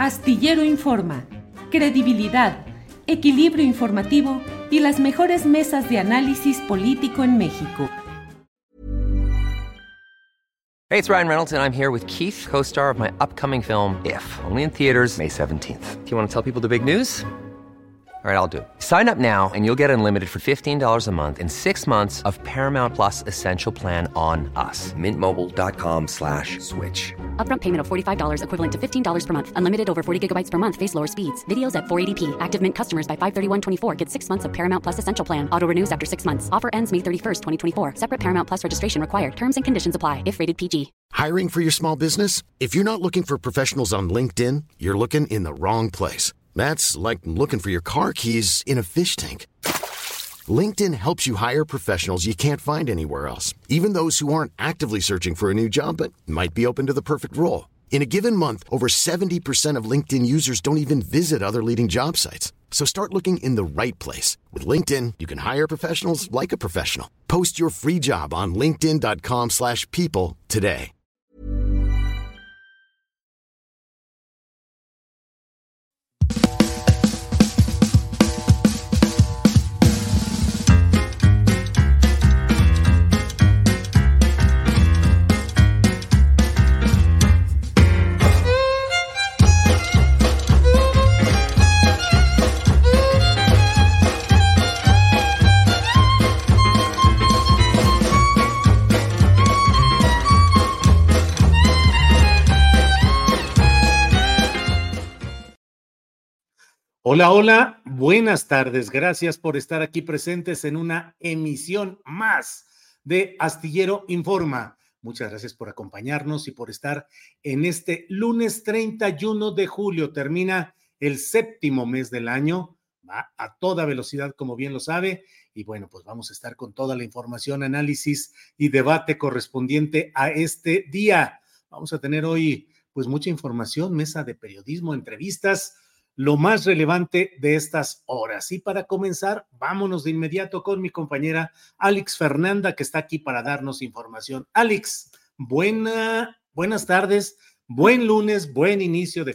Astillero Informa, credibilidad, equilibrio informativo y las mejores mesas de análisis político en México. Hey, it's Ryan Reynolds, and I'm here with Keith, co-star of my upcoming film, If, only in theaters May 17th. Do you want to tell people the big news? All right, I'll do it. Sign up now and you'll get unlimited for $15 a month and 6 months of Paramount Plus Essential Plan on us. MintMobile.com/switch. Upfront payment of $45 equivalent to $15 per month. Unlimited over 40 gigabytes per month. Face lower speeds. Videos at 480p. Active Mint customers by 531.24 get 6 months of Paramount Plus Essential Plan. Auto renews after 6 months. Offer ends May 31st, 2024. Separate Paramount Plus registration required. Terms and conditions apply if rated PG. Hiring for your small business? If you're not looking for professionals on LinkedIn, you're looking in the wrong place. That's like looking for your car keys in a fish tank. LinkedIn helps you hire professionals you can't find anywhere else, even those who aren't actively searching for a new job but might be open to the perfect role. In a given month, over 70% of LinkedIn users don't even visit other leading job sites. So start looking in the right place. With LinkedIn, you can hire professionals like a professional. Post your free job on linkedin.com/people today. Hola, hola, buenas tardes. Gracias por estar aquí presentes en una emisión más de Astillero Informa. Muchas gracias por acompañarnos y por estar en este lunes 31 de julio. Termina el séptimo mes del año, va a toda velocidad, como bien lo sabe. Y bueno, pues vamos a estar con toda la información, análisis y debate correspondiente a este día. Vamos a tener hoy pues mucha información, mesa de periodismo, entrevistas, lo más relevante de estas horas. Y para comenzar, vámonos de inmediato con mi compañera Alex Fernanda, que está aquí para darnos información. Alex, buenas tardes, buen lunes, buen inicio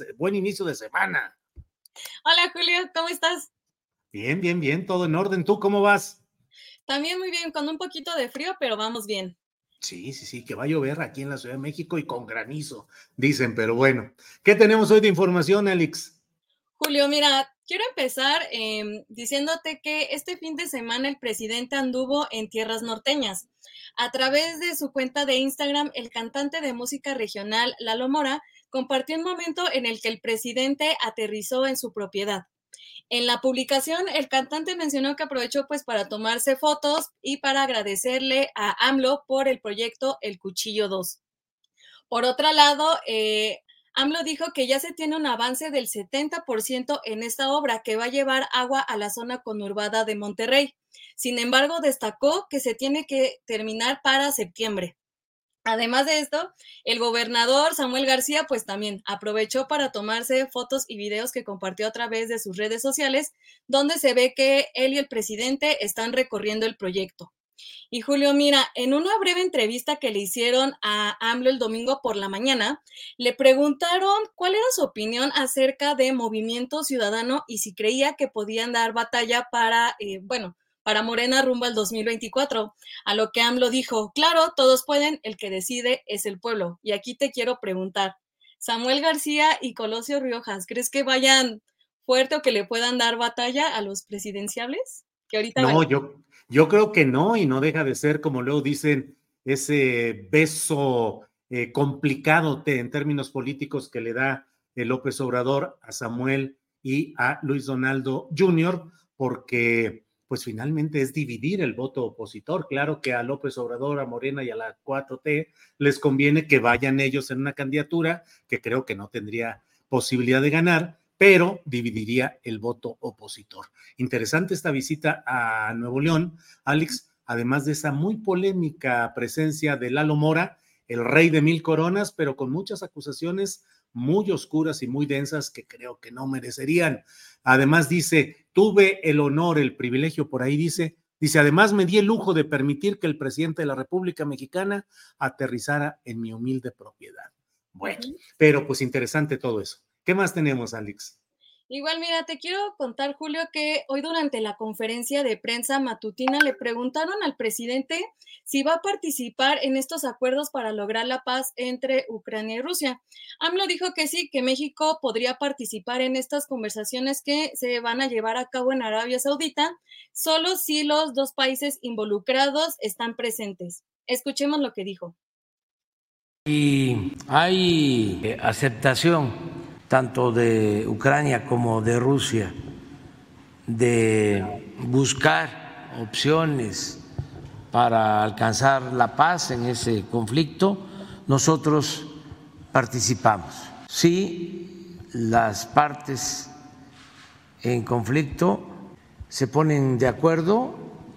de semana. Hola Julio, ¿cómo estás? Bien, todo en orden. ¿Tú cómo vas? También muy bien, con un poquito de frío, pero vamos bien. Sí, que va a llover aquí en la Ciudad de México y con granizo, dicen, pero bueno. ¿Qué tenemos hoy de información, Alex? Julio, mira, quiero empezar diciéndote que este fin de semana el presidente anduvo en tierras norteñas. A través de su cuenta de Instagram, el cantante de música regional Lalo Mora compartió un momento en el que el presidente aterrizó en su propiedad. En la publicación, el cantante mencionó que aprovechó pues para tomarse fotos y para agradecerle a AMLO por el proyecto El Cuchillo 2. Por otro lado, AMLO dijo que ya se tiene un avance del 70% en esta obra que va a llevar agua a la zona conurbada de Monterrey. Sin embargo, destacó que se tiene que terminar para septiembre. Además de esto, el gobernador Samuel García pues también aprovechó para tomarse fotos y videos que compartió a través de sus redes sociales, donde se ve que él y el presidente están recorriendo el proyecto. Y Julio, mira, en una breve entrevista que le hicieron a AMLO el domingo por la mañana, le preguntaron cuál era su opinión acerca de Movimiento Ciudadano y si creía que podían dar batalla para Morena rumbo al 2024, a lo que AMLO dijo, claro, todos pueden, el que decide es el pueblo. Y aquí te quiero preguntar, Samuel García y Colosio Riojas, ¿crees que vayan fuerte o que le puedan dar batalla a los presidenciables? Que ahorita no, yo creo que no, y no deja de ser, como luego dicen, ese beso complicado en términos políticos que le da el López Obrador a Samuel y a Luis Donaldo Jr., porque pues finalmente es dividir el voto opositor. Claro que a López Obrador, a Morena y a la 4T les conviene que vayan ellos en una candidatura que creo que no tendría posibilidad de ganar, pero dividiría el voto opositor. Interesante esta visita a Nuevo León, Alex, además de esa muy polémica presencia de Lalo Mora, el rey de 1000 coronas, pero con muchas acusaciones muy oscuras y muy densas que creo que no merecerían. Además dice, tuve el honor, el privilegio, por ahí dice, además me di el lujo de permitir que el presidente de la República Mexicana aterrizara en mi humilde propiedad. Bueno, pero pues interesante todo eso. ¿Qué más tenemos, Alex? Igual, mira, te quiero contar, Julio, que hoy durante la conferencia de prensa matutina le preguntaron al presidente si va a participar en estos acuerdos para lograr la paz entre Ucrania y Rusia. AMLO dijo que sí, que México podría participar en estas conversaciones que se van a llevar a cabo en Arabia Saudita, solo si los dos países involucrados están presentes. Escuchemos lo que dijo. Y hay aceptación tanto de Ucrania como de Rusia de buscar opciones para alcanzar la paz en ese conflicto, nosotros participamos. Si las partes en conflicto se ponen de acuerdo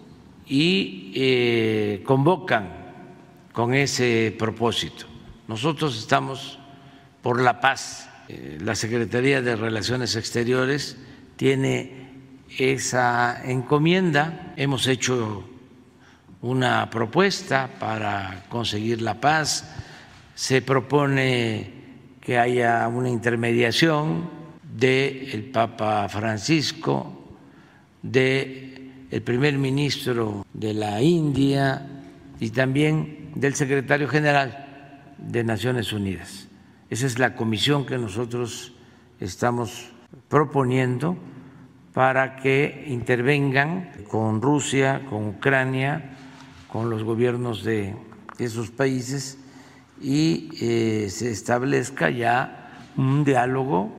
y convocan con ese propósito. Nosotros estamos por la paz. La Secretaría de Relaciones Exteriores tiene esa encomienda. Hemos hecho una propuesta para conseguir la paz. Se propone que haya una intermediación del Papa Francisco, del primer ministro de la India y también del secretario general de Naciones Unidas. Esa es la comisión que nosotros estamos proponiendo para que intervengan con Rusia, con Ucrania, con los gobiernos de esos países y se establezca ya un diálogo.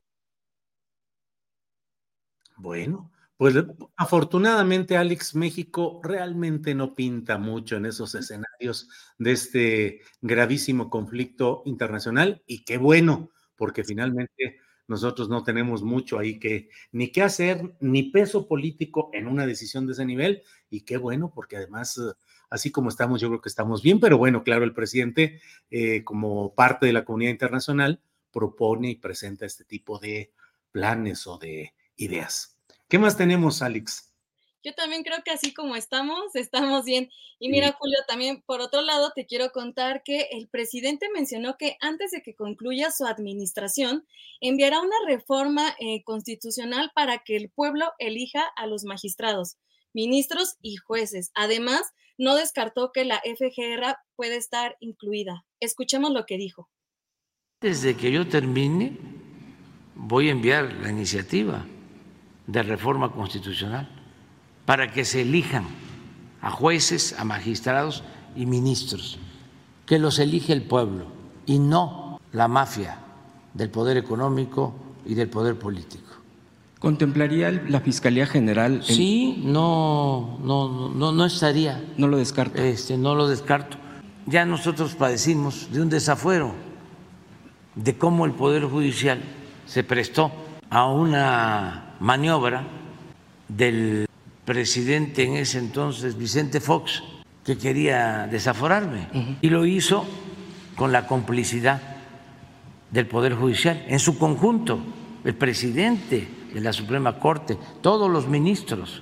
Bueno, pues afortunadamente, Alex, México realmente no pinta mucho en esos escenarios de este gravísimo conflicto internacional, y qué bueno, porque finalmente nosotros no tenemos mucho ahí ni qué hacer, ni peso político en una decisión de ese nivel, y qué bueno, porque además, así como estamos, yo creo que estamos bien, pero bueno, claro, el presidente, como parte de la comunidad internacional, propone y presenta este tipo de planes o de ideas. ¿Qué más tenemos, Alex? Yo también creo que así como estamos bien. Y Sí. mira, Julio, también por otro lado te quiero contar que el presidente mencionó que antes de que concluya su administración, enviará una reforma constitucional para que el pueblo elija a los magistrados, ministros y jueces. Además, no descartó que la FGR puede estar incluida. Escuchemos lo que dijo. Desde que yo termine, voy a enviar la iniciativa de reforma constitucional para que se elijan a jueces, a magistrados y ministros, que los elige el pueblo y no la mafia del poder económico y del poder político. ¿Contemplaría la Fiscalía General? Sí, no estaría. No lo descarto. No lo descarto. Ya nosotros padecimos de un desafuero, de cómo el Poder Judicial se prestó a una maniobra del presidente en ese entonces, Vicente Fox, que quería desaforarme, y lo hizo con la complicidad del Poder Judicial en su conjunto, el presidente de la Suprema Corte, todos los ministros,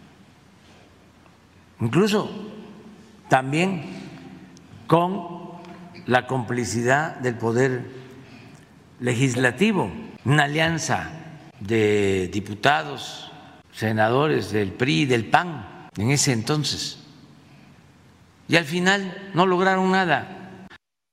incluso también con la complicidad del Poder Legislativo, una alianza de diputados, senadores del PRI y del PAN en ese entonces. Y al final no lograron nada.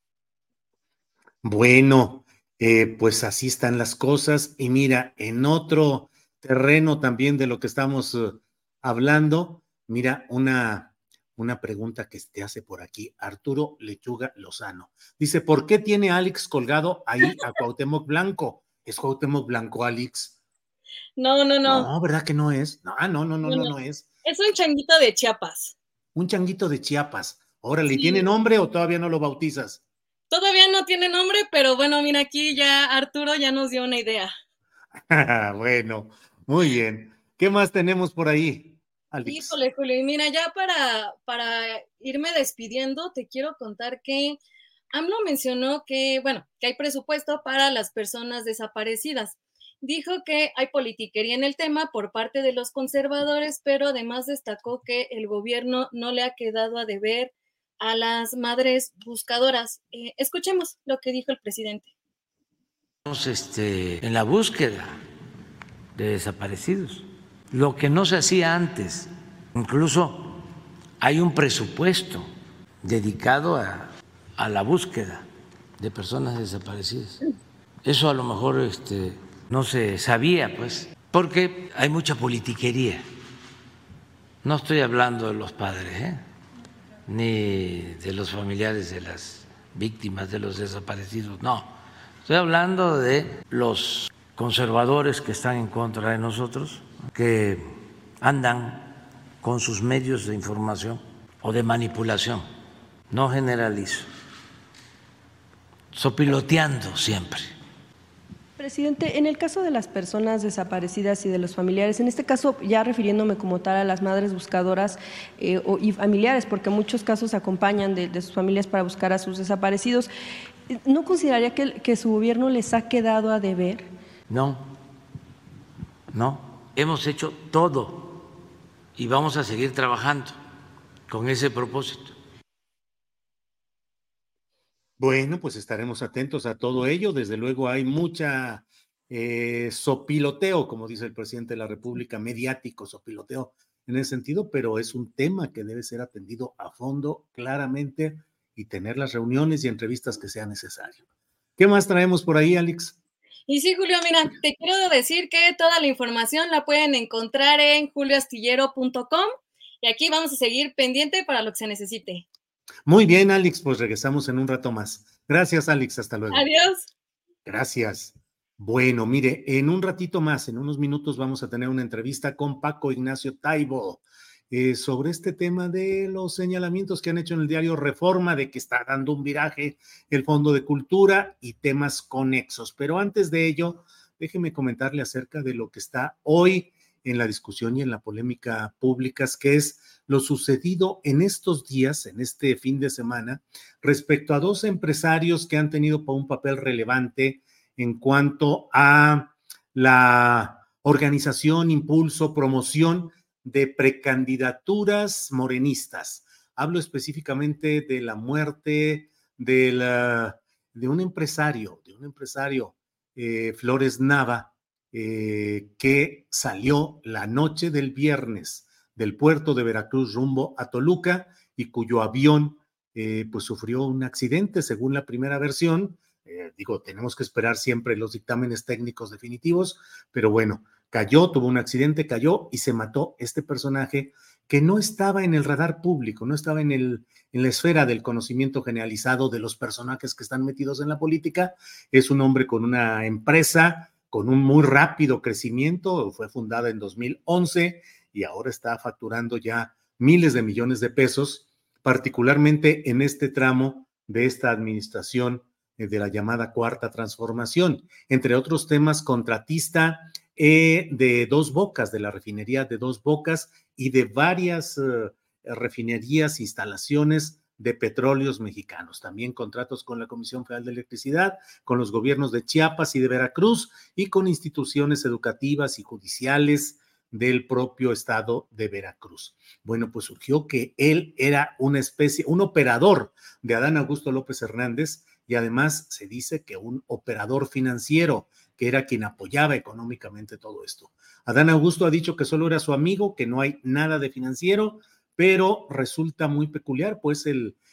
Bueno, pues así están las cosas. Y mira, en otro terreno también de lo que estamos hablando, mira, una pregunta que te hace por aquí Arturo Lechuga Lozano. Dice, ¿por qué tiene Alex colgado ahí a Cuauhtémoc Blanco? ¿Es Cuauhtémoc Blanco, Alex? No. No, ¿verdad que no es? No es. Es un changuito de Chiapas. Un changuito de Chiapas. Órale, Sí. ¿tiene nombre o todavía no lo bautizas? Todavía no tiene nombre, pero bueno, mira, aquí ya Arturo ya nos dio una idea. Bueno, muy bien. ¿Qué más tenemos por ahí, Alex? Híjole, Julio, y mira, ya para irme despidiendo, te quiero contar que AMLO mencionó que, bueno, que hay presupuesto para las personas desaparecidas. Dijo que hay politiquería en el tema por parte de los conservadores, pero además destacó que el gobierno no le ha quedado a deber a las madres buscadoras. Escuchemos lo que dijo el presidente. en la búsqueda de desaparecidos, lo que no se hacía antes. Incluso hay un presupuesto dedicado a la búsqueda de personas desaparecidas. Eso a lo mejor no se sabía, pues, porque hay mucha politiquería. No estoy hablando de los padres, ni de los familiares de las víctimas, de los desaparecidos, no. Estoy hablando de los conservadores que están en contra de nosotros, que andan con sus medios de información o de manipulación, no generalizo, sopiloteando siempre. Presidente, en el caso de las personas desaparecidas y de los familiares, en este caso ya refiriéndome como tal a las madres buscadoras y familiares, porque en muchos casos acompañan de sus familias para buscar a sus desaparecidos, ¿no consideraría que su gobierno les ha quedado a deber? No, hemos hecho todo y vamos a seguir trabajando con ese propósito. Bueno, pues estaremos atentos a todo ello. Desde luego hay mucha sopiloteo, como dice el presidente de la República, mediático sopiloteo en ese sentido, pero es un tema que debe ser atendido a fondo, claramente, y tener las reuniones y entrevistas que sea necesario. ¿Qué más traemos por ahí, Alex? Y sí, Julio, mira, te quiero decir que toda la información la pueden encontrar en julioastillero.com y aquí vamos a seguir pendiente para lo que se necesite. Muy bien, Alex, pues regresamos en un rato más. Gracias, Alex, hasta luego. Adiós. Gracias. Bueno, mire, en un ratito más, en unos minutos, vamos a tener una entrevista con Paco Ignacio Taibo sobre este tema de los señalamientos que han hecho en el diario Reforma de que está dando un viraje el Fondo de Cultura y temas conexos. Pero antes de ello, déjeme comentarle acerca de lo que está hoy en la discusión y en la polémica públicas, que es lo sucedido en estos días, en este fin de semana, respecto a dos empresarios que han tenido un papel relevante en cuanto a la organización, impulso, promoción de precandidaturas morenistas. Hablo específicamente de la muerte de un empresario, Flores Nava, que salió la noche del viernes del puerto de Veracruz rumbo a Toluca y cuyo avión pues sufrió un accidente, según la primera versión. Tenemos que esperar siempre los dictámenes técnicos definitivos, pero bueno, tuvo un accidente, cayó y se mató este personaje que no estaba en el radar público, no estaba en la esfera del conocimiento generalizado de los personajes que están metidos en la política. Es un hombre con una empresa con un muy rápido crecimiento, fue fundada en 2011 y ahora está facturando ya miles de millones de pesos, particularmente en este tramo de esta administración de la llamada Cuarta Transformación. Entre otros temas, contratista de Dos Bocas, de la refinería de Dos Bocas y de varias refinerías, instalaciones de petróleos mexicanos. También contratos con la Comisión Federal de Electricidad, con los gobiernos de Chiapas y de Veracruz y con instituciones educativas y judiciales del propio estado de Veracruz. Bueno, pues surgió que él era un operador de Adán Augusto López Hernández y además se dice que un operador financiero, que era quien apoyaba económicamente todo esto. Adán Augusto ha dicho que solo era su amigo, que no hay nada de financiero, pero resulta muy peculiar, pues,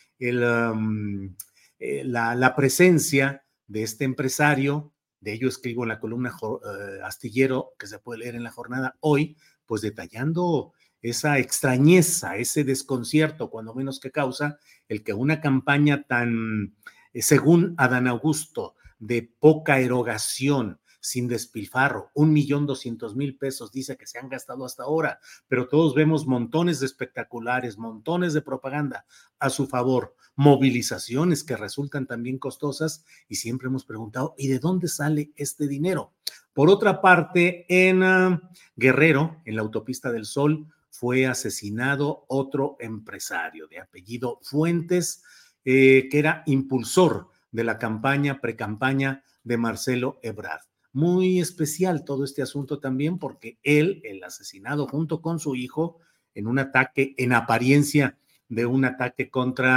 la presencia de este empresario. De ello escribo en la columna Astillero, que se puede leer en La Jornada hoy, pues detallando esa extrañeza, ese desconcierto, cuando menos que causa el que una campaña tan, según Adán Augusto, de poca erogación, sin despilfarro, 1,200,000 pesos dice que se han gastado hasta ahora, pero todos vemos montones de espectaculares, montones de propaganda a su favor, movilizaciones que resultan también costosas y siempre hemos preguntado, ¿y de dónde sale este dinero? Por otra parte, en Guerrero, en la Autopista del Sol, fue asesinado otro empresario de apellido Fuentes, que era impulsor de la precampaña de Marcelo Ebrard. Muy especial todo este asunto también porque el asesinado junto con su hijo en un ataque, en apariencia de un ataque contra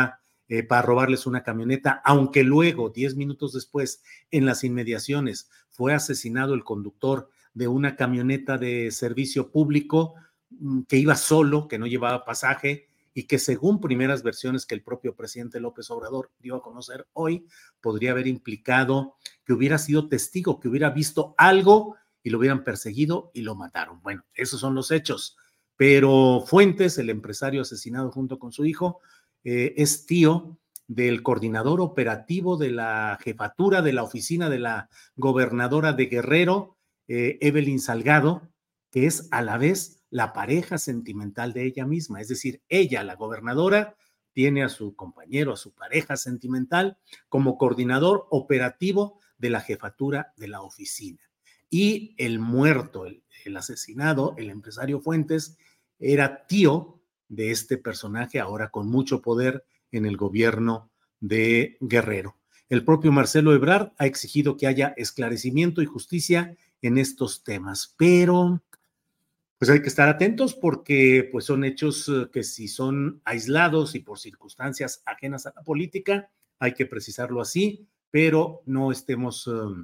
para robarles una camioneta, aunque luego, 10 minutos después, en las inmediaciones, fue asesinado el conductor de una camioneta de servicio público que iba solo, que no llevaba pasaje y que según primeras versiones que el propio presidente López Obrador dio a conocer hoy, podría haber implicado que hubiera sido testigo, que hubiera visto algo y lo hubieran perseguido y lo mataron. Bueno, esos son los hechos. Pero Fuentes, el empresario asesinado junto con su hijo, es tío del coordinador operativo de la jefatura de la oficina de la gobernadora de Guerrero, Evelyn Salgado, que es a la vez la pareja sentimental de ella misma. Es decir, ella, la gobernadora, tiene a su compañero, a su pareja sentimental, como coordinador operativo de la jefatura de la oficina. Y el muerto, el asesinado, el empresario Fuentes, era tío de este personaje ahora con mucho poder en el gobierno de Guerrero. El propio Marcelo Ebrard ha exigido que haya esclarecimiento y justicia en estos temas, pero pues hay que estar atentos porque pues son hechos que si son aislados y por circunstancias ajenas a la política, hay que precisarlo así, pero no estemos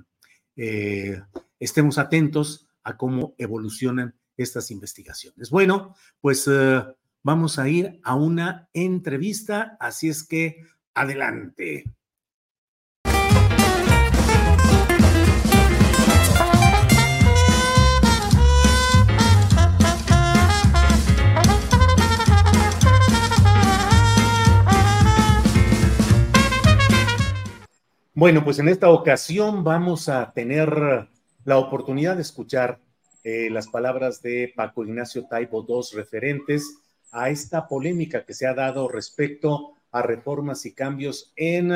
atentos a cómo evolucionan estas investigaciones. Bueno, pues vamos a ir a una entrevista, así es que adelante. Bueno, pues en esta ocasión vamos a tener la oportunidad de escuchar las palabras de Paco Ignacio Taibo II, referentes a esta polémica que se ha dado respecto a reformas y cambios en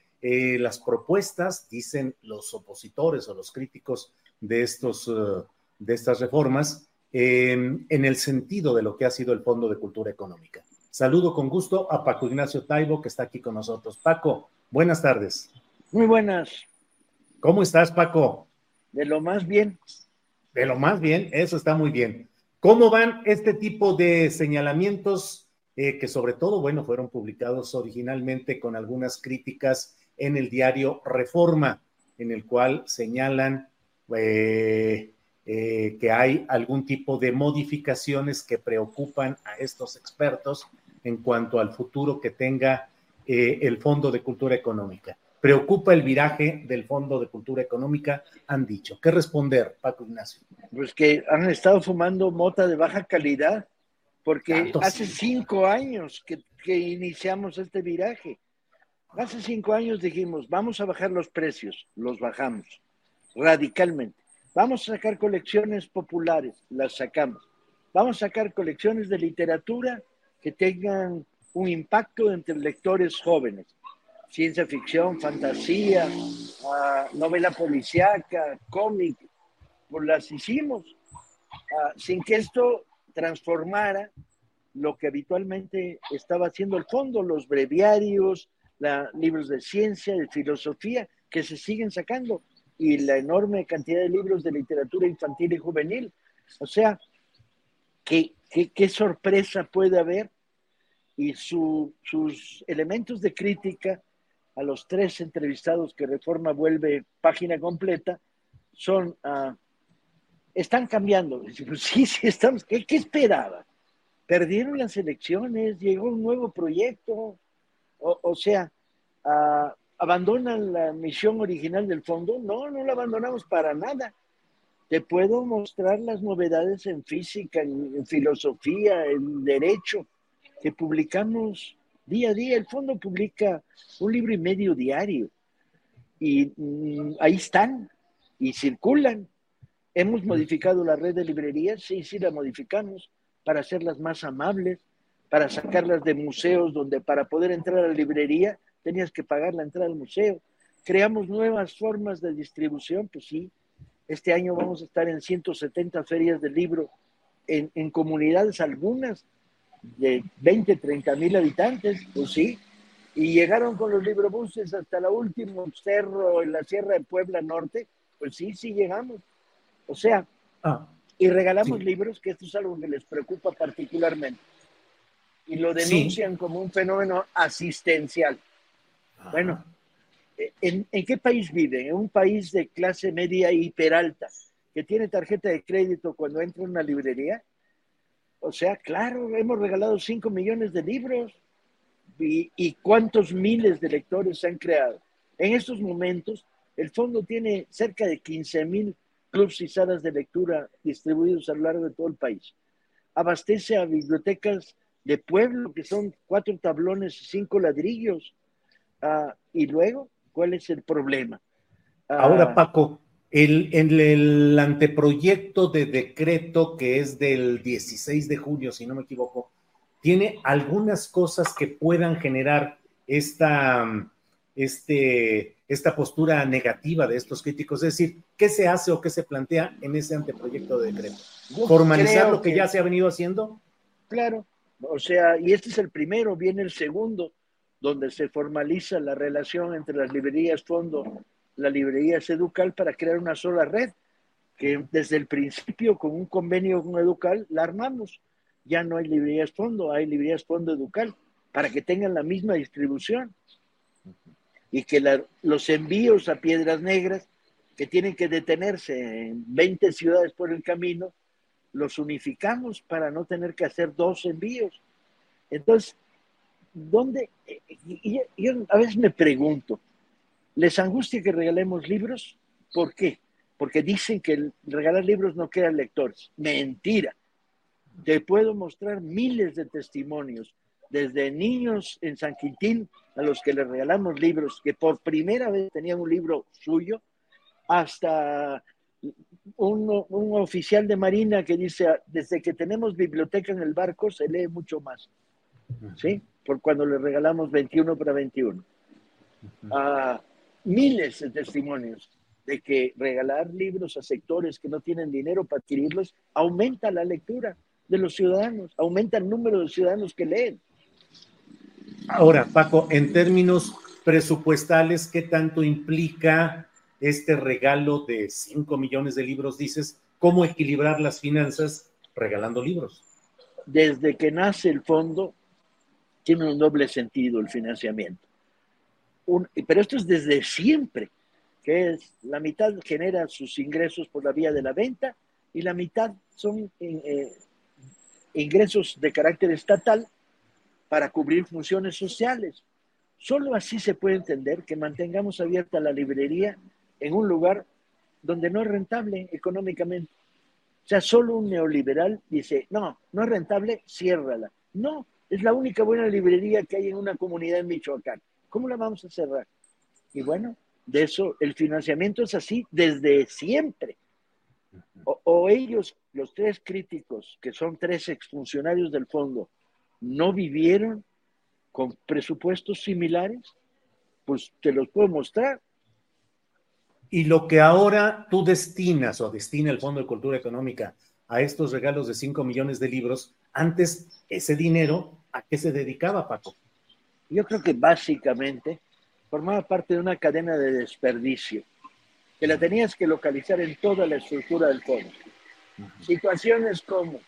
las propuestas, dicen los opositores o los críticos de estas reformas, en el sentido de lo que ha sido el Fondo de Cultura Económica. Saludo con gusto a Paco Ignacio Taibo, que está aquí con nosotros. Paco, buenas tardes. Muy buenas. ¿Cómo estás, Paco? De lo más bien. De lo más bien, eso está muy bien. ¿Cómo van este tipo de señalamientos que sobre todo, bueno, fueron publicados originalmente con algunas críticas en el diario Reforma, en el cual señalan que hay algún tipo de modificaciones que preocupan a estos expertos en cuanto al futuro que tenga el Fondo de Cultura Económica? Preocupa el viraje del Fondo de Cultura Económica, han dicho. ¿Qué responder, Paco Ignacio? Pues que han estado fumando mota de baja calidad, porque hace 5 años que iniciamos este viraje. Hace 5 años dijimos, vamos a bajar los precios, los bajamos radicalmente. Vamos a sacar colecciones populares, las sacamos. Vamos a sacar colecciones de literatura que tengan un impacto entre lectores jóvenes. Ciencia ficción, fantasía, novela policíaca, cómic, pues las hicimos, sin que esto transformara lo que habitualmente estaba haciendo el fondo, los breviarios, libros de ciencia, de filosofía, que se siguen sacando, y la enorme cantidad de libros de literatura infantil y juvenil. O sea, ¿qué sorpresa puede haber? Y sus elementos de crítica a los 3 entrevistados que Reforma vuelve página completa, están cambiando. Sí, estamos. ¿Qué esperaba? Perdieron las elecciones, llegó un nuevo proyecto, o sea, ¿abandonan la misión original del fondo? No la abandonamos para nada. Te puedo mostrar las novedades en física, en filosofía, en derecho, que publicamos día a día. El fondo publica 1,5 libros diario y ahí están y circulan. ¿Hemos modificado la red de librerías? Sí, la modificamos para hacerlas más amables, para sacarlas de museos donde para poder entrar a la librería tenías que pagar la entrada al museo. Creamos nuevas formas de distribución, pues sí. Este año vamos a estar en 170 ferias del libro en comunidades, algunas de 20, 30 mil habitantes, pues sí, y llegaron con los librobuses hasta la última cerro en la Sierra de Puebla Norte, pues sí llegamos. O sea, y regalamos libros, que esto es algo que les preocupa particularmente. y lo denuncian como un fenómeno asistencial. Ajá. Bueno, ¿en qué país viven? En un país de clase media hiperalta, que tiene tarjeta de crédito cuando entra en una librería. O sea, claro, hemos regalado 5 millones de libros y cuántos miles de lectores se han creado. En estos momentos, el fondo tiene cerca de 15,000 clubs y salas de lectura distribuidos a lo largo de todo el país. Abastece a bibliotecas de pueblo, que son 4 tablones y 5 ladrillos. Y luego, ¿cuál es el problema? Ahora, Paco, en el anteproyecto de decreto, que es del 16 de junio, si no me equivoco, tiene algunas cosas que puedan generar esta postura negativa de estos críticos. Es decir, ¿qué se hace o qué se plantea en ese anteproyecto de decreto? ¿Formalizar lo que ya se ha venido haciendo? Claro, o sea, y este es el primero, viene el segundo, donde se formaliza la relación entre las librerías fondo, la librería Educal, para crear una sola red, que desde el principio, con un convenio con Educal, la armamos. Ya no hay librerías fondo, hay librerías fondo Educal, para que tengan la misma distribución. Y que los envíos a Piedras Negras, que tienen que detenerse en 20 ciudades por el camino, los unificamos para no tener que hacer 2 envíos. Entonces, ¿dónde? Yo a veces me pregunto, ¿les angustia que regalemos libros? ¿Por qué? Porque dicen que regalar libros no crea lectores. Mentira. Te puedo mostrar miles de testimonios, desde niños en San Quintín a los que les regalamos libros, que por primera vez tenían un libro suyo, hasta un oficial de Marina que dice, desde que tenemos biblioteca en el barco se lee mucho más, ¿sí? Por cuando le regalamos 21 para 21. Miles de testimonios de que regalar libros a sectores que no tienen dinero para adquirirlos aumenta la lectura de los ciudadanos, aumenta el número de ciudadanos que leen. Ahora, Paco, en términos presupuestales, ¿qué tanto implica este regalo de 5 millones de libros? Dices, ¿cómo equilibrar las finanzas regalando libros? Desde que nace el fondo, tiene un doble sentido el financiamiento. Pero esto es desde siempre, que es la mitad genera sus ingresos por la vía de la venta y la mitad son ingresos de carácter estatal para cubrir funciones sociales. Solo así se puede entender que mantengamos abierta la librería en un lugar donde no es rentable económicamente. O sea, solo un neoliberal dice, no es rentable, ciérrala. No, es la única buena librería que hay en una comunidad en Michoacán. ¿Cómo la vamos a cerrar? Y bueno, de eso, el financiamiento es así desde siempre. O ellos, los 3 críticos, que son 3 exfuncionarios del fondo, no vivieron con presupuestos similares, pues te los puedo mostrar. Y lo que ahora tú destinas o destina el Fondo de Cultura Económica a estos regalos de 5 millones de libros, antes ese dinero, ¿a qué se dedicaba, Paco? Yo creo que básicamente formaba parte de una cadena de desperdicio, que la tenías que localizar en toda la estructura del fondo. Situaciones como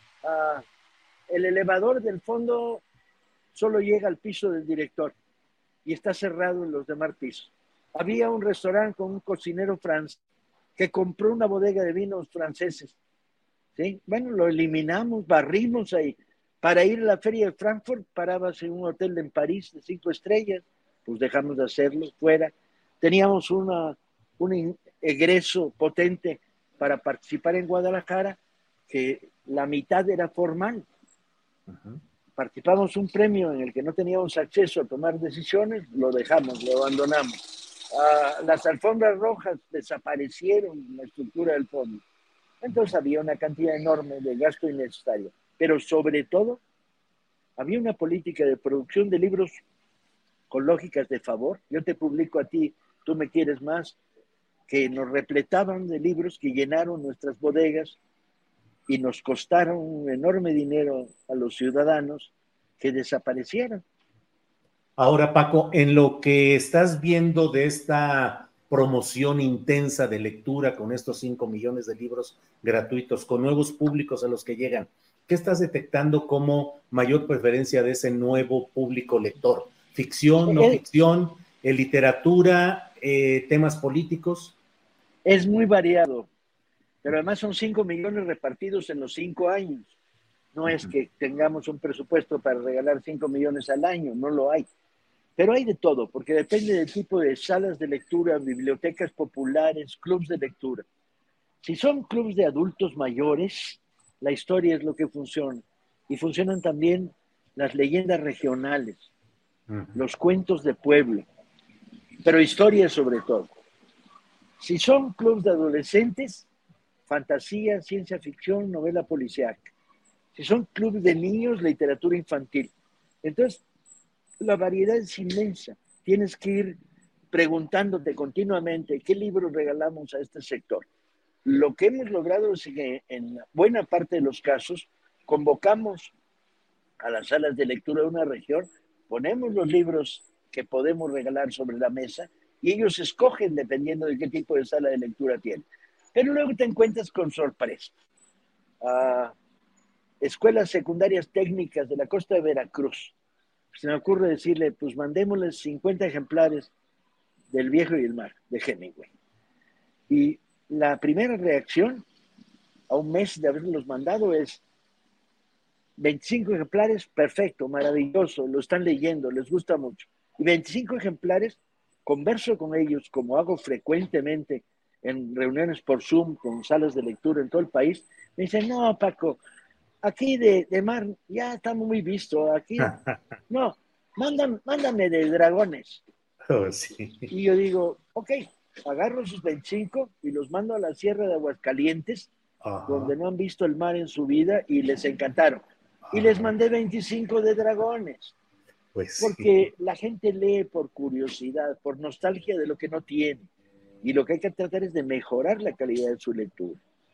el elevador del fondo solo llega al piso del director y está cerrado en los demás pisos. Había un restaurante con un cocinero francés que compró una bodega de vinos franceses. ¿Sí? Bueno, lo eliminamos, barrimos ahí. Para ir a la feria de Frankfurt, parabas en un hotel en París de 5 estrellas, pues dejamos de hacerlo, fuera. Teníamos un egreso potente para participar en Guadalajara, que la mitad era formal. Participamos un premio en el que no teníamos acceso a tomar decisiones, lo dejamos, lo abandonamos. Las alfombras rojas desaparecieron en la estructura del fondo. Entonces había una cantidad enorme de gasto innecesario. Pero sobre todo, había una política de producción de libros con lógicas de favor. Yo te publico a ti, tú me quieres más, que nos repletaban de libros que llenaron nuestras bodegas y nos costaron un enorme dinero a los ciudadanos que desaparecieran. Ahora, Paco, en lo que estás viendo de esta promoción intensa de lectura con estos 5 millones de libros gratuitos, con nuevos públicos a los que llegan, ¿Qué estás detectando como mayor preferencia de ese nuevo público lector? ¿Ficción, no ficción, literatura, temas políticos? Es muy variado, pero además son 5 millones repartidos en los 5 años. No es que tengamos un presupuesto para regalar 5 millones al año, no lo hay. Pero hay de todo, porque depende del tipo de salas de lectura, bibliotecas populares, clubs de lectura. Si son clubs de adultos mayores, la historia es lo que funciona. Y funcionan también las leyendas regionales, los cuentos de pueblo, pero historias sobre todo. Si son clubs de adolescentes, fantasía, ciencia ficción, novela policíaca. Si son clubes de niños, literatura infantil. Entonces, la variedad es inmensa. Tienes que ir preguntándote continuamente qué libros regalamos a este sector. Lo que hemos logrado es que en buena parte de los casos convocamos a las salas de lectura de una región, ponemos los libros que podemos regalar sobre la mesa y ellos escogen dependiendo de qué tipo de sala de lectura tienen. Pero luego te encuentras con sorpresas. Escuelas secundarias técnicas de la costa de Veracruz. Se me ocurre decirle, pues mandémosles 50 ejemplares del Viejo y el Mar, de Hemingway. Y la primera reacción a un mes de haberlos mandado es 25 ejemplares, perfecto, maravilloso, lo están leyendo, les gusta mucho. Y 25 ejemplares, converso con ellos, como hago frecuentemente en reuniones por Zoom con salas de lectura en todo el país, me dicen, no, Paco, aquí de mar ya estamos muy vistos, aquí no, mándame de dragones. Oh, sí. Y yo digo, ok, agarro esos 25 y los mando a la Sierra de Aguascalientes, donde no han visto el mar en su vida y les encantaron. Y les mandé 25 de dragones. Pues porque la gente lee por curiosidad, por nostalgia de lo que no tiene. Y lo que hay que tratar es de mejorar la calidad de su lectura.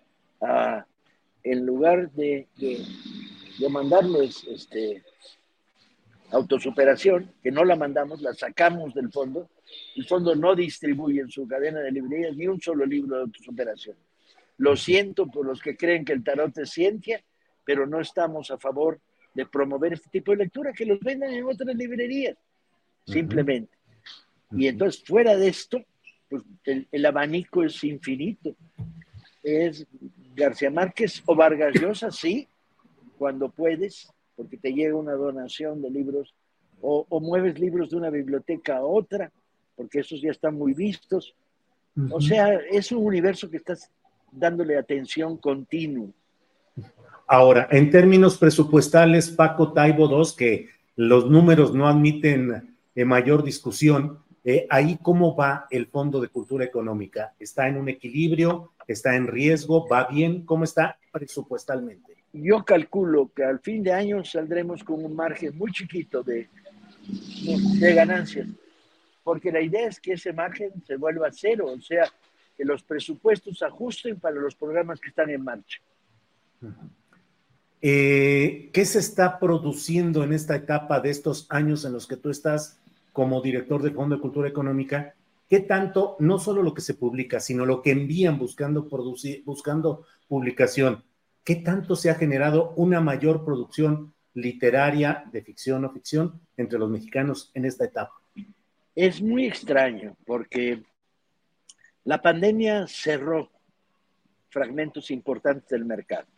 En lugar de mandarles autosuperación, que no la mandamos, la sacamos del fondo. El fondo no distribuye en su cadena de librerías ni un solo libro de autosuperación. Lo siento por los que creen que el tarot es ciencia, pero no estamos a favor de promover este tipo de lectura, que los vendan en otras librerías, simplemente. Y entonces, fuera de esto, pues el abanico es infinito. Es García Márquez o Vargas Llosa, sí, cuando puedes, porque te llega una donación de libros, o mueves libros de una biblioteca a otra, porque esos ya están muy vistos. O sea, es un universo que estás dándole atención continua. Ahora, en términos presupuestales, Paco Taibo II, que los números no admiten mayor discusión, ahí ¿cómo va el Fondo de Cultura Económica? ¿Está en un equilibrio? ¿Está en riesgo? ¿Va bien? ¿Cómo está presupuestalmente? Yo calculo que al fin de año saldremos con un margen muy chiquito de ganancias, porque la idea es que ese margen se vuelva cero, o sea, que los presupuestos ajusten para los programas que están en marcha. ¿Qué se está produciendo en esta etapa de estos años en los que tú estás como director del Fondo de Cultura Económica? ¿Qué tanto, no solo lo que se publica, sino lo que envían buscando publicación, qué tanto se ha generado una mayor producción literaria de ficción o ficción entre los mexicanos en esta etapa? Es muy extraño porque la pandemia cerró fragmentos importantes del mercado.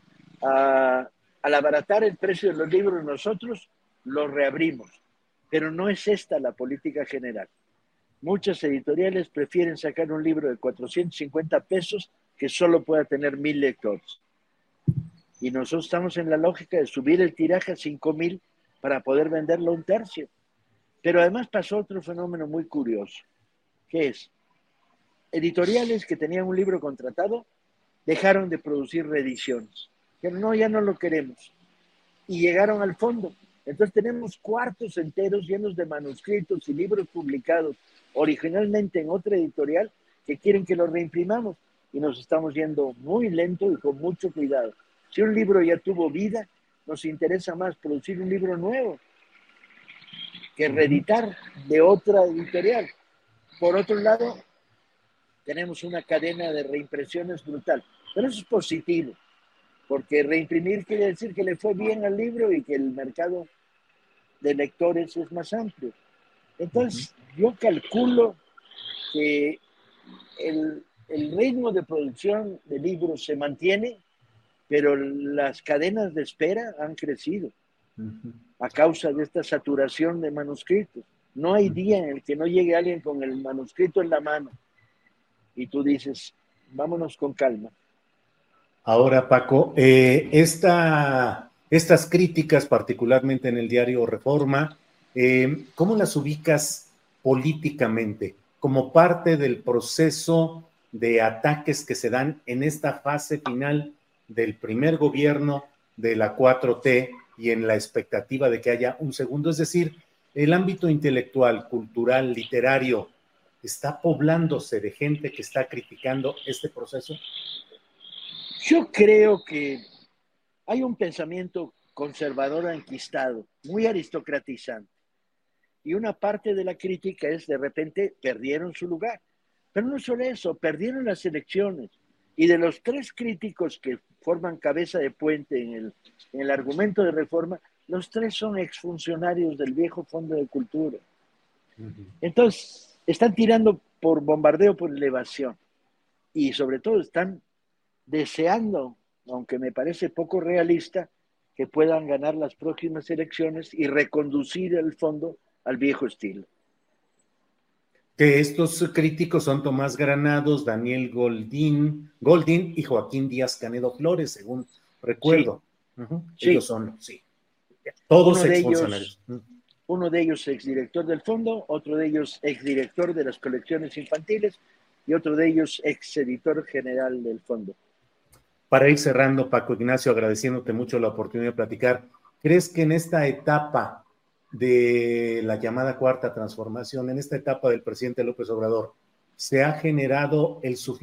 Al abaratar el precio de los libros, nosotros los reabrimos, pero no es esta la política general. Muchas editoriales prefieren sacar un libro de 450 pesos que solo pueda tener 1,000 lectores. Y nosotros estamos en la lógica de subir el tiraje a 5,000 para poder venderlo a 1/3. Pero además pasó otro fenómeno muy curioso, que es, editoriales que tenían un libro contratado dejaron de producir reediciones. Pero no, ya no lo queremos. Y llegaron al fondo. Entonces tenemos cuartos enteros llenos de manuscritos y libros publicados originalmente en otra editorial que quieren que los reimprimamos. Y nos estamos yendo muy lento y con mucho cuidado. Si un libro ya tuvo vida, nos interesa más producir un libro nuevo que reeditar de otra editorial. Por otro lado, tenemos una cadena de reimpresiones brutal. Pero eso es positivo. porque reimprimir quiere decir que le fue bien al libro y que el mercado de lectores es más amplio. Entonces, yo calculo que el ritmo de producción de libros se mantiene, pero las cadenas de espera han crecido a causa de esta saturación de manuscritos. No hay día en el que no llegue alguien con el manuscrito en la mano y tú dices, vámonos con calma. Ahora, Paco, estas críticas, particularmente en el diario Reforma, ¿cómo las ubicas políticamente? Como parte del proceso de ataques que se dan en esta fase final del primer gobierno de la 4T y en la expectativa de que haya un segundo, es decir, el ámbito intelectual, cultural, literario, ¿está poblándose de gente que está criticando este proceso? Yo creo que hay un pensamiento conservador enquistado, muy aristocratizante. Y una parte de la crítica es, de repente, perdieron su lugar. Pero no solo eso, perdieron las elecciones. Y de los 3 críticos que forman cabeza de puente en el argumento de Reforma, los 3 son exfuncionarios del viejo Fondo de Cultura. Entonces, están tirando por bombardeo, por elevación. Y sobre todo están deseando, aunque me parece poco realista, que puedan ganar las próximas elecciones y reconducir el fondo al viejo estilo. Que estos críticos son Tomás Granados, Daniel Goldín y Joaquín Díaz Canedo Flores, según recuerdo. Sí. Sí. Ellos son, sí. Todos exfuncionarios. Uno de ellos exdirector del fondo, otro de ellos exdirector de las colecciones infantiles y otro de ellos exeditor general del fondo. Para ir cerrando, Paco Ignacio, agradeciéndote mucho la oportunidad de platicar, ¿crees que en esta etapa de la llamada cuarta transformación, en esta etapa del presidente López Obrador, se ha generado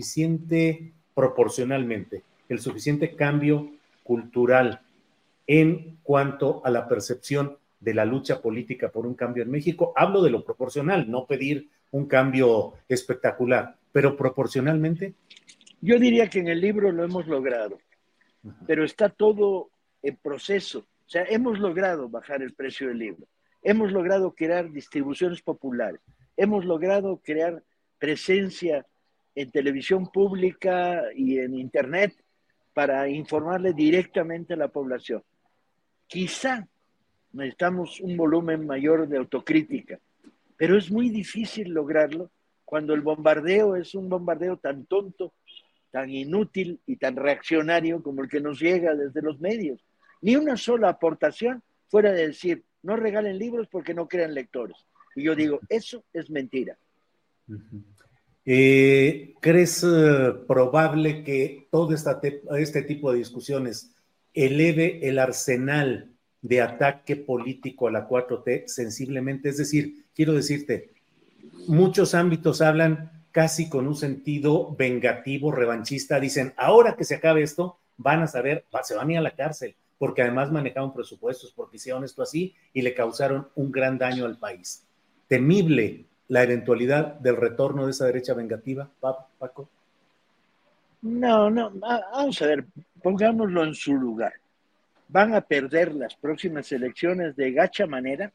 proporcionalmente, el suficiente cambio cultural en cuanto a la percepción de la lucha política por un cambio en México? Hablo de lo proporcional, no pedir un cambio espectacular, pero proporcionalmente. Yo diría que en el libro lo hemos logrado, pero está todo en proceso. O sea, hemos logrado bajar el precio del libro, hemos logrado crear distribuciones populares, hemos logrado crear presencia en televisión pública y en internet para informarle directamente a la población. Quizá necesitamos un volumen mayor de autocrítica, pero es muy difícil lograrlo cuando el bombardeo es un bombardeo tan tonto, tan inútil y tan reaccionario como el que nos llega desde los medios. Ni una sola aportación fuera de decir, no regalen libros porque no crean lectores. Y yo digo, eso es mentira. ¿Crees probable que todo este tipo de discusiones eleve el arsenal de ataque político a la 4T sensiblemente? Es decir, quiero decirte, muchos ámbitos hablan casi con un sentido vengativo, revanchista, dicen, ahora que se acabe esto, van a saber, se van a ir a la cárcel, porque además manejaron presupuestos, porque hicieron esto así y le causaron un gran daño al país. ¿Temible la eventualidad del retorno de esa derecha vengativa, Paco? No, vamos a ver, pongámoslo en su lugar. Van a perder las próximas elecciones de gacha manera.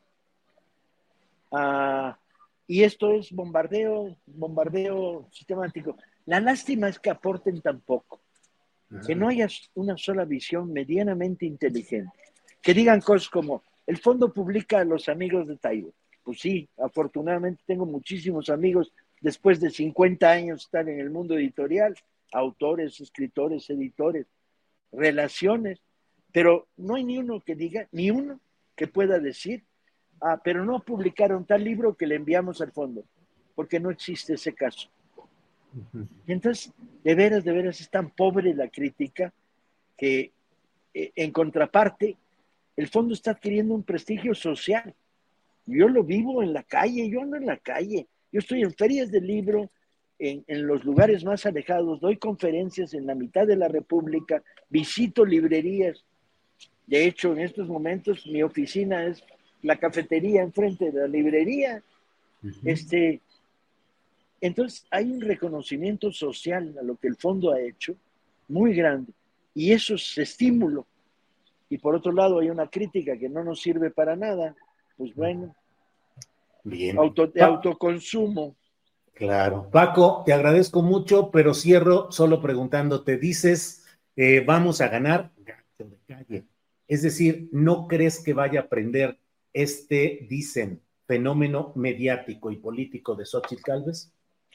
Y esto es bombardeo sistemático. La lástima es que aporten tan poco, que no haya una sola visión medianamente inteligente, que digan cosas como, el fondo publica a los amigos de Taibo. Pues sí, afortunadamente tengo muchísimos amigos después de 50 años estar en el mundo editorial, autores, escritores, editores, relaciones, pero no hay ni uno que diga, ni uno que pueda decir, pero no publicaron tal libro que le enviamos al fondo, porque no existe ese caso. Y entonces, de veras es tan pobre la crítica que, en contraparte, el fondo está adquiriendo un prestigio social. Yo lo vivo en la calle, yo ando en la calle, yo estoy en ferias de libro, en los lugares más alejados, doy conferencias en la mitad de la República, visito librerías. De hecho, en estos momentos mi oficina es la cafetería enfrente de la librería. Entonces hay un reconocimiento social a lo que el fondo ha hecho muy grande Y eso es estímulo. Y por otro lado hay una crítica que no nos sirve para nada, pues bueno, bien. de autoconsumo. Claro. Paco, te agradezco mucho, pero cierro solo preguntándote, dices, vamos a ganar gato de calle. Es decir, ¿no crees que vaya a aprender dicen, fenómeno mediático y político de Xóchitl Gálvez?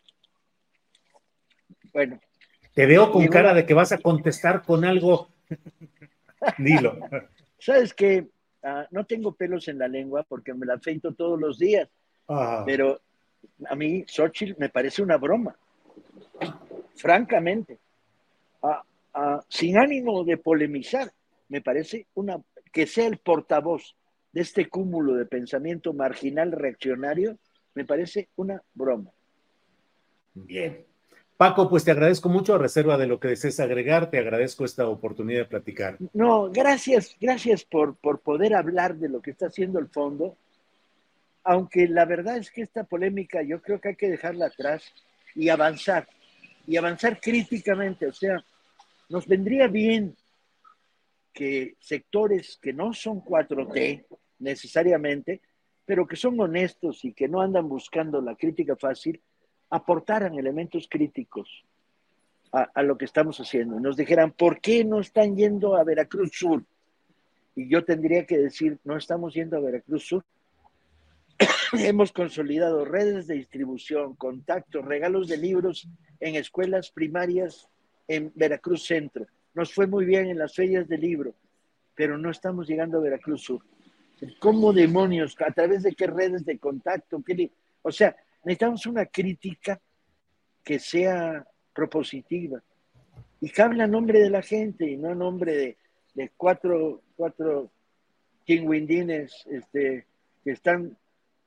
Bueno. Te veo con cara de que vas a contestar con algo. Dilo. ¿Sabes qué? No tengo pelos en la lengua porque me la afeito todos los días, pero a mí Xóchitl me parece una broma, francamente, sin ánimo de polemizar, me parece que sea el portavoz de este cúmulo de pensamiento marginal reaccionario, me parece una broma. Bien. Paco, pues te agradezco mucho, a reserva de lo que desees agregar, te agradezco esta oportunidad de platicar. No, gracias por poder hablar de lo que está haciendo el fondo, aunque la verdad es que esta polémica yo creo que hay que dejarla atrás y avanzar críticamente. O sea, nos vendría bien que sectores que no son 4T necesariamente, pero que son honestos y que no andan buscando la crítica fácil, aportaran elementos críticos a lo que estamos haciendo. Nos dijeran, ¿por qué no están yendo a Veracruz Sur? Y yo tendría que decir, no estamos yendo a Veracruz Sur. Hemos consolidado redes de distribución, contactos, regalos de libros en escuelas primarias en Veracruz Centro. Nos fue muy bien en las ferias de libro, pero no estamos llegando a Veracruz Sur. ¿Cómo demonios? ¿A través de qué redes de contacto? O sea, necesitamos una crítica que sea propositiva y que hable a nombre de la gente y no a nombre de cuatro chingüindines que están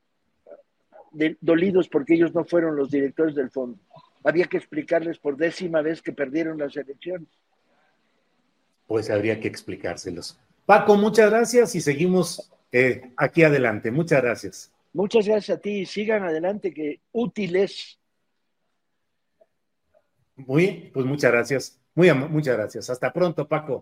dolidos porque ellos no fueron los directores del fondo. Había que explicarles por 10ª vez que perdieron las elecciones. Pues habría que explicárselos. Paco, muchas gracias y seguimos aquí adelante. Muchas gracias. Muchas gracias a ti y sigan adelante, que útil es. Muy, pues muchas gracias. Muchas gracias. Hasta pronto, Paco.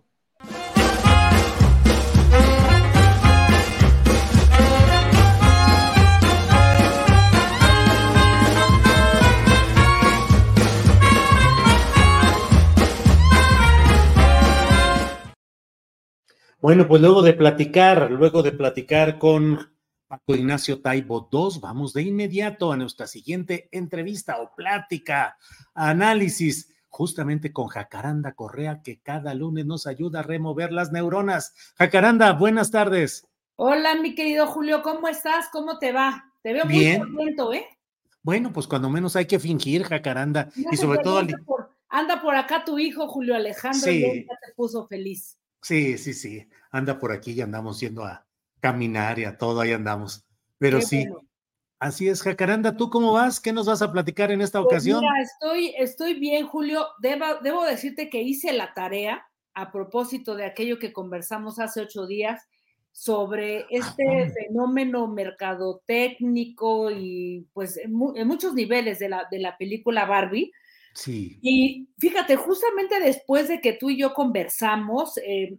Bueno, pues luego de platicar con Paco Ignacio Taibo II, vamos de inmediato a nuestra siguiente entrevista o plática, análisis, justamente con Jacaranda Correa, que cada lunes nos ayuda a remover las neuronas. Jacaranda, buenas tardes. Hola, mi querido Julio, ¿cómo estás? ¿Cómo te va? Te veo bien. Muy contento, ¿eh? Bueno, pues cuando menos hay que fingir, Jacaranda, y sobre todo... Anda por acá tu hijo, Julio Alejandro, sí. Y ya te puso feliz. Sí, anda por aquí y andamos yendo a caminar y a todo, ahí andamos. Pero sí, bueno. Así es, Jacaranda, ¿tú cómo vas? ¿Qué nos vas a platicar en esta ocasión? Mira, estoy bien, Julio. Debo decirte que hice la tarea a propósito de aquello que conversamos hace 8 días sobre este fenómeno mercadotécnico y pues en muchos niveles de la película Barbie. Sí. Y fíjate, justamente después de que tú y yo conversamos,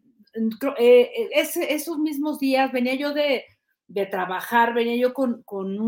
esos mismos días venía yo de trabajar, venía yo con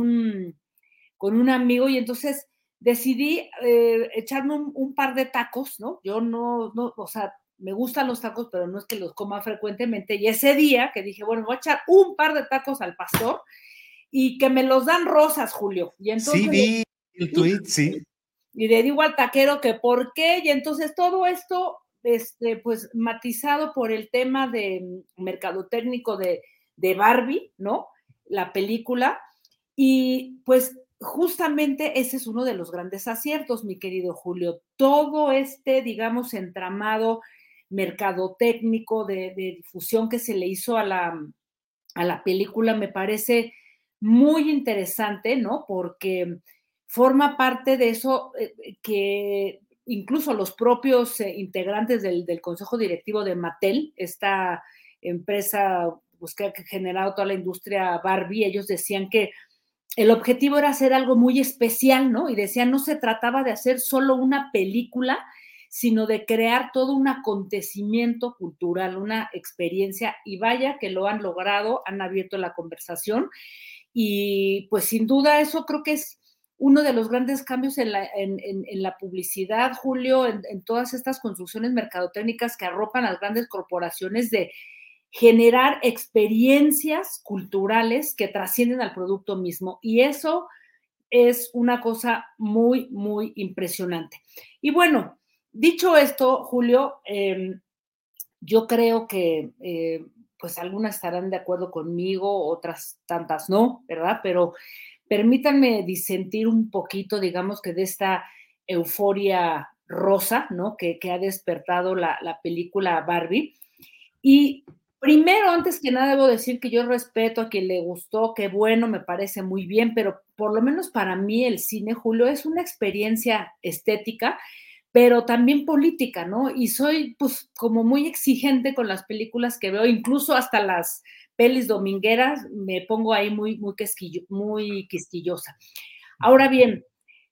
un amigo y entonces decidí echarme un par de tacos, ¿no? Yo no, o sea, me gustan los tacos, pero no es que los coma frecuentemente. Y ese día que dije, bueno, voy a echar un par de tacos al pastor y que me los dan rosas, Julio. Y entonces, sí, vi el tuit, sí. Y le digo al taquero que por qué, y entonces todo esto, pues matizado por el tema de mercadotécnico de Barbie, ¿no? La película, y pues justamente ese es uno de los grandes aciertos, mi querido Julio. Todo digamos, entramado mercadotécnico de difusión que se le hizo a la película me parece muy interesante, ¿no? Porque forma parte de eso que incluso los propios integrantes del Consejo Directivo de Mattel, esta empresa pues, que ha generado toda la industria Barbie, ellos decían que el objetivo era hacer algo muy especial, ¿no? Y decían, no se trataba de hacer solo una película, sino de crear todo un acontecimiento cultural, una experiencia, y vaya que lo han logrado, han abierto la conversación, y pues sin duda eso creo que es uno de los grandes cambios en la publicidad, Julio, en todas estas construcciones mercadotécnicas que arropan las grandes corporaciones, de generar experiencias culturales que trascienden al producto mismo. Y eso es una cosa muy, muy impresionante. Y bueno, dicho esto, Julio, yo creo que pues algunas estarán de acuerdo conmigo, otras tantas no, ¿verdad? Pero permítanme disentir un poquito, digamos, que de esta euforia rosa, ¿no? Que ha despertado la película Barbie. Y primero, antes que nada, debo decir que yo respeto a quien le gustó, qué bueno, me parece muy bien, pero por lo menos para mí el cine, Julio, es una experiencia estética, pero también política, ¿no? Y soy, pues, como muy exigente con las películas que veo, incluso hasta las pelis domingueras, me pongo ahí muy quisquillosa. Ahora bien,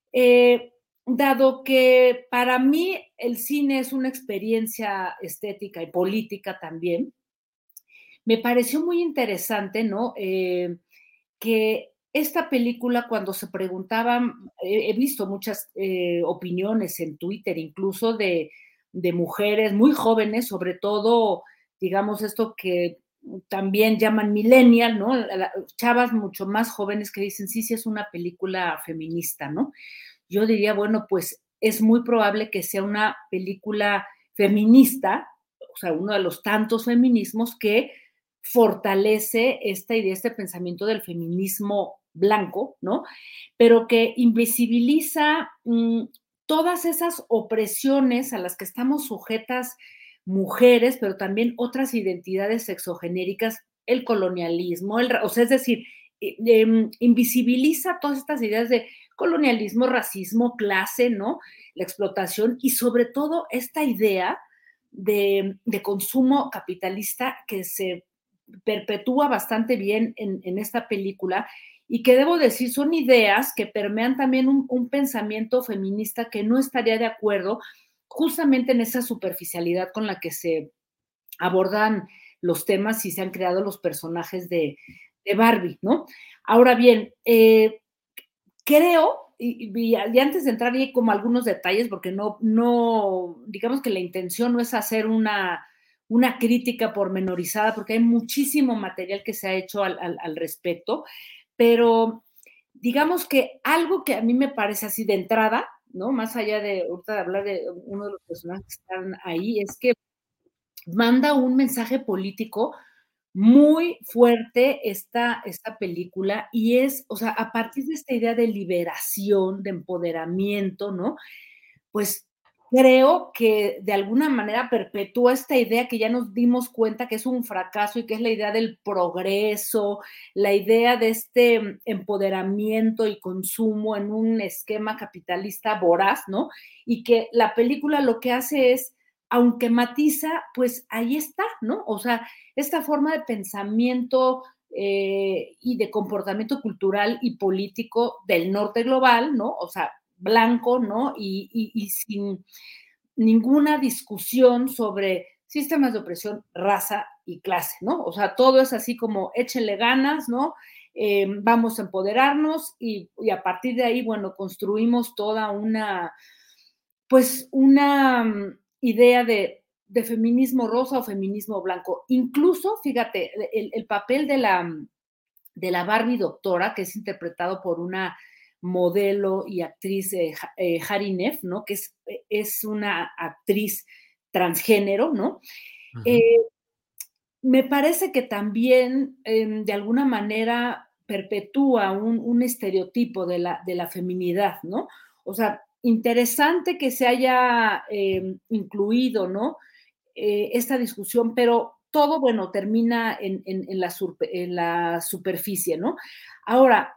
dado que para mí el cine es una experiencia estética y política también, me pareció muy interesante, ¿no? Que esta película, cuando se preguntaban, he visto muchas opiniones en Twitter, incluso de mujeres muy jóvenes, sobre todo, digamos, esto que también llaman millennial, ¿no? Chavas mucho más jóvenes que dicen, sí, sí es una película feminista, ¿no? Yo diría, bueno, pues es muy probable que sea una película feminista, o sea, uno de los tantos feminismos que fortalece esta idea, este pensamiento del feminismo blanco, ¿no? Pero que invisibiliza todas esas opresiones a las que estamos sujetas mujeres, pero también otras identidades sexogenéricas, el colonialismo, o sea, es decir, invisibiliza todas estas ideas de colonialismo, racismo, clase, ¿no? La explotación y sobre todo esta idea de consumo capitalista que se perpetúa bastante bien en esta película y que debo decir son ideas que permean también un pensamiento feminista que no estaría de acuerdo justamente en esa superficialidad con la que se abordan los temas y se han creado los personajes de Barbie, ¿no? Ahora bien, creo, y antes de entrar ahí como algunos detalles, porque no, digamos que la intención no es hacer una crítica pormenorizada, porque hay muchísimo material que se ha hecho al respecto, pero digamos que algo que a mí me parece así de entrada, ¿no? Más allá de ahorita de hablar de uno de los personajes que están ahí, es que manda un mensaje político muy fuerte esta película y es, o sea, a partir de esta idea de liberación, de empoderamiento, ¿no? Pues creo que de alguna manera perpetúa esta idea que ya nos dimos cuenta que es un fracaso y que es la idea del progreso, la idea de este empoderamiento y consumo en un esquema capitalista voraz, ¿no? Y que la película lo que hace es, aunque matiza, pues ahí está, ¿no? O sea, esta forma de pensamiento y de comportamiento cultural y político del norte global, ¿no? O sea, blanco, ¿no? Y sin ninguna discusión sobre sistemas de opresión, raza y clase, ¿no? O sea, todo es así como échenle ganas, ¿no? Vamos a empoderarnos y a partir de ahí, bueno, construimos toda una, pues una idea de feminismo rosa o feminismo blanco. Incluso, fíjate, el papel de la Barbie doctora, que es interpretado por una modelo y actriz Hari Nef, ¿no? Que es una actriz transgénero, ¿no? Uh-huh. Me parece que también de alguna manera perpetúa un estereotipo de la feminidad, ¿no? O sea, interesante que se haya incluido, ¿no? Esta discusión, pero todo, bueno, termina en la superficie, ¿no? Ahora,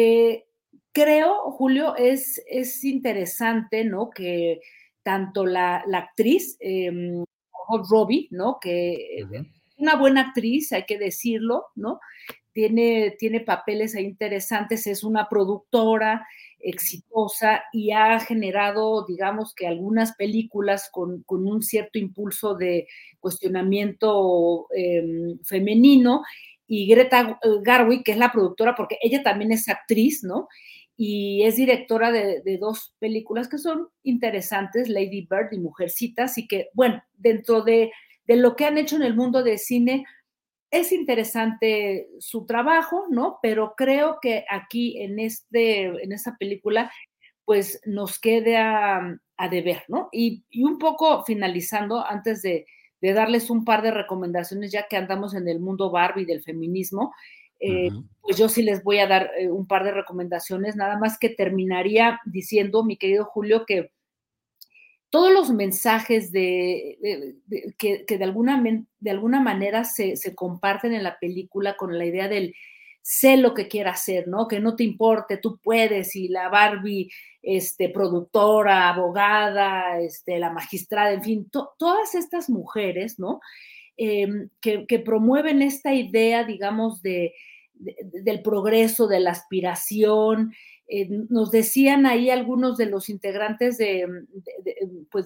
creo, Julio, es interesante, ¿no? Que tanto la actriz, Robbie, ¿no? Que uh-huh. Una buena actriz, hay que decirlo, ¿no? Tiene papeles ahí interesantes, es una productora, exitosa y ha generado, digamos que algunas películas con un cierto impulso de cuestionamiento femenino, y Greta Garwig, que es la productora, porque ella también es actriz, ¿no? Y es directora de 2 películas que son interesantes, Lady Bird y Mujercitas, y que, bueno, dentro de lo que han hecho en el mundo del cine, es interesante su trabajo, ¿no? Pero creo que aquí en esta película, pues nos queda a deber, ¿no? Y un poco finalizando, antes de darles un par de recomendaciones, ya que andamos en el mundo Barbie del feminismo, pues yo sí les voy a dar un par de recomendaciones, nada más que terminaría diciendo, mi querido Julio, que todos los mensajes que de alguna manera se comparten en la película con la idea del sé lo que quieras hacer, ¿no? Que no te importe, tú puedes, y la Barbie, productora, abogada, la magistrada, en fin, todas estas mujeres, ¿no? Que promueven esta idea, digamos, del progreso, de la aspiración. Nos decían ahí algunos de los integrantes pues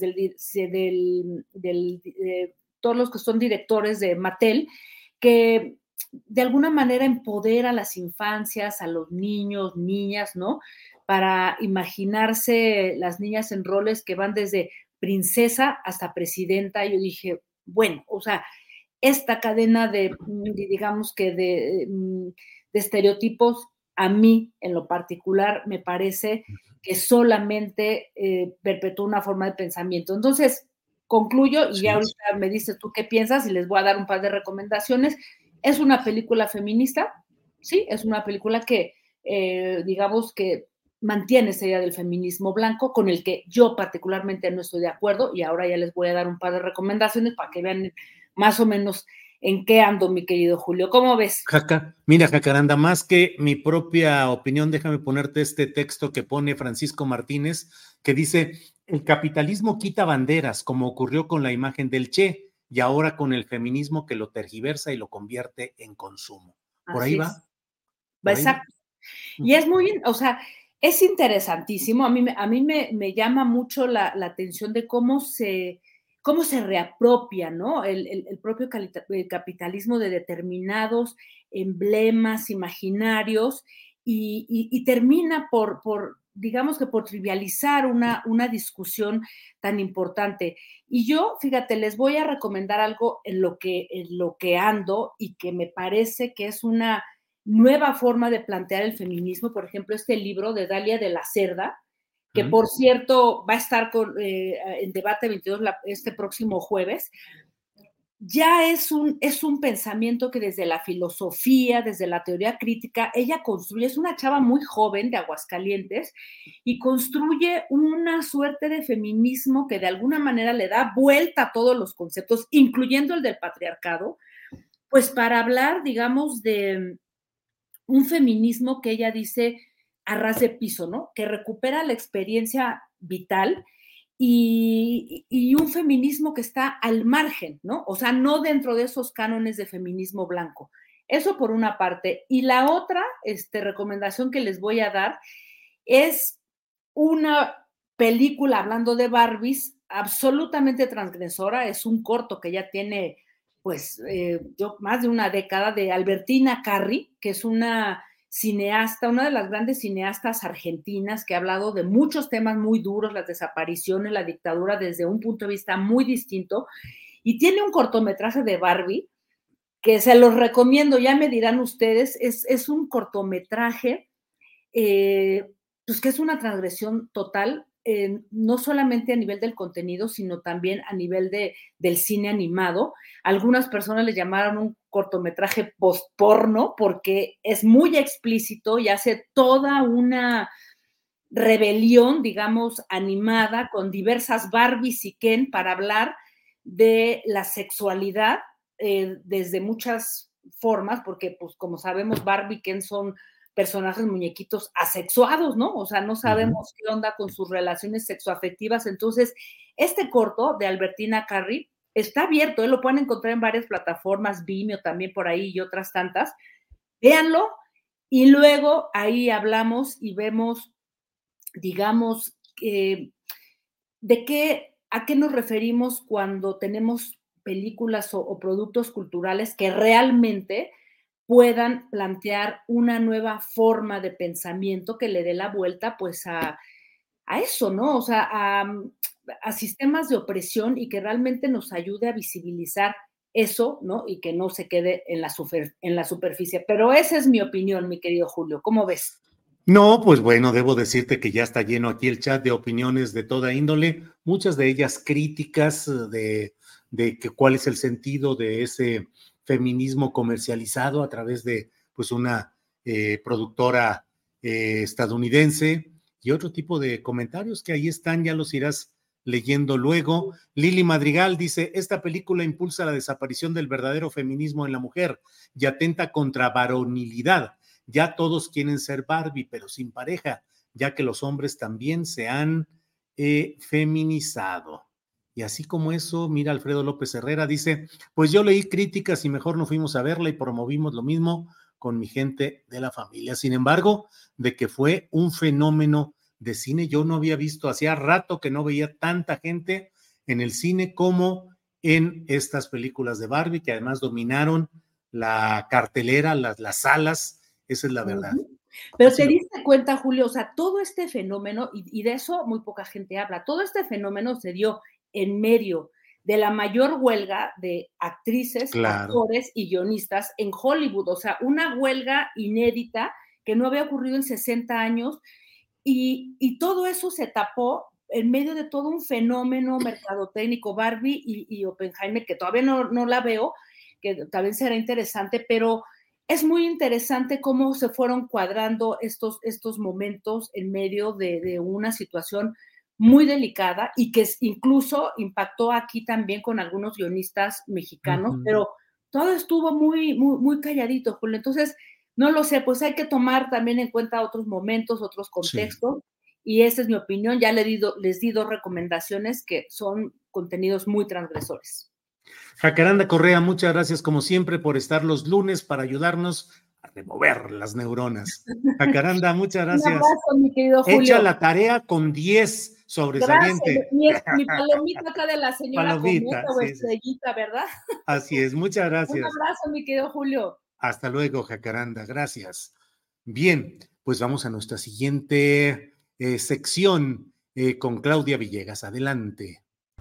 todos los que son directores de Mattel, que de alguna manera empodera a las infancias, a los niños, niñas, ¿no? Para imaginarse las niñas en roles que van desde princesa hasta presidenta. Yo dije, bueno, o sea, esta cadena digamos que de estereotipos, a mí en lo particular me parece que solamente perpetúa una forma de pensamiento. Entonces, concluyo y ya ahorita me dices tú qué piensas y les voy a dar un par de recomendaciones. Es una película feminista, sí, es una película que digamos que mantiene esa idea del feminismo blanco, con el que yo particularmente no estoy de acuerdo, y ahora ya les voy a dar un par de recomendaciones para que vean más o menos en qué ando, mi querido Julio. ¿Cómo ves? Mira, Jacaranda, más que mi propia opinión, déjame ponerte este texto que pone Francisco Martínez, que dice: el capitalismo quita banderas, como ocurrió con la imagen del Che, y ahora con el feminismo que lo tergiversa y lo convierte en consumo. ¿Por ahí va? Va, exacto. Y es muy, o sea, es interesantísimo. A mí me llama mucho la atención de cómo se reapropia, ¿no? El propio capitalismo de determinados emblemas imaginarios y termina por, digamos que por trivializar una discusión tan importante. Y yo, fíjate, les voy a recomendar algo en lo que ando y que me parece que es una nueva forma de plantear el feminismo. Por ejemplo, este libro de Dalia de la Cerda, que por cierto va a estar en Debate 22 este próximo jueves. Ya es un pensamiento que desde la filosofía, desde la teoría crítica, ella construye. Es una chava muy joven de Aguascalientes y construye una suerte de feminismo que de alguna manera le da vuelta a todos los conceptos, incluyendo el del patriarcado, pues para hablar, digamos, de un feminismo que ella dice a ras de piso, ¿no? Que recupera la experiencia vital y un feminismo que está al margen, ¿no? O sea, no dentro de esos cánones de feminismo blanco. Eso por una parte. Y la otra recomendación que les voy a dar es una película, hablando de Barbies, absolutamente transgresora. Es un corto que ya tiene pues más de una década, de Albertina Carri, que es una cineasta, una de las grandes cineastas argentinas que ha hablado de muchos temas muy duros, las desapariciones, la dictadura, desde un punto de vista muy distinto, y tiene un cortometraje de Barbie que se los recomiendo, ya me dirán ustedes. Es un cortometraje pues que es una transgresión total, no solamente a nivel del contenido, sino también a nivel del cine animado. Algunas personas le llamaron un cortometraje post-porno porque es muy explícito y hace toda una rebelión, digamos, animada con diversas Barbies y Ken para hablar de la sexualidad desde muchas formas, porque pues como sabemos Barbie y Ken son personajes muñequitos asexuados, ¿no? O sea, no sabemos qué onda con sus relaciones sexoafectivas. Entonces, este corto de Albertina Carri está abierto, lo pueden encontrar en varias plataformas, Vimeo también por ahí y otras tantas. Véanlo y luego ahí hablamos y vemos digamos, ¿a qué nos referimos cuando tenemos películas o productos culturales que realmente puedan plantear una nueva forma de pensamiento que le dé la vuelta pues a eso, ¿no? O sea, a sistemas de opresión y que realmente nos ayude a visibilizar eso, ¿no? Y que no se quede en la superficie. Pero esa es mi opinión, mi querido Julio. ¿Cómo ves? No, pues bueno, debo decirte que ya está lleno aquí el chat de opiniones de toda índole, muchas de ellas críticas de que cuál es el sentido de ese feminismo comercializado a través de pues una productora estadounidense y otro tipo de comentarios que ahí están, ya los irás leyendo luego. Lili Madrigal dice, esta película impulsa la desaparición del verdadero feminismo en la mujer y atenta contra varonilidad. Ya todos quieren ser Barbie, pero sin pareja, ya que los hombres también se han feminizado. Y así como eso, mira, Alfredo López Herrera dice, pues yo leí críticas y mejor no fuimos a verla y promovimos lo mismo con mi gente de la familia. Sin embargo, de que fue un fenómeno de cine, yo no había visto, hacía rato que no veía tanta gente en el cine como en estas películas de Barbie, que además dominaron la cartelera, las salas. Esa es la verdad. Pero te diste cuenta, Julio, o sea, todo este fenómeno, y de eso muy poca gente habla, todo este fenómeno se dio en medio de la mayor huelga de actrices, actores y guionistas en Hollywood. O sea, una huelga inédita que no había ocurrido en 60 años, y todo eso se tapó en medio de todo un fenómeno mercadotécnico. Barbie y Oppenheimer, que todavía no la veo, que también será interesante, pero es muy interesante cómo se fueron cuadrando estos momentos en medio de una situación muy delicada y que incluso impactó aquí también con algunos guionistas mexicanos, pero todo estuvo muy, muy, muy calladito, Julio. Entonces, no lo sé, pues hay que tomar también en cuenta otros momentos, otros contextos, y esa es mi opinión. Ya les di 2 recomendaciones que son contenidos muy transgresores. Jacaranda Correa, muchas gracias como siempre por estar los lunes para ayudarnos a remover las neuronas. Jacaranda, muchas gracias. Un abrazo, mi querido Julio. Echa la tarea con 10 sobresaliente. Gracias. Mi palomita acá de la señora palomita, Cometa o estrellita, ¿verdad? Así es, muchas gracias. Un abrazo, mi querido Julio. Hasta luego, Jacaranda, gracias. Bien, pues vamos a nuestra siguiente sección con Claudia Villegas. Adelante.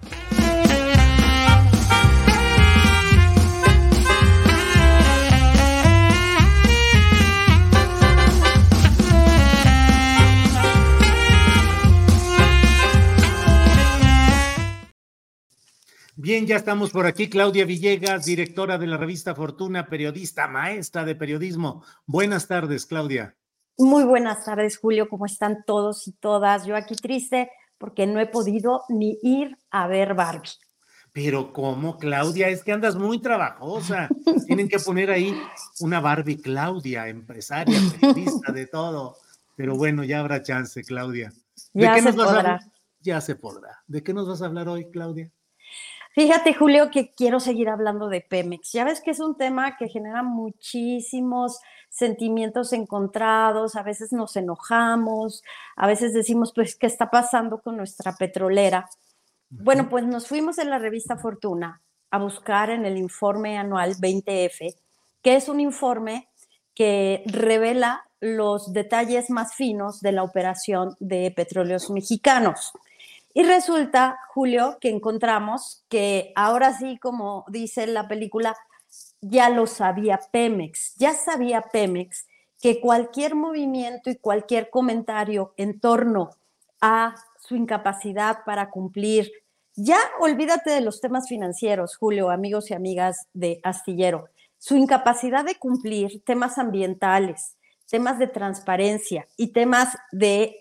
Bien, ya estamos por aquí. Claudia Villegas, directora de la revista Fortuna, periodista, maestra de periodismo. Buenas tardes, Claudia. Muy buenas tardes, Julio. ¿Cómo están todos y todas? Yo aquí triste porque no he podido ni ir a ver Barbie. Pero ¿cómo, Claudia? Es que andas muy trabajosa. Tienen que poner ahí una Barbie Claudia, empresaria, periodista, de todo. Pero bueno, ya habrá chance, Claudia. Ya se podrá. Ya se podrá. ¿De qué nos vas a hablar hoy, Claudia? Fíjate, Julio, que quiero seguir hablando de Pemex. Ya ves que es un tema que genera muchísimos sentimientos encontrados, a veces nos enojamos, a veces decimos, pues, ¿qué está pasando con nuestra petrolera? Bueno, pues nos fuimos en la revista Fortuna a buscar en el informe anual 20F, que es un informe que revela los detalles más finos de la operación de Petróleos Mexicanos. Y resulta, Julio, que encontramos que ahora sí, como dice la película, ya lo sabía Pemex. Ya sabía Pemex que cualquier movimiento y cualquier comentario en torno a su incapacidad para cumplir, ya olvídate de los temas financieros, Julio, amigos y amigas de Astillero, su incapacidad de cumplir temas ambientales, temas de transparencia y temas de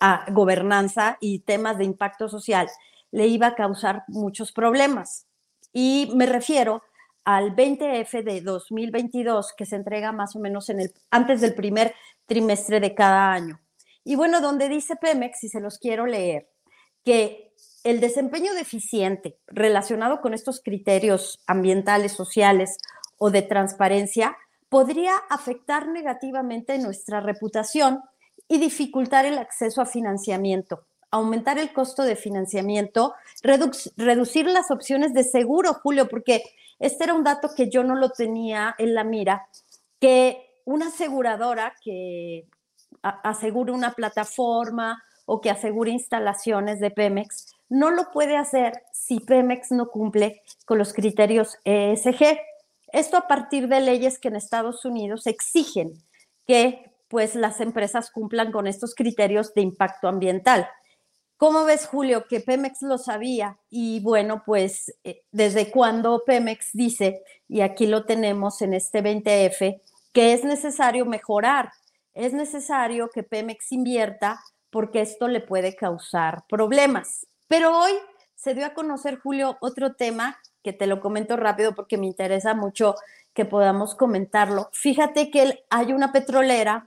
gobernanza y temas de impacto social, le iba a causar muchos problemas. Y me refiero al 20F de 2022, que se entrega más o menos antes del primer trimestre de cada año. Y bueno, donde dice Pemex, y se los quiero leer, que el desempeño deficiente relacionado con estos criterios ambientales, sociales o de transparencia podría afectar negativamente nuestra reputación y dificultar el acceso a financiamiento, aumentar el costo de financiamiento, reducir las opciones de seguro, Julio, porque este era un dato que yo no lo tenía en la mira, que una aseguradora que asegure una plataforma o que asegure instalaciones de Pemex no lo puede hacer si Pemex no cumple con los criterios ESG. Esto a partir de leyes que en Estados Unidos exigen que pues las empresas cumplan con estos criterios de impacto ambiental. ¿Cómo ves, Julio, que Pemex lo sabía? Y bueno, pues desde cuando Pemex dice, y aquí lo tenemos en este 20F, que es necesario mejorar, es necesario que Pemex invierta porque esto le puede causar problemas. Pero hoy se dio a conocer, Julio, otro tema que te lo comento rápido porque me interesa mucho que podamos comentarlo. Fíjate que hay una petrolera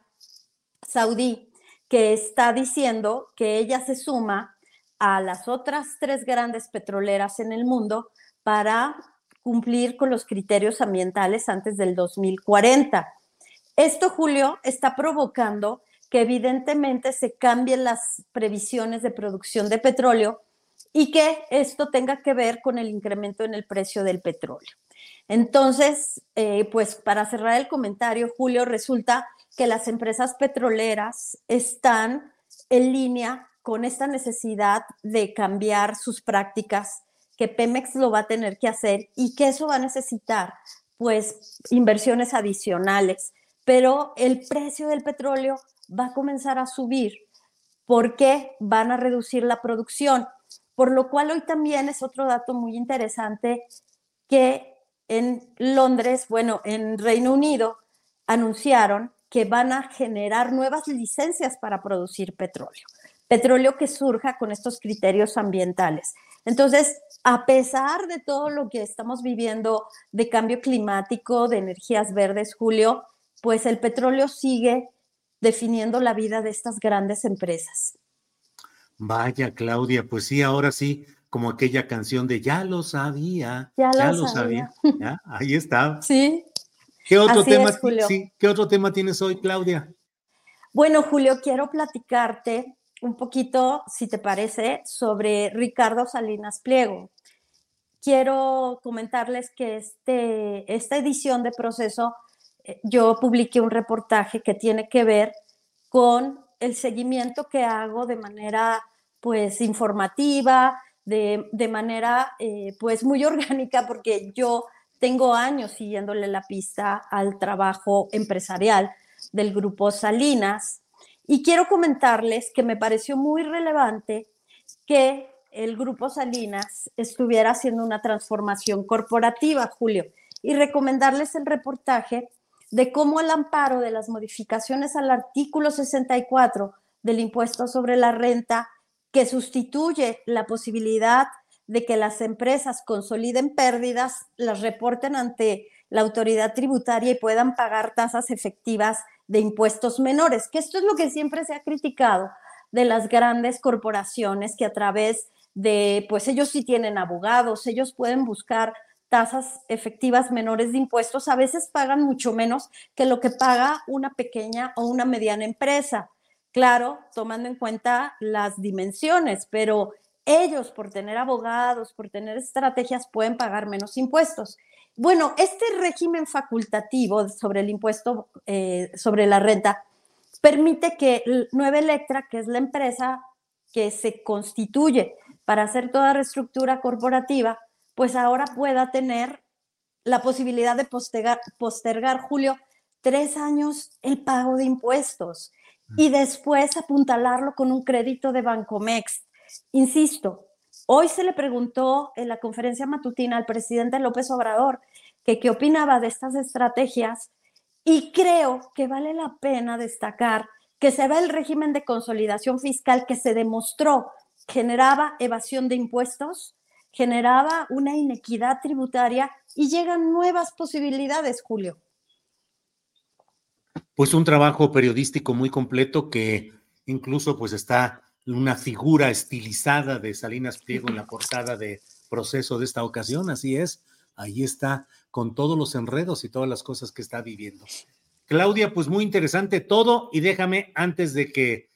saudí que está diciendo que ella se suma a las otras 3 grandes petroleras en el mundo para cumplir con los criterios ambientales antes del 2040. Esto, Julio, está provocando que evidentemente se cambien las previsiones de producción de petróleo y que esto tenga que ver con el incremento en el precio del petróleo. Entonces, pues para cerrar el comentario, Julio, resulta que las empresas petroleras están en línea con esta necesidad de cambiar sus prácticas, que Pemex lo va a tener que hacer y que eso va a necesitar pues inversiones adicionales, pero el precio del petróleo va a comenzar a subir porque van a reducir la producción, por lo cual hoy también es otro dato muy interesante que en Londres, bueno, en Reino Unido, anunciaron que van a generar nuevas licencias para producir petróleo que surja con estos criterios ambientales. Entonces, a pesar de todo lo que estamos viviendo de cambio climático, de energías verdes, Julio, pues el petróleo sigue definiendo la vida de estas grandes empresas. Vaya, Claudia, pues sí, ahora sí, como aquella canción de Ya lo sabía, ya lo sabía. ¿Ya? Ahí está. Sí. ¿Qué otro Así tema, es, Julio. sí, ¿qué otro tema tienes hoy, Claudia? Bueno, Julio, quiero platicarte un poquito, si te parece, sobre Ricardo Salinas Pliego. Quiero comentarles que esta edición de Proceso, yo publiqué un reportaje que tiene que ver con el seguimiento que hago de manera pues informativa, de manera pues muy orgánica, porque yo tengo años siguiéndole la pista al trabajo empresarial del Grupo Salinas y quiero comentarles que me pareció muy relevante que el Grupo Salinas estuviera haciendo una transformación corporativa, Julio, y recomendarles el reportaje de cómo el amparo de las modificaciones al artículo 64 del impuesto sobre la renta, que sustituye la posibilidad de que las empresas consoliden pérdidas, las reporten ante la autoridad tributaria y puedan pagar tasas efectivas de impuestos menores, que esto es lo que siempre se ha criticado de las grandes corporaciones, que a través de, pues ellos sí tienen abogados, ellos pueden buscar tasas efectivas menores de impuestos, a veces pagan mucho menos que lo que paga una pequeña o una mediana empresa. Claro, tomando en cuenta las dimensiones, pero ellos por tener abogados, por tener estrategias, pueden pagar menos impuestos. Bueno, este régimen facultativo sobre el impuesto sobre la renta permite que Nueva Electra, que es la empresa que se constituye para hacer toda reestructura corporativa, pues ahora pueda tener la posibilidad de postergar, Julio, 3 años el pago de impuestos y después apuntalarlo con un crédito de Bancomext. Insisto, hoy se le preguntó en la conferencia matutina al presidente López Obrador que qué opinaba de estas estrategias y creo que vale la pena destacar que se ve el régimen de consolidación fiscal que se demostró generaba evasión de impuestos, generaba una inequidad tributaria y llegan nuevas posibilidades, Julio. Pues un trabajo periodístico muy completo que incluso pues está una figura estilizada de Salinas Pliego en la portada de Proceso de esta ocasión, así es, ahí está con todos los enredos y todas las cosas que está viviendo. Claudia, pues muy interesante todo, y déjame, antes de que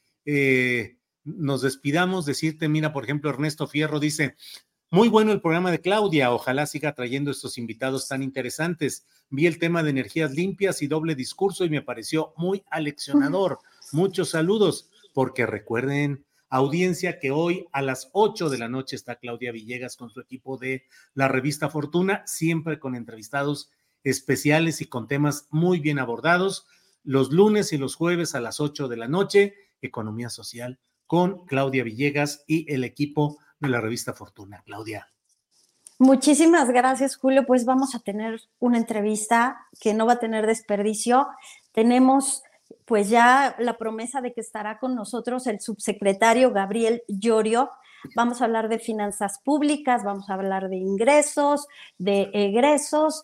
nos despidamos, decirte, mira, por ejemplo, Ernesto Fierro dice, muy bueno el programa de Claudia, ojalá siga trayendo estos invitados tan interesantes. Vi el tema de energías limpias y doble discurso y me pareció muy aleccionador. Muchos saludos, porque recuerden, audiencia, que hoy a las 8 de la noche está Claudia Villegas con su equipo de la revista Fortuna, siempre con entrevistados especiales y con temas muy bien abordados. Los lunes y los jueves a las 8 de la noche, Economía Social con Claudia Villegas y el equipo de la revista Fortuna. Claudia. Muchísimas gracias, Julio. Pues vamos a tener una entrevista que no va a tener desperdicio. Tenemos pues ya la promesa de que estará con nosotros el subsecretario Gabriel Llorio. Vamos a hablar de finanzas públicas, vamos a hablar de ingresos, de egresos,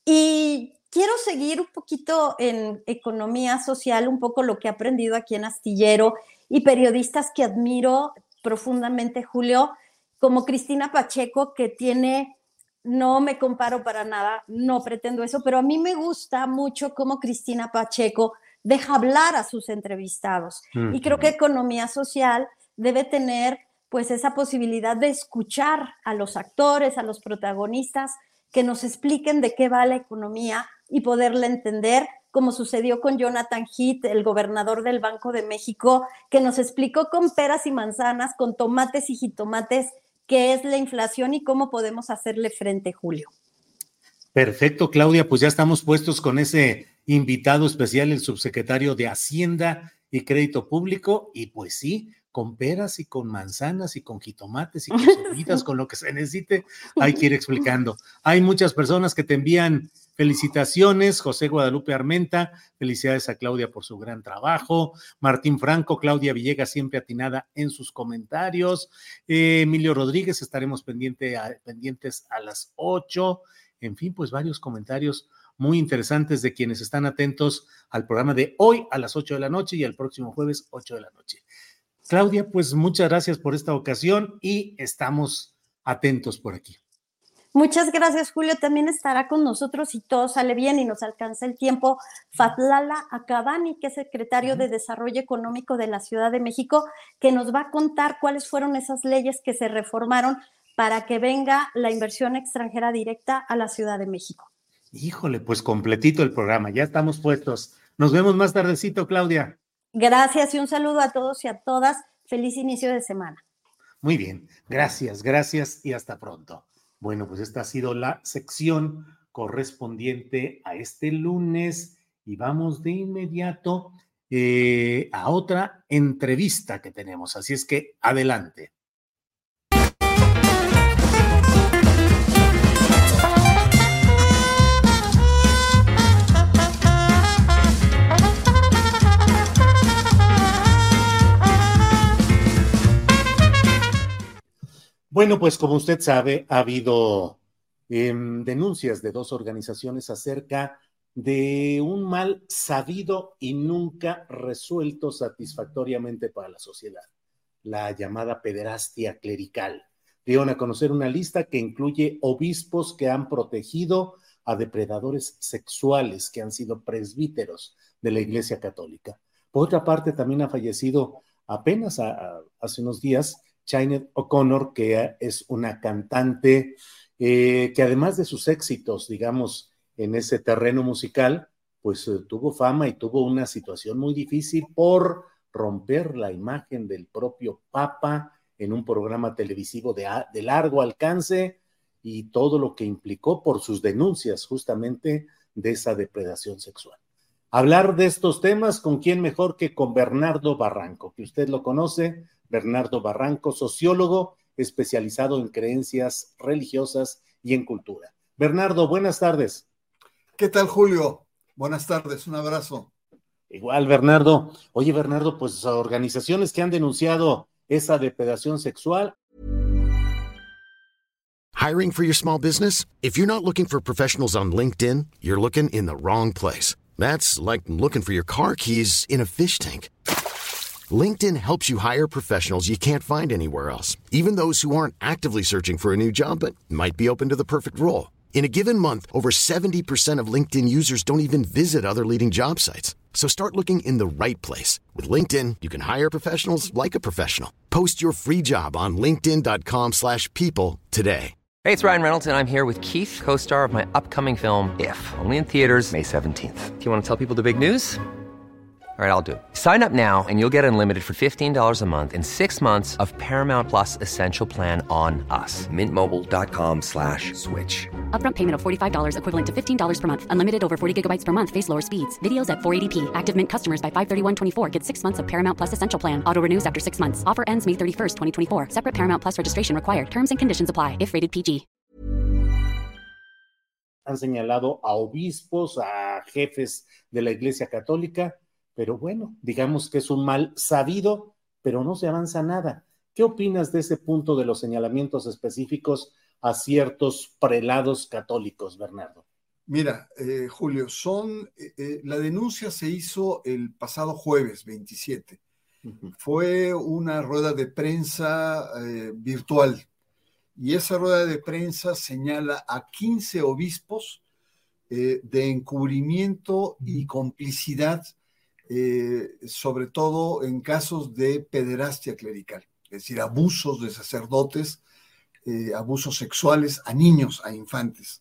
y quiero seguir un poquito en economía social, un poco lo que he aprendido aquí en Astillero, y periodistas que admiro profundamente, Julio, como Cristina Pacheco, que tiene, no me comparo para nada, no pretendo eso, pero a mí me gusta mucho cómo Cristina Pacheco deja hablar a sus entrevistados. Y creo que economía social debe tener pues esa posibilidad de escuchar a los actores, a los protagonistas, que nos expliquen de qué va la economía y poderla entender, como sucedió con Jonathan Heath, el gobernador del Banco de México, que nos explicó con peras y manzanas, con tomates y jitomates, qué es la inflación y cómo podemos hacerle frente, Julio. Perfecto, Claudia, pues ya estamos puestos con ese invitado especial, el subsecretario de Hacienda y Crédito Público, y pues sí, con peras y con manzanas y con jitomates y con cebollitas, con lo que se necesite, hay que ir explicando. Hay muchas personas que te envían felicitaciones. José Guadalupe Armenta, felicidades a Claudia por su gran trabajo. Martín Franco, Claudia Villegas siempre atinada en sus comentarios. Emilio Rodríguez, estaremos pendientes a las 8. En fin, pues varios comentarios muy interesantes de quienes están atentos al programa de hoy a las 8 de la noche y el próximo jueves 8 de la noche. Claudia, pues muchas gracias por esta ocasión y estamos atentos por aquí. Muchas gracias, Julio. También estará con nosotros, si todo sale bien y nos alcanza el tiempo, Fatlala Acabani, que es secretario de Desarrollo Económico de la Ciudad de México, que nos va a contar cuáles fueron esas leyes que se reformaron para que venga la inversión extranjera directa a la Ciudad de México. Híjole, pues completito el programa, ya estamos puestos. Nos vemos más tardecito, Claudia. Gracias y un saludo a todos y a todas. Feliz inicio de semana. Muy bien, gracias y hasta pronto. Bueno, pues esta ha sido la sección correspondiente a este lunes y vamos de inmediato a otra entrevista que tenemos. Así es que adelante. Bueno, pues como usted sabe, ha habido denuncias de dos organizaciones acerca de un mal sabido y nunca resuelto satisfactoriamente para la sociedad, la llamada pederastia clerical. Dieron a conocer una lista que incluye obispos que han protegido a depredadores sexuales, que han sido presbíteros de la Iglesia Católica. Por otra parte, también ha fallecido apenas hace unos días Sinéad O'Connor, que es una cantante que además de sus éxitos, digamos, en ese terreno musical, pues tuvo fama y tuvo una situación muy difícil por romper la imagen del propio Papa en un programa televisivo de largo alcance y todo lo que implicó por sus denuncias justamente de esa depredación sexual. Hablar de estos temas, ¿con quién mejor que con Bernardo Barranco, que usted lo conoce? Bernardo Barranco, sociólogo especializado en creencias religiosas y en cultura. Bernardo, buenas tardes. ¿Qué tal, Julio? Buenas tardes, un abrazo. Igual, Bernardo. Oye, Bernardo, pues organizaciones que han denunciado esa depredación sexual. Hiring for your small business? If you're not looking for professionals on LinkedIn, you're looking in the wrong place. That's like looking for your car keys in a fish tank. LinkedIn helps you hire professionals you can't find anywhere else, even those who aren't actively searching for a new job but might be open to the perfect role. In a given month, over 70% of LinkedIn users don't even visit other leading job sites. So start looking in the right place. With LinkedIn, you can hire professionals like a professional. Post your free job on linkedin.com/people today. Hey, it's Ryan Reynolds, and I'm here with Keith, co-star of my upcoming film, If, only in theaters May 17th. Do you want to tell people the big news? All right, I'll do it. Sign up now and you'll get unlimited for $15 a month and 6 months of Paramount Plus Essential Plan on us. MintMobile.com/switch. Upfront payment of $45 equivalent to $15 per month. Unlimited over 40 gigabytes per month. Face lower speeds. Videos at 480p. Active Mint customers by 531.24 get 6 months of Paramount Plus Essential Plan. Auto renews after 6 months. Offer ends May 31st, 2024. Separate Paramount Plus registration required. Terms and conditions apply if rated PG. Han señalado a obispos, a jefes de la Iglesia Católica, pero bueno, digamos que es un mal sabido, pero no se avanza nada. ¿Qué opinas de ese punto de los señalamientos específicos a ciertos prelados católicos, Bernardo? Mira, Julio, la denuncia se hizo el pasado jueves 27. Fue una rueda de prensa virtual, y esa rueda de prensa señala a 15 obispos de encubrimiento y complicidad, sobre todo en casos de pederastia clerical, es decir, abusos de sacerdotes, abusos sexuales a niños, a infantes.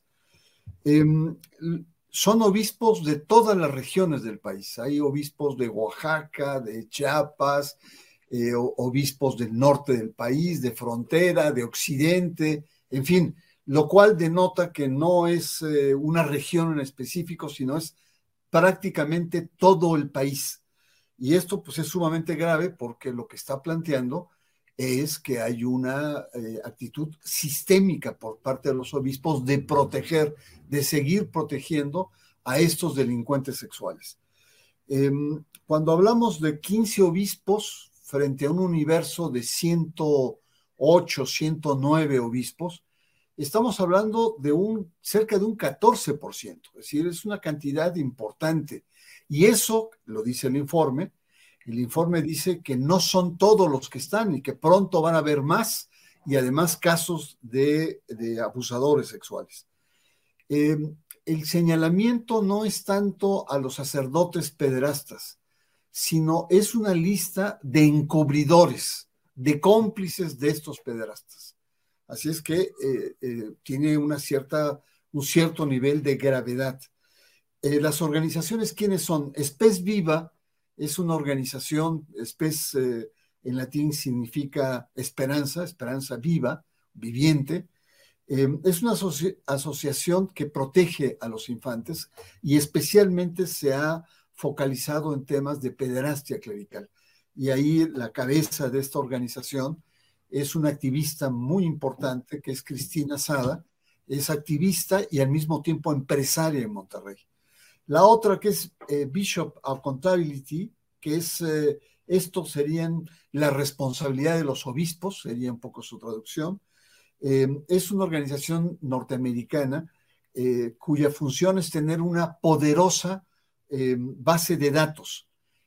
Son obispos de todas las regiones del país. Hay obispos de Oaxaca, de Chiapas, obispos del norte del país, de frontera, de occidente, en fin, lo cual denota que no es una región en específico, sino es prácticamente todo el país. Y esto pues es sumamente grave, porque lo que está planteando es que hay una actitud sistémica por parte de los obispos de proteger, de seguir protegiendo a estos delincuentes sexuales. Cuando hablamos de 15 obispos frente a un universo de 108, 109 obispos, estamos hablando de cerca de un 14%, es decir, es una cantidad importante. Y eso, lo dice el informe dice que no son todos los que están y que pronto van a haber más, y además casos de abusadores sexuales. El señalamiento no es tanto a los sacerdotes pederastas, sino es una lista de encubridores, de cómplices de estos pederastas. Así es que tiene un cierto nivel de gravedad. Las organizaciones, ¿quiénes son? Spes Viva es una organización, Spes en latín significa esperanza viva, viviente. Es una asociación que protege a los infantes y especialmente se ha focalizado en temas de pederastia clerical. Y ahí la cabeza de esta organización es una activista muy importante, que es Cristina Sada. Es activista y al mismo tiempo empresaria en Monterrey. La otra, que es Bishop Accountability, que es, esto serían la responsabilidad de los obispos, sería un poco su traducción. Es una organización norteamericana cuya función es tener una poderosa base de datos.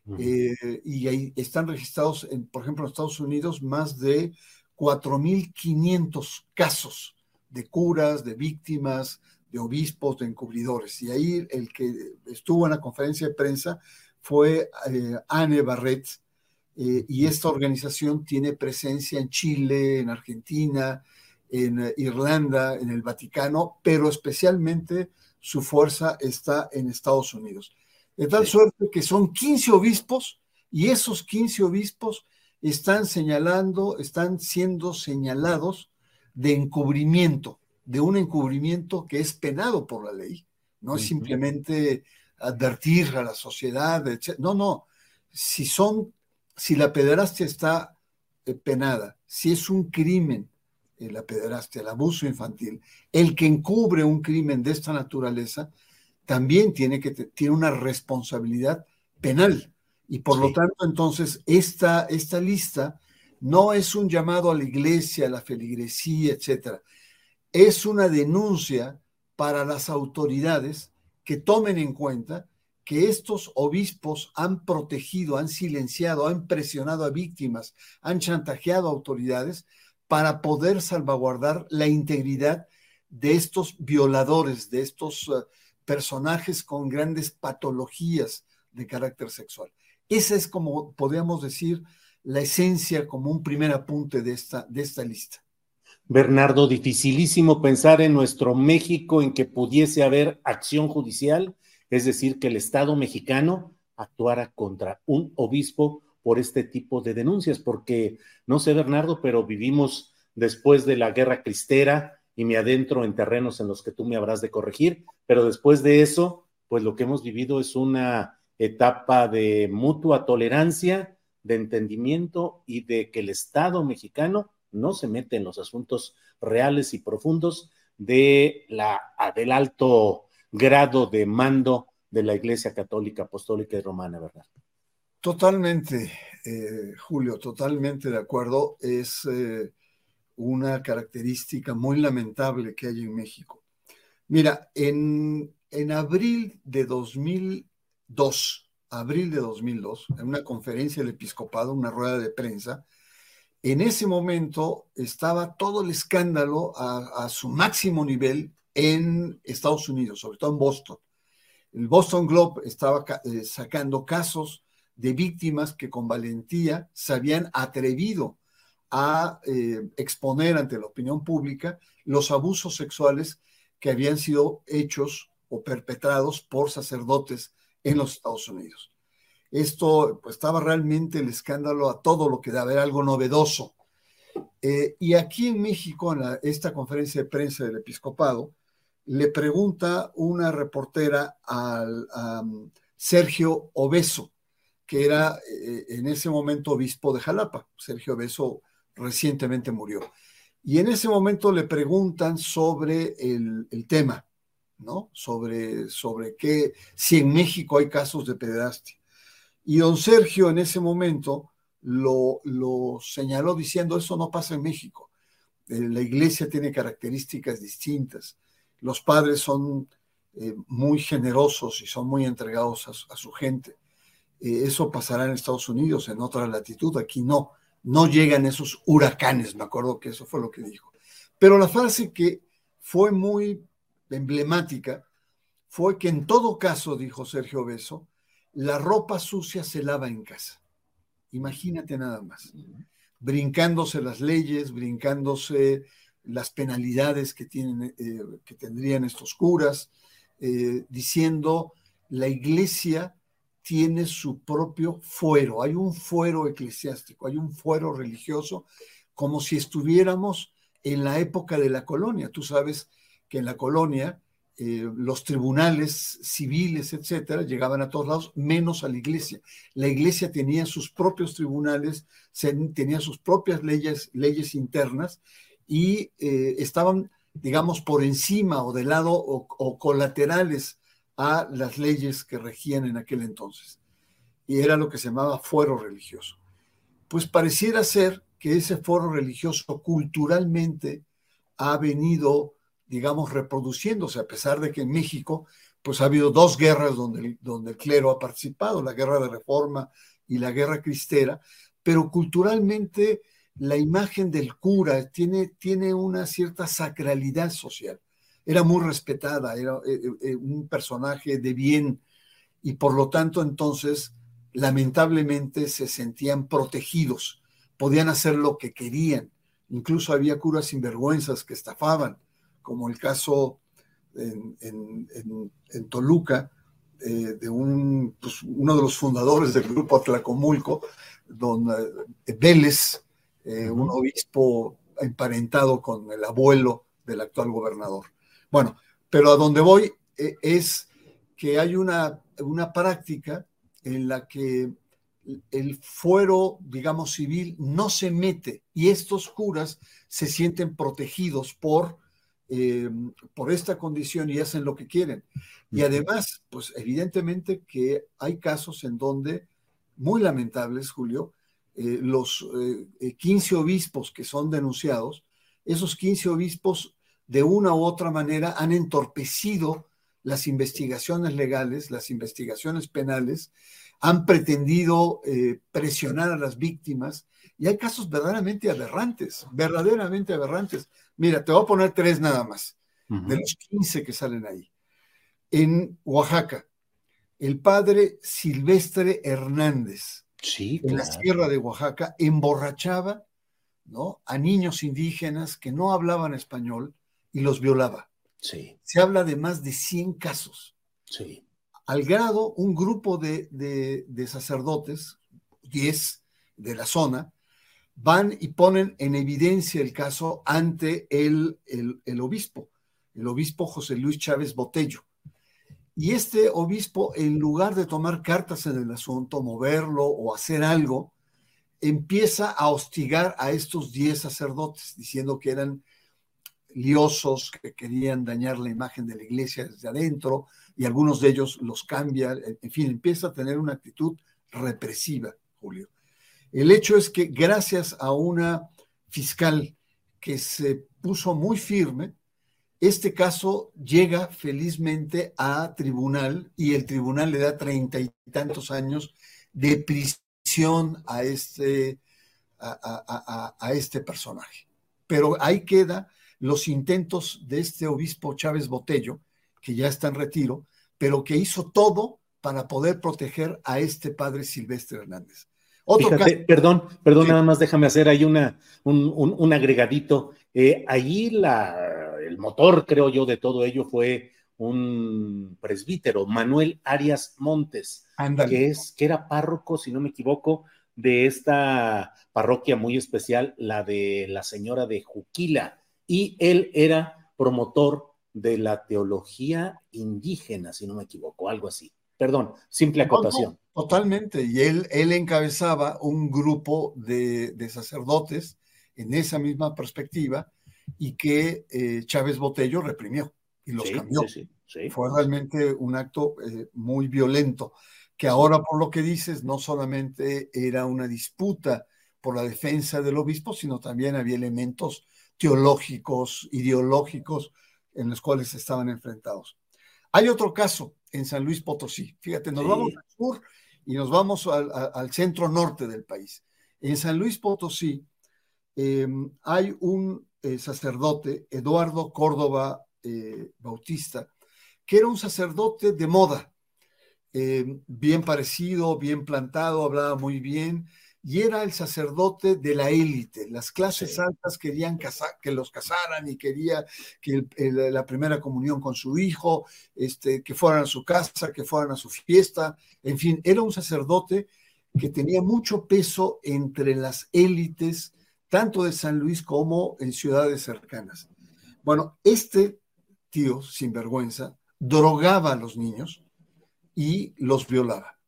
Y ahí están registrados, por ejemplo, en Estados Unidos, más de 4.500 casos de curas, de víctimas, de obispos, de encubridores. Y ahí el que estuvo en la conferencia de prensa fue Anne Barrett, y esta organización tiene presencia en Chile, en Argentina, en Irlanda, en el Vaticano, pero especialmente su fuerza está en Estados Unidos. De tal suerte que son 15 obispos, y esos 15 obispos están siendo señalados de encubrimiento, de un encubrimiento que es penado por la ley. No es simplemente advertir a la sociedad, etc. No. Si la pederastia está penada, si es un crimen, la pederastia, el abuso infantil, el que encubre un crimen de esta naturaleza también tiene una responsabilidad penal. Y por lo tanto, entonces, esta lista no es un llamado a la iglesia, a la feligresía, etcétera. Es una denuncia para las autoridades que tomen en cuenta que estos obispos han protegido, han silenciado, han presionado a víctimas, han chantajeado a autoridades para poder salvaguardar la integridad de estos violadores, de estos personajes con grandes patologías de carácter sexual. Esa es, como podríamos decir, la esencia, como un primer apunte de esta lista. Bernardo, dificilísimo pensar en nuestro México en que pudiese haber acción judicial, es decir, que el Estado mexicano actuara contra un obispo por este tipo de denuncias, porque no sé, Bernardo, pero vivimos después de la guerra cristera y me adentro en terrenos en los que tú me habrás de corregir, pero después de eso, pues lo que hemos vivido es una etapa de mutua tolerancia, de entendimiento y de que el Estado mexicano no se mete en los asuntos reales y profundos del alto grado de mando de la Iglesia Católica, Apostólica y Romana, ¿verdad? Totalmente, Julio, totalmente de acuerdo. Es una característica muy lamentable que hay en México. Mira, en abril de 2002, en una conferencia del episcopado, una rueda de prensa, en ese momento estaba todo el escándalo a su máximo nivel en Estados Unidos, sobre todo en Boston. El Boston Globe estaba sacando casos de víctimas que con valentía se habían atrevido a exponer ante la opinión pública los abusos sexuales que habían sido hechos o perpetrados por sacerdotes en los Estados Unidos. Esto, pues, estaba realmente el escándalo a todo lo que daba, era algo novedoso. Y aquí en México, en esta conferencia de prensa del episcopado, le pregunta una reportera a Sergio Obeso, que era en ese momento obispo de Jalapa. Sergio Obeso recientemente murió. Y en ese momento le preguntan sobre el tema, ¿no? Sobre si en México hay casos de pederastia. Y don Sergio en ese momento lo señaló diciendo: eso no pasa en México. La iglesia tiene características distintas. Los padres son muy generosos y son muy entregados a su gente. Eso pasará en Estados Unidos, en otra latitud. Aquí no llegan esos huracanes. Me acuerdo que eso fue lo que dijo. Pero la frase que fue muy emblemática fue que en todo caso, dijo Sergio Obeso, la ropa sucia se lava en casa. Imagínate nada más. Brincándose las leyes, brincándose las penalidades que tendrían estos curas, diciendo: la iglesia tiene su propio fuero, hay un fuero eclesiástico, hay un fuero religioso, como si estuviéramos en la época de la colonia. Tú sabes que en la colonia los tribunales civiles, etcétera, llegaban a todos lados, menos a la iglesia. La iglesia tenía sus propios tribunales, tenía sus propias leyes internas, y estaban, digamos, por encima o de lado o colaterales a las leyes que regían en aquel entonces. Y era lo que se llamaba fuero religioso. Pues pareciera ser que ese fuero religioso culturalmente ha venido, digamos, reproduciéndose, a pesar de que en México pues ha habido dos guerras donde el clero ha participado, la guerra de Reforma y la guerra cristera, pero culturalmente la imagen del cura tiene una cierta sacralidad social. Era muy respetada, era un personaje de bien, y por lo tanto entonces lamentablemente se sentían protegidos, podían hacer lo que querían. Incluso había curas sinvergüenzas que estafaban, como el caso en Toluca de uno de los fundadores del grupo Atlacomulco, don Vélez, un obispo emparentado con el abuelo del actual gobernador. Bueno, pero a donde voy es que hay una práctica en la que el fuero, digamos, civil no se mete, y estos curas se sienten protegidos por esta condición y hacen lo que quieren. Y además, pues evidentemente que hay casos en donde, muy lamentables, Julio, los 15 obispos que son denunciados, esos 15 obispos de una u otra manera han entorpecido las investigaciones legales, las investigaciones penales, han pretendido presionar a las víctimas, y hay casos verdaderamente aberrantes. Mira, te voy a poner 3 nada más. de los 15 que salen ahí. En Oaxaca, el padre Silvestre Hernández, sí, en la sierra de Oaxaca, emborrachaba, ¿no?, a niños indígenas que no hablaban español y los violaba. Sí. Se habla de más de 100 casos. Sí. Al grado, un grupo de sacerdotes, 10 de la zona, van y ponen en evidencia el caso ante el obispo José Luis Chávez Botello. Y este obispo, en lugar de tomar cartas en el asunto, moverlo o hacer algo, empieza a hostigar a estos 10 sacerdotes, diciendo que eran liosos, que querían dañar la imagen de la iglesia desde adentro, y algunos de ellos los cambian. En fin, empieza a tener una actitud represiva, Julio. El hecho es que gracias a una fiscal que se puso muy firme, este caso llega felizmente a tribunal y el tribunal le da 30 y tantos años de prisión a este personaje. Pero ahí queda los intentos de este obispo Chávez Botello, que ya está en retiro, pero que hizo todo para poder proteger a este padre Silvestre Hernández. Fíjate, perdón, sí. Nada más déjame hacer ahí un agregadito. Allí el motor, creo yo, de todo ello fue un presbítero, Manuel Arias Montes, que era párroco, si no me equivoco, de esta parroquia muy especial, la de la Señora de Juquila, y él era promotor de la teología indígena, si no me equivoco, algo así. Perdón, simple acotación. No, totalmente, y él encabezaba un grupo de sacerdotes en esa misma perspectiva y que Chávez Botello reprimió y los cambió. Sí. Fue realmente un acto muy violento, que ahora, por lo que dices, no solamente era una disputa por la defensa del obispo, sino también había elementos teológicos, ideológicos, en los cuales estaban enfrentados. Hay otro caso en San Luis Potosí. Fíjate, nos vamos al sur y nos vamos al centro norte del país. En San Luis Potosí hay un sacerdote, Eduardo Córdoba Bautista, que era un sacerdote de moda, bien parecido, bien plantado, hablaba muy bien, y era el sacerdote de la élite. Las clases altas querían que los casaran y quería que la primera comunión con su hijo, que fueran a su casa, que fueran a su fiesta. En fin, era un sacerdote que tenía mucho peso entre las élites, tanto de San Luis como en ciudades cercanas. Bueno, este tío sinvergüenza drogaba a los niños y los violaba.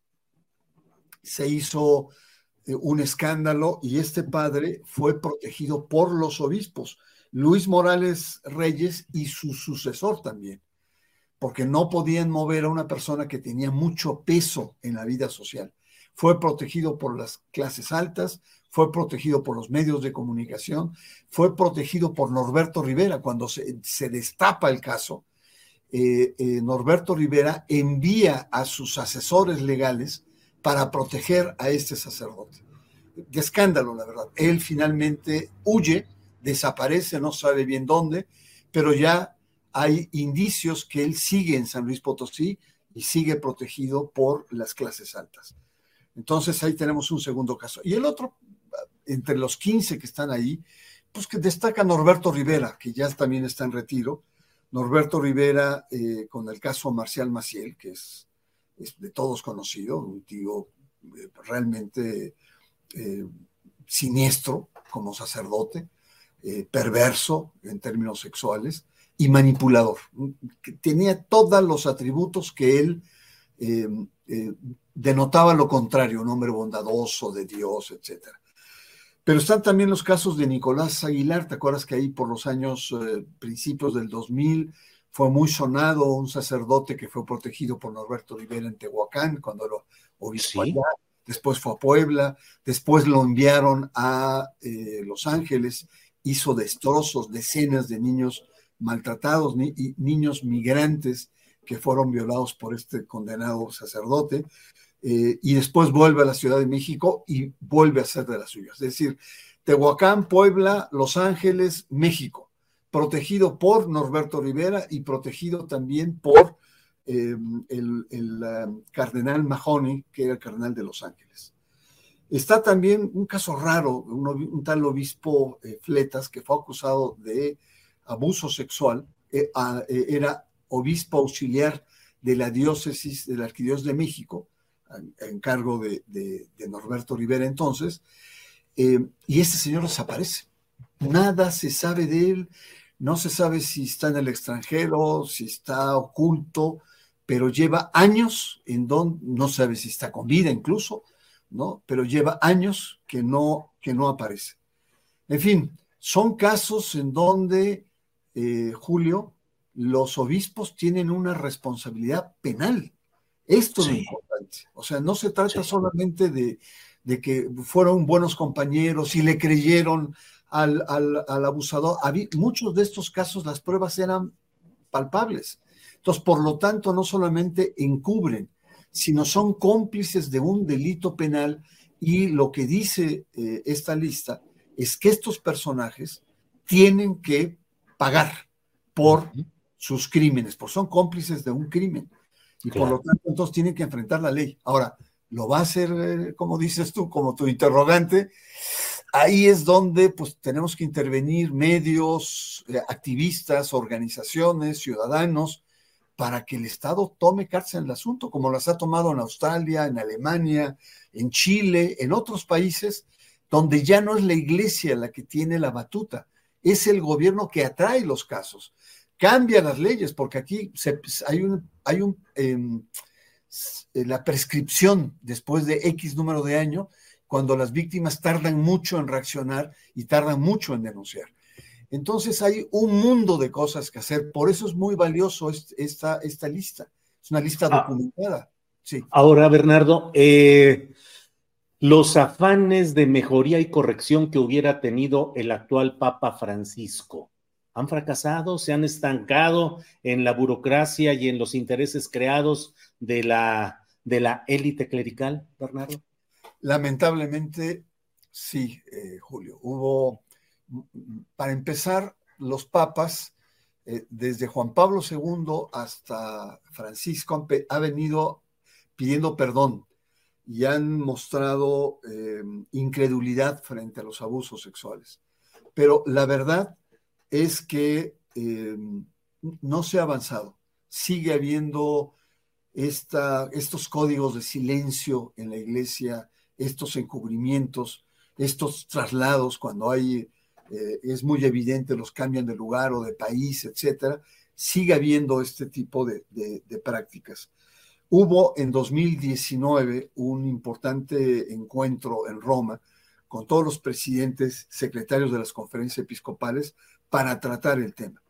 Se hizo un escándalo y este padre fue protegido por los obispos, Luis Morales Reyes y su sucesor también, porque no podían mover a una persona que tenía mucho peso en la vida social. Fue protegido por las clases altas, fue protegido por los medios de comunicación, fue protegido por Norberto Rivera. Cuando se destapa el caso, Norberto Rivera envía a sus asesores legales para proteger a este sacerdote. De escándalo, la verdad. Él finalmente huye, desaparece, no sabe bien dónde, pero ya hay indicios que él sigue en San Luis Potosí y sigue protegido por las clases altas. Entonces ahí tenemos un segundo caso. Y el otro, entre los 15 que están ahí, pues que destaca Norberto Rivera, que ya también está en retiro. Norberto Rivera, con el caso Marcial Maciel, que es de todos conocido, un tío realmente siniestro como sacerdote, perverso en términos sexuales y manipulador. Que tenía todos los atributos que él denotaba lo contrario, un hombre bondadoso, de Dios, etc. Pero están también los casos de Nicolás Aguilar. ¿Te acuerdas que ahí por los años principios del 2000 fue muy sonado un sacerdote que fue protegido por Norberto Rivera en Tehuacán cuando era obispo allá? Después fue a Puebla, después lo enviaron a Los Ángeles, hizo destrozos, decenas de niños maltratados, y niños migrantes que fueron violados por este condenado sacerdote, y después vuelve a la Ciudad de México y vuelve a hacer de las suyas. Es decir, Tehuacán, Puebla, Los Ángeles, México. protegido por Norberto Rivera y protegido también por el cardenal Mahony, que era el cardenal de Los Ángeles. Está también un caso raro, un tal obispo Fletas, que fue acusado de abuso sexual, era obispo auxiliar de la diócesis de la Arquidiócesis de México, en cargo de Norberto Rivera entonces, y este señor desaparece. Nada se sabe de él, no se sabe si está en el extranjero, si está oculto, pero lleva años en donde, no sabe si está con vida incluso, ¿no? Pero lleva años que no aparece. En fin, son casos en donde, Julio, los obispos tienen una responsabilidad penal. Esto es lo importante. O sea, no se trata solamente de que fueron buenos compañeros y le creyeron al abusador. Muchos de estos casos las pruebas eran palpables. Entonces, por lo tanto, no solamente encubren, sino son cómplices de un delito penal, y lo que dice esta lista es que estos personajes tienen que pagar por sus crímenes, porque son cómplices de un crimen, y por lo tanto entonces tienen que enfrentar la ley. Ahora, ¿lo va a hacer, como dices tú, como tu interrogante? Ahí es donde pues tenemos que intervenir medios, activistas, organizaciones, ciudadanos, para que el Estado tome cartas en el asunto, como las ha tomado en Australia, en Alemania, en Chile, en otros países, donde ya no es la iglesia la que tiene la batuta, es el gobierno que atrae los casos. Cambia las leyes, porque aquí hay la prescripción después de X número de años, cuando las víctimas tardan mucho en reaccionar y tardan mucho en denunciar. Entonces hay un mundo de cosas que hacer, por eso es muy valioso esta lista. Es una lista documentada. Sí. Ahora, Bernardo, los afanes de mejoría y corrección que hubiera tenido el actual Papa Francisco, ¿han fracasado? ¿Se han estancado en la burocracia y en los intereses creados de la élite clerical, Bernardo? Lamentablemente, sí, Julio. Para empezar, los papas, desde Juan Pablo II hasta Francisco, ha venido pidiendo perdón y han mostrado incredulidad frente a los abusos sexuales. Pero la verdad es que no se ha avanzado. Sigue habiendo estos códigos de silencio en la iglesia, estos encubrimientos, estos traslados cuando es muy evidente, los cambian de lugar o de país, etcétera. Sigue habiendo este tipo de prácticas. Hubo en 2019 un importante encuentro en Roma con todos los presidentes, secretarios de las conferencias episcopales para tratar el tema.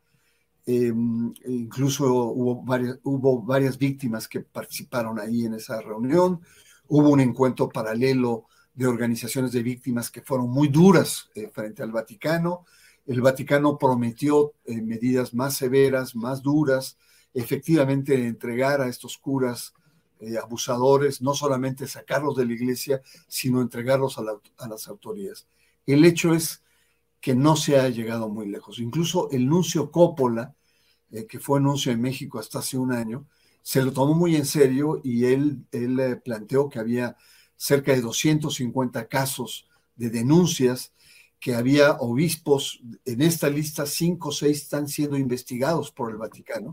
Incluso hubo varias víctimas que participaron ahí en esa reunión. Hubo un encuentro paralelo de organizaciones de víctimas que fueron muy duras frente al Vaticano. El Vaticano prometió medidas más severas, más duras, efectivamente entregar a estos curas abusadores, no solamente sacarlos de la iglesia, sino entregarlos a las autoridades. El hecho es que no se ha llegado muy lejos. Incluso el nuncio Coppola, que fue nuncio en México hasta hace un año, se lo tomó muy en serio y él planteó que había cerca de 250 casos de denuncias, que había obispos, en esta lista 5 o 6 están siendo investigados por el Vaticano,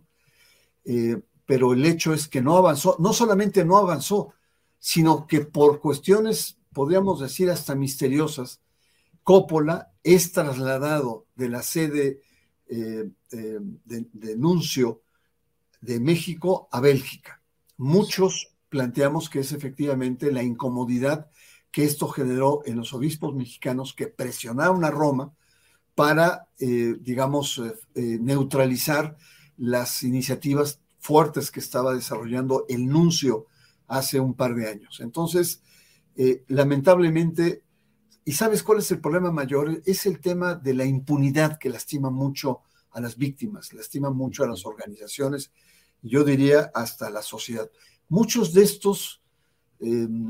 pero el hecho es que no avanzó, no solamente no avanzó, sino que por cuestiones, podríamos decir hasta misteriosas, Coppola es trasladado de la sede de nuncio de México a Bélgica. Muchos planteamos que es efectivamente la incomodidad que esto generó en los obispos mexicanos, que presionaron a Roma para, neutralizar las iniciativas fuertes que estaba desarrollando el nuncio hace un par de años. Entonces, lamentablemente, ¿y sabes cuál es el problema mayor? Es el tema de la impunidad, que lastima mucho a las víctimas, lastima mucho a las organizaciones, yo diría hasta la sociedad. Muchos de estos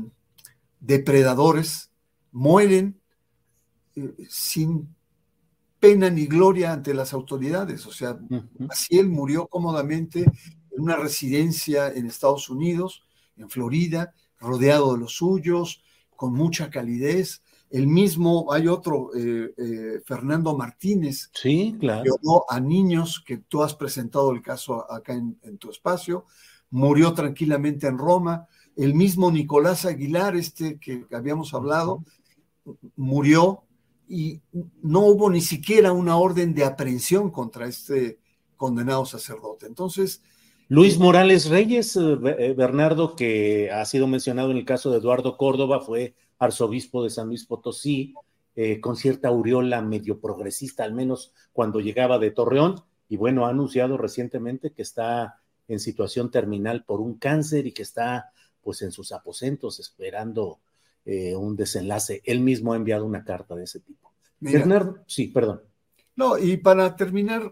depredadores mueren sin pena ni gloria ante las autoridades. O sea, Maciel murió cómodamente en una residencia en Estados Unidos, en Florida, rodeado de los suyos, con mucha calidez. El mismo, hay otro, Fernando Martínez, sí, claro, que violó a niños, que tú has presentado el caso acá en tu espacio, murió tranquilamente en Roma. El mismo Nicolás Aguilar, que habíamos hablado, murió y no hubo ni siquiera una orden de aprehensión contra este condenado sacerdote. Entonces, Luis Morales Reyes, Bernardo, que ha sido mencionado en el caso de Eduardo Córdoba, fue arzobispo de San Luis Potosí, con cierta aureola medio progresista, al menos cuando llegaba de Torreón, y bueno, ha anunciado recientemente que está en situación terminal por un cáncer y que está pues en sus aposentos esperando un desenlace. Él mismo ha enviado una carta de ese tipo. Mira, Bernardo, sí, perdón. No, y para terminar,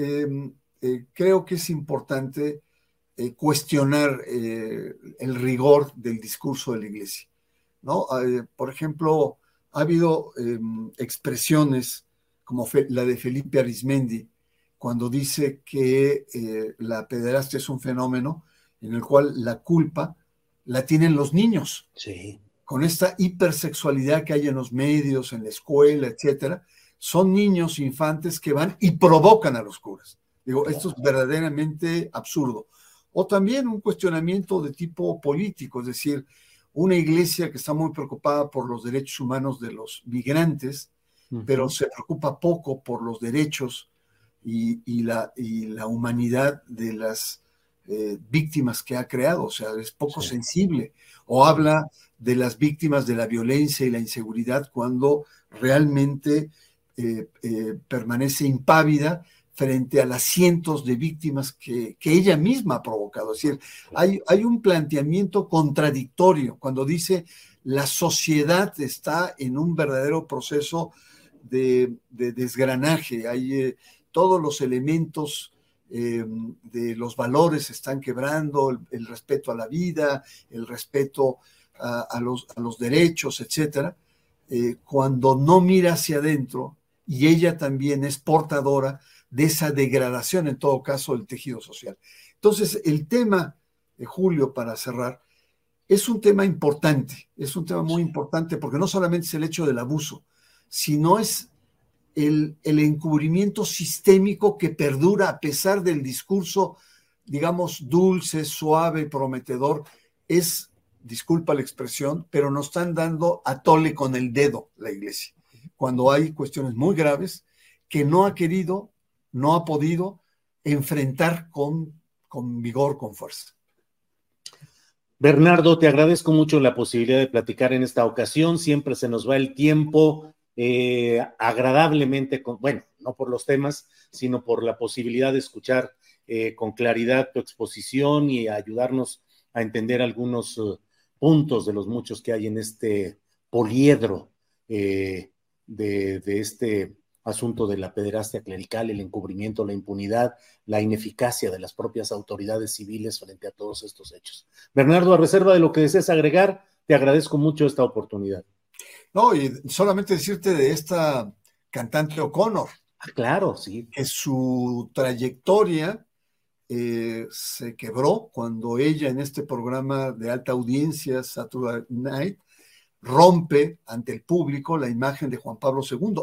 creo que es importante cuestionar el rigor del discurso de la Iglesia, ¿no? Por ejemplo, ha habido expresiones como la de Felipe Arizmendi, cuando dice que la pederastia es un fenómeno en el cual la culpa la tienen los niños. Sí. Con esta hipersexualidad que hay en los medios, en la escuela, etcétera, son niños infantes que van y provocan a los curas. Digo, esto es verdaderamente absurdo. O también un cuestionamiento de tipo político, es decir, una iglesia que está muy preocupada por los derechos humanos de los migrantes, pero se preocupa poco por los derechos y la humanidad de las víctimas que ha creado, o sea, es poco sensible. O habla de las víctimas de la violencia y la inseguridad cuando realmente permanece impávida frente a las cientos de víctimas que ella misma ha provocado. Es decir, hay un planteamiento contradictorio cuando dice la sociedad está en un verdadero proceso de desgranaje, hay todos los elementos de los valores se están quebrando, el respeto a la vida, el respeto a los derechos, etcétera, cuando no mira hacia adentro, y ella también es portadora de esa degradación, en todo caso, del tejido social. Entonces, el tema, Julio, para cerrar, es un tema importante, es un tema muy importante, porque no solamente es el hecho del abuso, sino es el encubrimiento sistémico que perdura a pesar del discurso, digamos, dulce, suave, prometedor. Es, disculpa la expresión, pero nos están dando a tole con el dedo la Iglesia, cuando hay cuestiones muy graves que no ha querido, no ha podido enfrentar con vigor, con fuerza. Bernardo, te agradezco mucho la posibilidad de platicar en esta ocasión. Siempre se nos va el tiempo agradablemente, bueno, no por los temas, sino por la posibilidad de escuchar con claridad tu exposición y ayudarnos a entender algunos puntos de los muchos que hay en este poliedro de este asunto de la pederastia clerical, el encubrimiento, la impunidad, la ineficacia de las propias autoridades civiles frente a todos estos hechos. Bernardo, a reserva de lo que desees agregar, te agradezco mucho esta oportunidad. No, y solamente decirte de esta cantante O'Connor. Claro, sí. Que su trayectoria se quebró cuando ella en este programa de alta audiencia, Saturday Night, rompe ante el público la imagen de Juan Pablo II.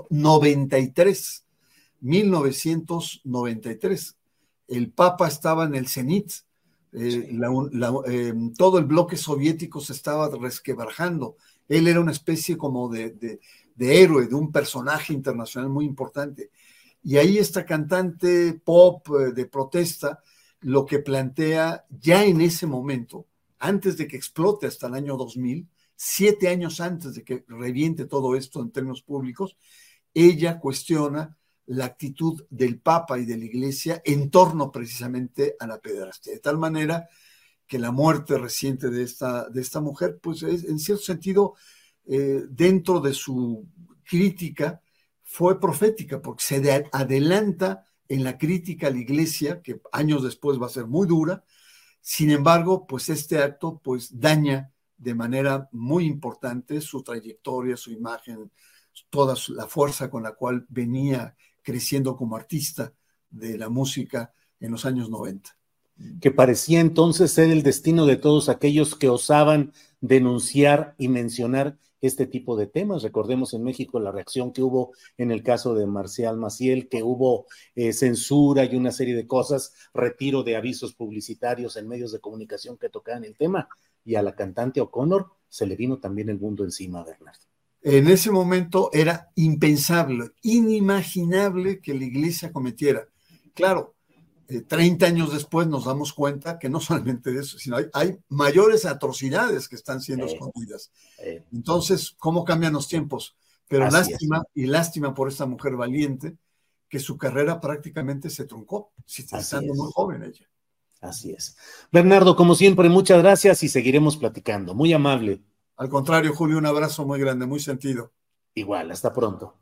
1993. El Papa estaba en el cenit. Todo el bloque soviético se estaba resquebrajando. Él era una especie como de héroe, de un personaje internacional muy importante. Y ahí esta cantante pop de protesta lo que plantea ya en ese momento, antes de que explote hasta el año 2000, 7 años antes de que reviente todo esto en términos públicos, ella cuestiona la actitud del Papa y de la Iglesia en torno precisamente a la pederastia. De tal manera que la muerte reciente de esta mujer, pues es, en cierto sentido, dentro de su crítica, fue profética, porque se adelanta en la crítica a la Iglesia, que años después va a ser muy dura. Sin embargo, pues este acto pues daña de manera muy importante su trayectoria, su imagen, toda la fuerza con la cual venía creciendo como artista de la música en los años 90. Que parecía entonces ser el destino de todos aquellos que osaban denunciar y mencionar este tipo de temas. Recordemos en México la reacción que hubo en el caso de Marcial Maciel, que hubo censura y una serie de cosas, retiro de avisos publicitarios en medios de comunicación que tocaban el tema, y a la cantante O'Connor se le vino también el mundo encima, Bernardo. En ese momento era impensable, inimaginable que la iglesia cometiera. Claro, 30 años después nos damos cuenta que no solamente de eso, sino hay mayores atrocidades que están siendo escondidas. Entonces, ¿cómo cambian los tiempos? Pero lástima por esta mujer valiente, que su carrera prácticamente se truncó, estando muy joven ella. Así es. Bernardo, como siempre, muchas gracias y seguiremos platicando. Muy amable. Al contrario, Julio, un abrazo muy grande, muy sentido. Igual, hasta pronto.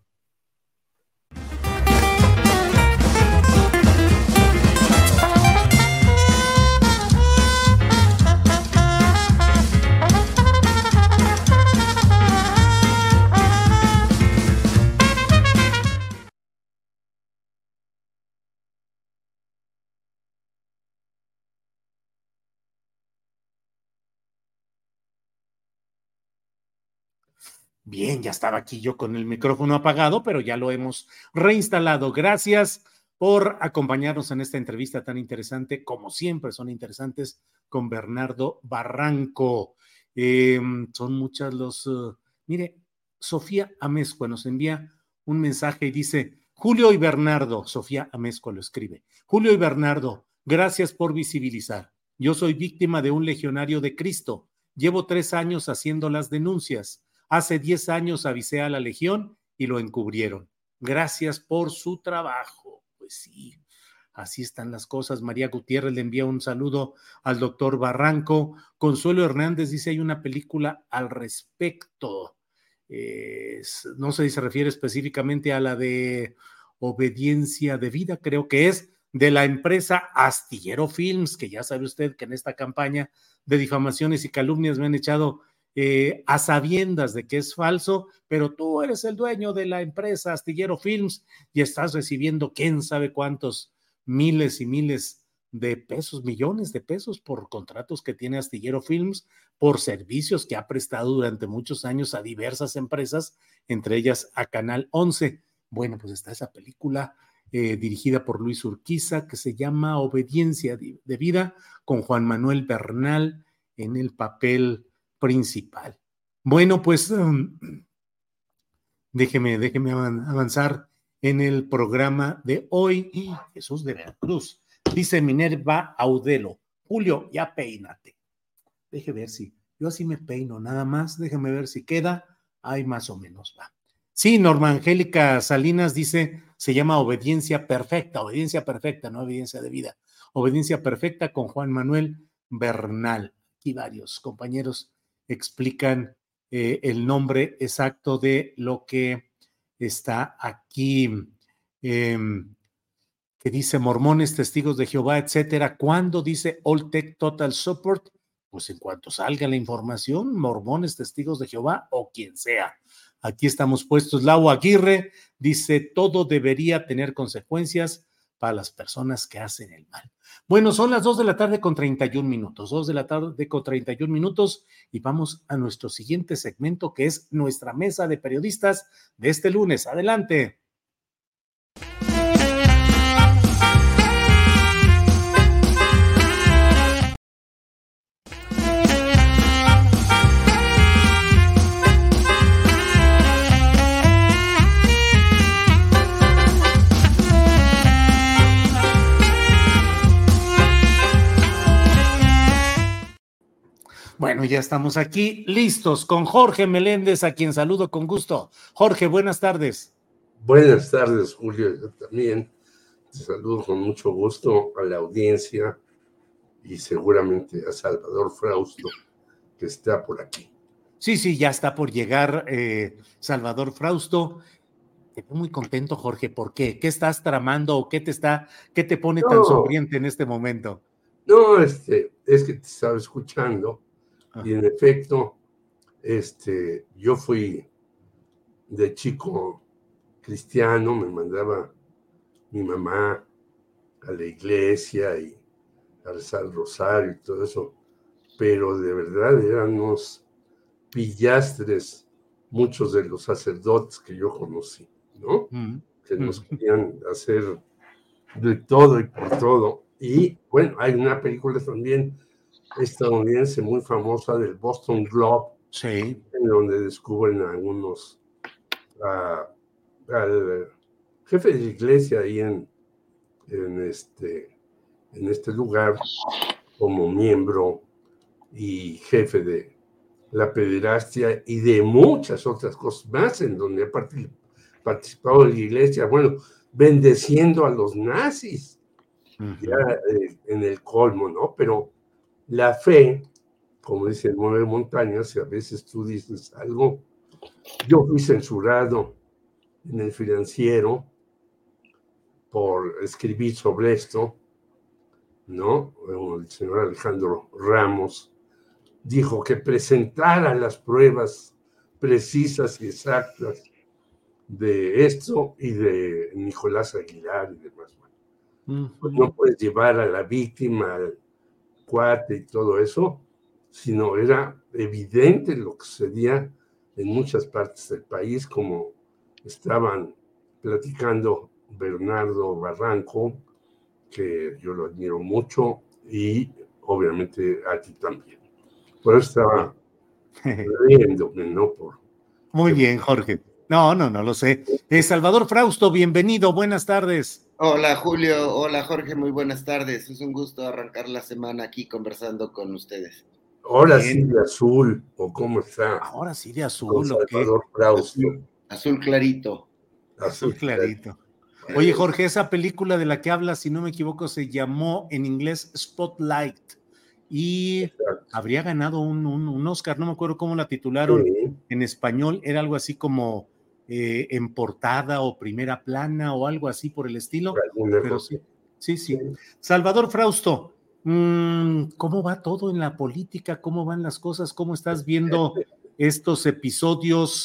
Bien, ya estaba aquí yo con el micrófono apagado, pero ya lo hemos reinstalado. Gracias por acompañarnos en esta entrevista tan interesante, como siempre son interesantes, con Bernardo Barranco. Son muchas mire, Sofía Amezcua nos envía un mensaje y dice: Julio y Bernardo, Sofía Amezcua lo escribe, Julio y Bernardo, gracias por visibilizar. Yo soy víctima de un legionario de Cristo. Llevo 3 años haciendo las denuncias. Hace 10 años avisé a la Legión y lo encubrieron. Gracias por su trabajo. Pues sí, así están las cosas. María Gutiérrez le envía un saludo al doctor Barranco. Consuelo Hernández dice: hay una película al respecto. No sé si se refiere específicamente a la de Obediencia de Vida, creo que es, de la empresa Astillero Films, que ya sabe usted que en esta campaña de difamaciones y calumnias me han echado a sabiendas de que es falso, pero tú eres el dueño de la empresa Astillero Films y estás recibiendo quién sabe cuántos miles y miles de pesos, millones de pesos por contratos que tiene Astillero Films, por servicios que ha prestado durante muchos años a diversas empresas, entre ellas a Canal 11. Bueno, pues está esa película dirigida por Luis Urquiza que se llama Obediencia de Vida, con Juan Manuel Bernal en el papel principal. Bueno, pues déjeme avanzar en el programa de hoy. Jesús de Veracruz. Dice Minerva Audelo: Julio, ya peínate. Deje ver si, yo así me peino, nada más, déjeme ver si queda. Ahí más o menos va. Sí, Norma Angélica Salinas dice, se llama Obediencia Perfecta, no Obediencia de Vida. Obediencia Perfecta con Juan Manuel Bernal. Aquí varios compañeros explican el nombre exacto de lo que está aquí, que dice mormones, testigos de Jehová, etcétera. ¿Cuándo dice All Tech Total Support? Pues en cuanto salga la información, mormones, testigos de Jehová o quien sea. Aquí estamos puestos. Lau Aguirre dice, todo debería tener consecuencias para las personas que hacen el mal. Bueno, son las 2 de la tarde con 31 minutos, 2 de la tarde con 31 minutos y vamos a nuestro siguiente segmento, que es nuestra mesa de periodistas de este lunes. Adelante. Bueno, ya estamos aquí listos con Jorge Meléndez, a quien saludo con gusto. Jorge, buenas tardes. Buenas tardes, Julio. Yo también te saludo con mucho gusto a la audiencia y seguramente a Salvador Frausto, que está por aquí. Sí, ya está por llegar Salvador Frausto. Te veo muy contento, Jorge. ¿Por qué? ¿Qué estás tramando o qué te pone tan sonriente en este momento? No, es que te estaba escuchando. Y en efecto, yo fui de chico cristiano, me mandaba mi mamá a la iglesia y a rezar el rosario y todo eso, pero de verdad eran unos pillastres muchos de los sacerdotes que yo conocí, ¿no? Que nos querían hacer de todo y por todo. Y bueno, hay una película también estadounidense muy famosa del Boston Globe, sí, en donde descubren algunos al jefe de la iglesia ahí en este lugar como miembro y jefe de la pederastia y de muchas otras cosas más, en donde ha participado la iglesia, bueno, bendeciendo a los nazis, ya en el colmo, ¿no? Pero la fe, como dice Nueve Montañas, y a veces tú dices algo, yo fui censurado en el Financiero por escribir sobre esto, ¿no? El señor Alejandro Ramos dijo que presentara las pruebas precisas y exactas de esto y de Nicolás Aguilar y demás. Pues no puedes llevar a la víctima, al cuate y todo eso, sino era evidente lo que sucedía en muchas partes del país, como estaban platicando Bernardo Barranco, que yo lo admiro mucho, y obviamente a ti también. Por eso estaba riéndome, ¿no? Muy bien, Jorge. No lo sé. Salvador Frausto, bienvenido, buenas tardes. Hola Julio, hola Jorge, muy buenas tardes. Es un gusto arrancar la semana aquí conversando con ustedes. Ahora sí de azul, ¿o cómo está? Ahora sí de azul, con Salvador Frausto. Azul clarito. Azul clarito. Oye, Jorge, esa película de la que hablas, si no me equivoco, se llamó en inglés Spotlight y habría ganado un Oscar, no me acuerdo cómo la titularon en español, era algo así como en portada o primera plana o algo así por el estilo. Pero sí. Salvador Frausto, ¿cómo va todo en la política? ¿Cómo van las cosas? ¿Cómo estás viendo estos episodios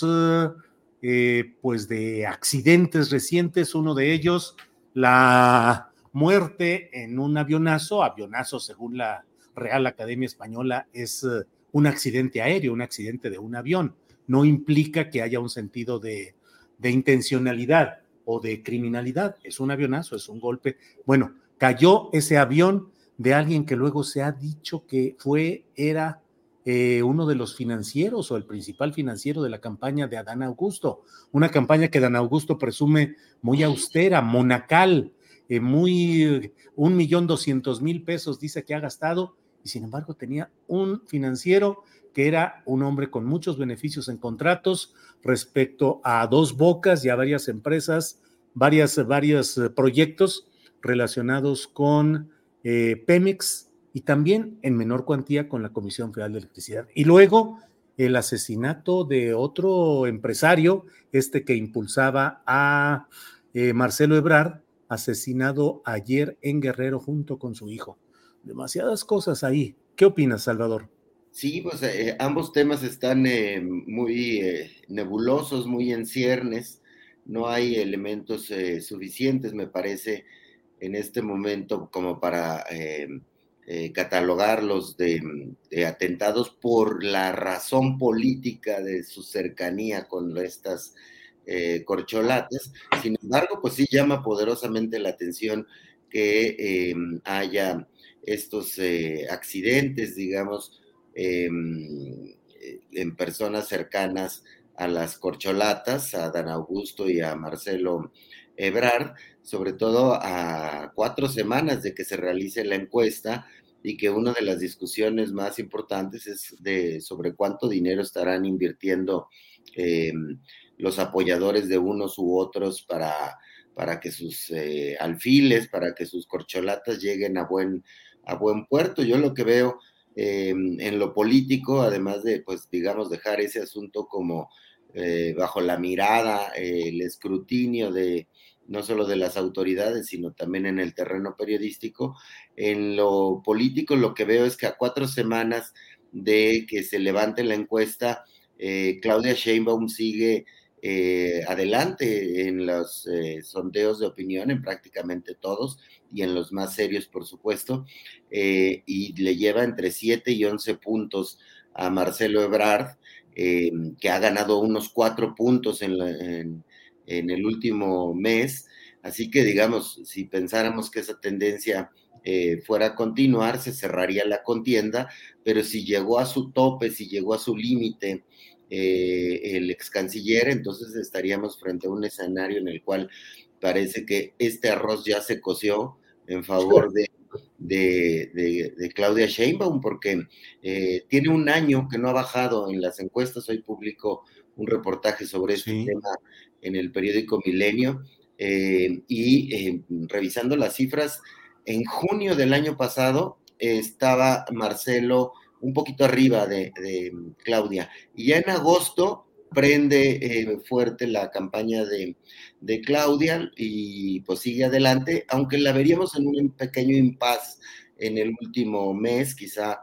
pues de accidentes recientes? Uno de ellos, la muerte en un avionazo según la Real Academia Española es un accidente aéreo, un accidente de un avión. No implica que haya un sentido de intencionalidad o de criminalidad. Es un avionazo, es un golpe. Bueno, cayó ese avión de alguien que luego se ha dicho que era uno de los financieros o el principal financiero de la campaña de Adán Augusto. Una campaña que Adán Augusto presume muy austera, monacal, muy 1.200.000 pesos dice que ha gastado, y sin embargo tenía un financiero que era un hombre con muchos beneficios en contratos respecto a Dos Bocas y a varias empresas, varios proyectos relacionados con Pemex y también en menor cuantía con la Comisión Federal de Electricidad. Y luego el asesinato de otro empresario, que impulsaba a Marcelo Ebrard, asesinado ayer en Guerrero junto con su hijo. Demasiadas cosas ahí. ¿Qué opinas, Salvador? Sí, pues ambos temas están muy nebulosos, muy en ciernes. No hay elementos suficientes, me parece, en este momento como para catalogarlos de atentados por la razón política de su cercanía con estas corcholatas. Sin embargo, pues sí llama poderosamente la atención que haya estos accidentes, digamos, en personas cercanas a las corcholatas, a Dan Augusto y a Marcelo Ebrard, sobre todo a 4 semanas de que se realice la encuesta, y que una de las discusiones más importantes es sobre cuánto dinero estarán invirtiendo los apoyadores de unos u otros para que sus alfiles, para que sus corcholatas lleguen a buen puerto. Yo lo que veo en lo político, además de, pues, digamos, dejar ese asunto como bajo la mirada, el escrutinio de no solo de las autoridades, sino también en el terreno periodístico. En lo político, lo que veo es que a 4 semanas de que se levante la encuesta, Claudia Sheinbaum sigue adelante en los sondeos de opinión, en prácticamente todos, y en los más serios, por supuesto, y le lleva entre 7 y 11 puntos a Marcelo Ebrard, que ha ganado unos 4 puntos en el último mes. Así que, digamos, si pensáramos que esa tendencia fuera a continuar, se cerraría la contienda, pero si llegó a su tope, si llegó a su límite el ex canciller, entonces estaríamos frente a un escenario en el cual parece que este arroz ya se coció en favor de Claudia Sheinbaum, porque tiene un año que no ha bajado en las encuestas. Hoy publicó un reportaje sobre este tema en el periódico Milenio, y revisando las cifras, en junio del año pasado estaba Marcelo un poquito arriba de Claudia, y ya en agosto prende fuerte la campaña de Claudia y pues sigue adelante, aunque la veríamos en un pequeño impasse en el último mes, quizá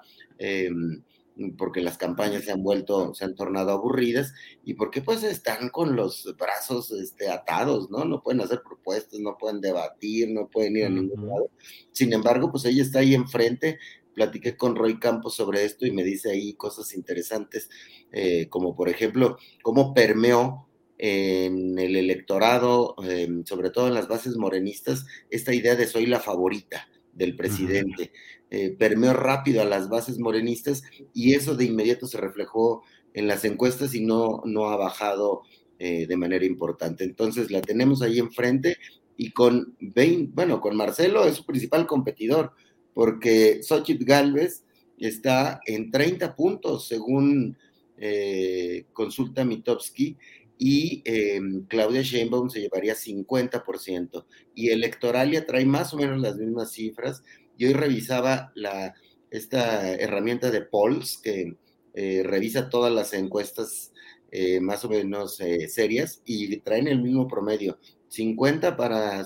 porque las campañas se han tornado aburridas y porque pues están con los brazos atados, ¿no? No pueden hacer propuestas, no pueden debatir, no pueden ir a ningún lado. Sin embargo, pues ella está ahí enfrente. Platiqué con Roy Campos sobre esto y me dice ahí cosas interesantes, como por ejemplo, cómo permeó en el electorado, sobre todo en las bases morenistas, esta idea de soy la favorita del presidente. Permeó rápido a las bases morenistas y eso de inmediato se reflejó en las encuestas y no ha bajado de manera importante. Entonces la tenemos ahí enfrente y con Marcelo es su principal competidor, porque Xóchitl Gálvez está en 30 puntos según consulta Mitofsky, y Claudia Sheinbaum se llevaría 50%, y Electoralia trae más o menos las mismas cifras. Y hoy revisaba esta herramienta de Polls que revisa todas las encuestas más o menos serias, y traen el mismo promedio: 50 para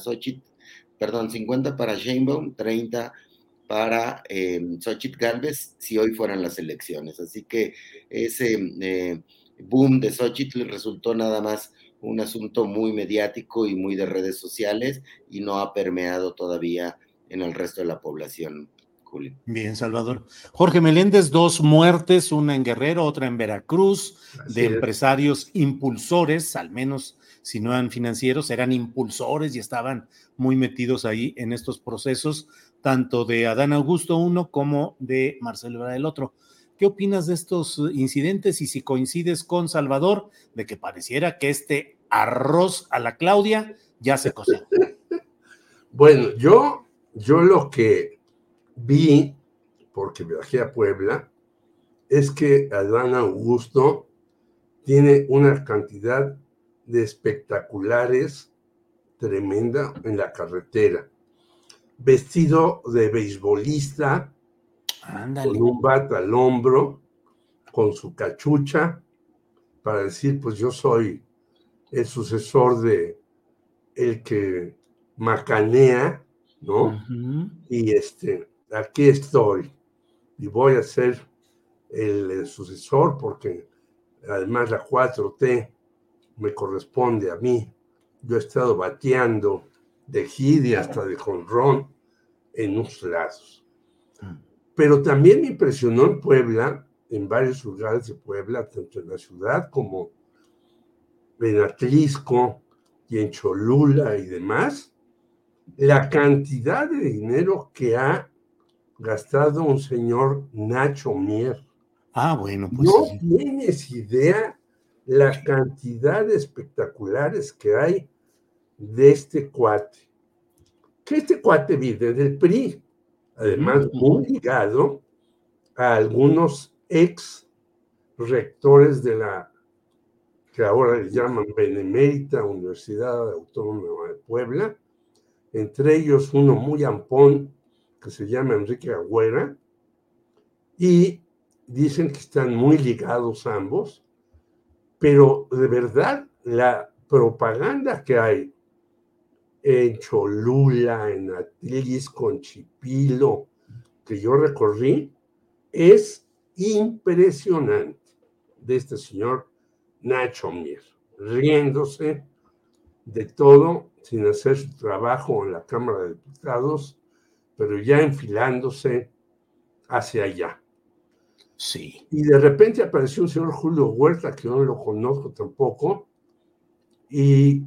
Sheinbaum, 30 para Xóchitl Gálvez, si hoy fueran las elecciones. Así que ese boom de Xóchitl resultó nada más un asunto muy mediático y muy de redes sociales, y no ha permeado todavía en el resto de la población, Julio. Bien, Salvador. Jorge Meléndez, 2 muertes, una en Guerrero, otra en Veracruz, de empresarios impulsores, al menos si no eran financieros, eran impulsores y estaban muy metidos ahí en estos procesos, tanto de Adán Augusto uno como de Marcelo Ebrard el otro. ¿Qué opinas de estos incidentes y si coincides con Salvador de que pareciera que este arroz a la Claudia ya se coció? Bueno, yo lo que vi, porque viajé a Puebla, es que Adán Augusto tiene una cantidad de espectaculares tremenda en la carretera. Vestido de beisbolista, con un bat al hombro, con su cachucha, para decir, pues yo soy el sucesor de el que macanea, ¿no? Y aquí estoy, y voy a ser el sucesor, porque además la 4T me corresponde a mí. Yo he estado bateando de hit y hasta de jonrón en muchos lados. Pero también me impresionó en Puebla, en varios lugares de Puebla, tanto en la ciudad como en Atlisco y en Cholula y demás, la cantidad de dinero que ha gastado un señor Nacho Mier. Bueno, pues no sí. tienes idea la cantidad de espectaculares que hay de este cuate. Que este cuate vive del PRI, además muy ligado a algunos ex rectores de la que ahora le llaman Benemérita Universidad Autónoma de Puebla, entre ellos uno muy ampón que se llama Enrique Agüera, y dicen que están muy ligados ambos, pero de verdad la propaganda que hay en Cholula, en Atlisco, en Chipilo, que yo recorrí, es impresionante, de este señor Nacho Mier. riéndose de todo, sin hacer su trabajo en la Cámara de Diputados, pero ya enfilándose hacia allá. Sí. Y de repente apareció un señor Julio Huerta, que yo no lo conozco tampoco, y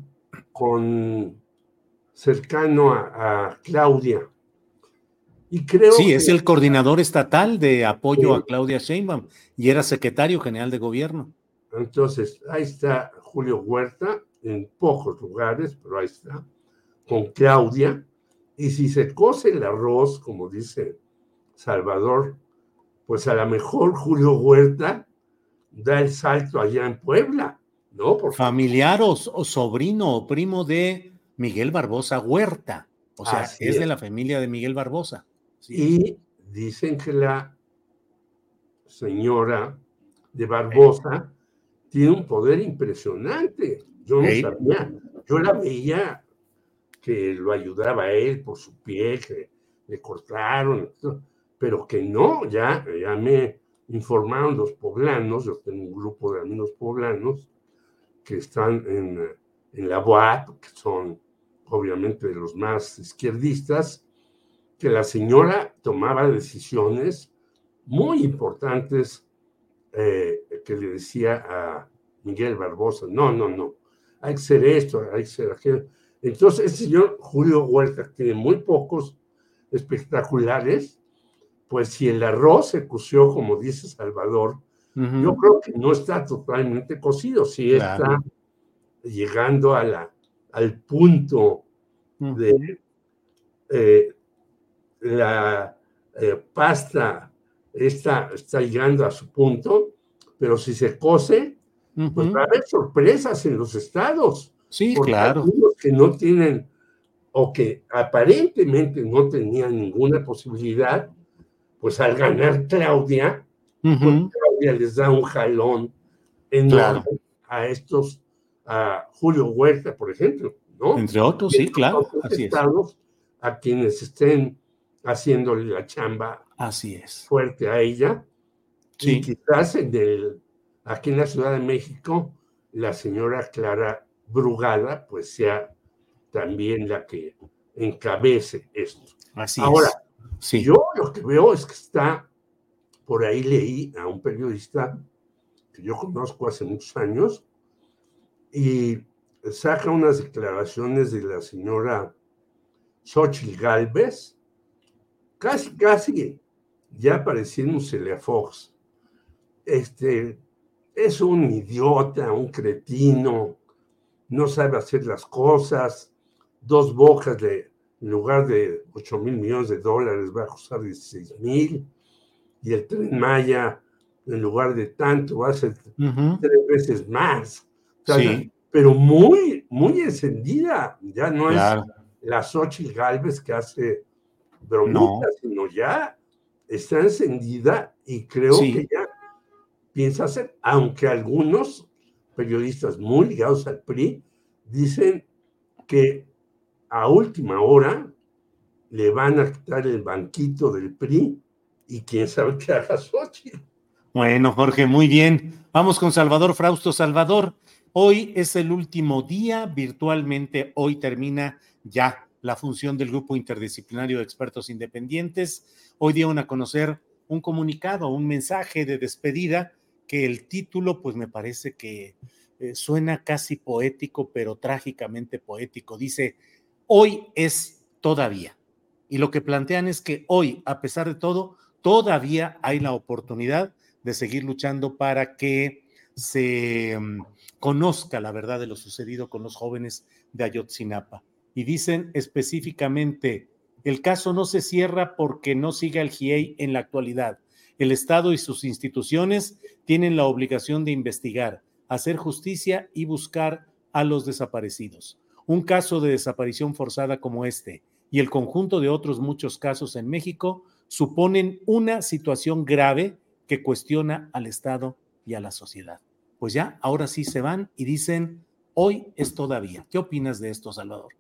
cercano a Claudia. Y creo sí, que es el coordinador estatal de apoyo a Claudia Sheinbaum y era secretario general de gobierno. Entonces, ahí está Julio Huerta, en pocos lugares, pero ahí está, con Claudia. Y si se cose el arroz, como dice Salvador, pues a lo mejor Julio Huerta da el salto allá en Puebla, ¿no? Familiar o sobrino o primo de Miguel Barbosa Huerta. O sea, es de la familia de Miguel Barbosa. Y dicen que la señora de Barbosa tiene un poder impresionante. Yo no sabía. Yo la veía que lo ayudaba a él por su pie, que le cortaron, pero que no, ya me informaron los poblanos, yo tengo un grupo de amigos poblanos que están en la UAP, que son obviamente de los más izquierdistas, que la señora tomaba decisiones muy importantes que le decía a Miguel Barbosa, no, hay que ser esto, hay que ser aquello. Entonces, el señor Julio Huerta tiene muy pocos espectaculares, pues si el arroz se coció, como dice Salvador, yo creo que no está totalmente cocido, sí está llegando al punto de la pasta está llegando a su punto, pero si se cose, pues va a haber sorpresas en los estados. Sí, porque claro. Algunos que no tienen o que aparentemente no tenían ninguna posibilidad, pues al ganar Claudia, pues Claudia les da un jalón enorme a Julio Huerta, por ejemplo, ¿no? Entre otros, sí, claro, así es. A quienes estén haciéndole la chamba fuerte a ella. Sí. Y quizás aquí en la Ciudad de México, la señora Clara Brugada, pues sea también la que encabece esto. Ahora, yo lo que veo es que por ahí leí a un periodista que yo conozco hace muchos años y saca unas declaraciones de la señora Xóchitl Gálvez, casi ya pareciéndosele a Fox. Es un idiota, un cretino, no sabe hacer las cosas, dos bocas en lugar de 8,000 millones de dólares va a costar 16,000, y el Tren Maya en lugar de tanto va a ser 3 veces más. O sea, pero muy, muy encendida, ya no es la Xóchitl Gálvez que hace bromitas, sino ya está encendida y creo que ya piensa hacer, aunque algunos periodistas muy ligados al PRI dicen que a última hora le van a quitar el banquito del PRI y quién sabe qué haga Xóchitl. Bueno, Jorge, muy bien. Vamos con Salvador Frausto. Salvador, hoy es el último día, virtualmente hoy termina ya la función del Grupo Interdisciplinario de Expertos Independientes. Hoy dieron a conocer un comunicado, un mensaje de despedida, que el título pues me parece que suena casi poético, pero trágicamente poético. Dice, hoy es todavía. Y lo que plantean es que hoy, a pesar de todo, todavía hay la oportunidad de seguir luchando para que se conozca la verdad de lo sucedido con los jóvenes de Ayotzinapa. Y dicen específicamente, el caso no se cierra porque no siga el GIEI en la actualidad. El Estado y sus instituciones tienen la obligación de investigar, hacer justicia y buscar a los desaparecidos. Un caso de desaparición forzada como este y el conjunto de otros muchos casos en México suponen una situación grave que cuestiona al Estado y a la sociedad. Pues ya, ahora sí se van y dicen, hoy es todavía. ¿Qué opinas de esto, Salvador?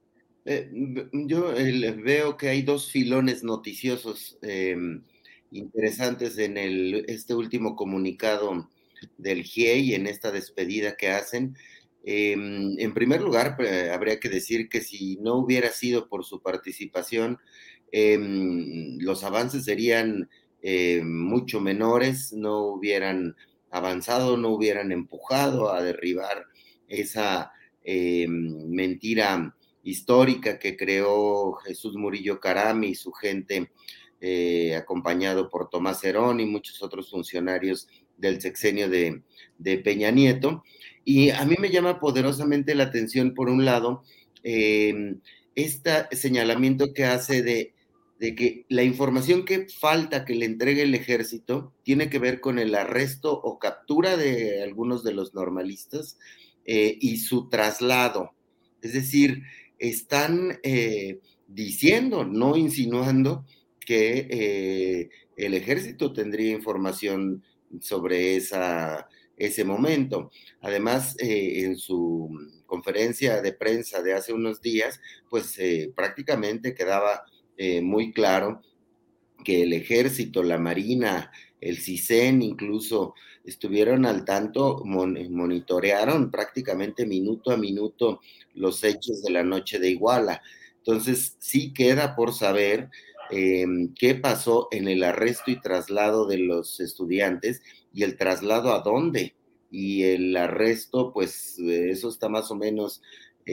Yo veo que hay dos filones noticiosos interesantes en este último comunicado del GIEI, en esta despedida que hacen. En primer lugar, habría que decir que si no hubiera sido por su participación, los avances serían mucho menores, no hubieran avanzado, no hubieran empujado a derribar esa mentira histórica que creó Jesús Murillo Caram y su gente, acompañado por Tomás Herón y muchos otros funcionarios del sexenio de Peña Nieto. Y a mí me llama poderosamente la atención, por un lado, este señalamiento que hace de que la información que falta que le entregue el ejército tiene que ver con el arresto o captura de algunos de los normalistas y su traslado. Es decir, están diciendo, no insinuando, que el ejército tendría información sobre ese momento. Además, en su conferencia de prensa de hace unos días, pues prácticamente quedaba muy claro que el ejército, la marina, el CISEN incluso estuvieron al tanto, monitorearon prácticamente minuto a minuto los hechos de la noche de Iguala. Entonces sí queda por saber qué pasó en el arresto y traslado de los estudiantes y el traslado a dónde. Y el arresto, pues eso está más o menos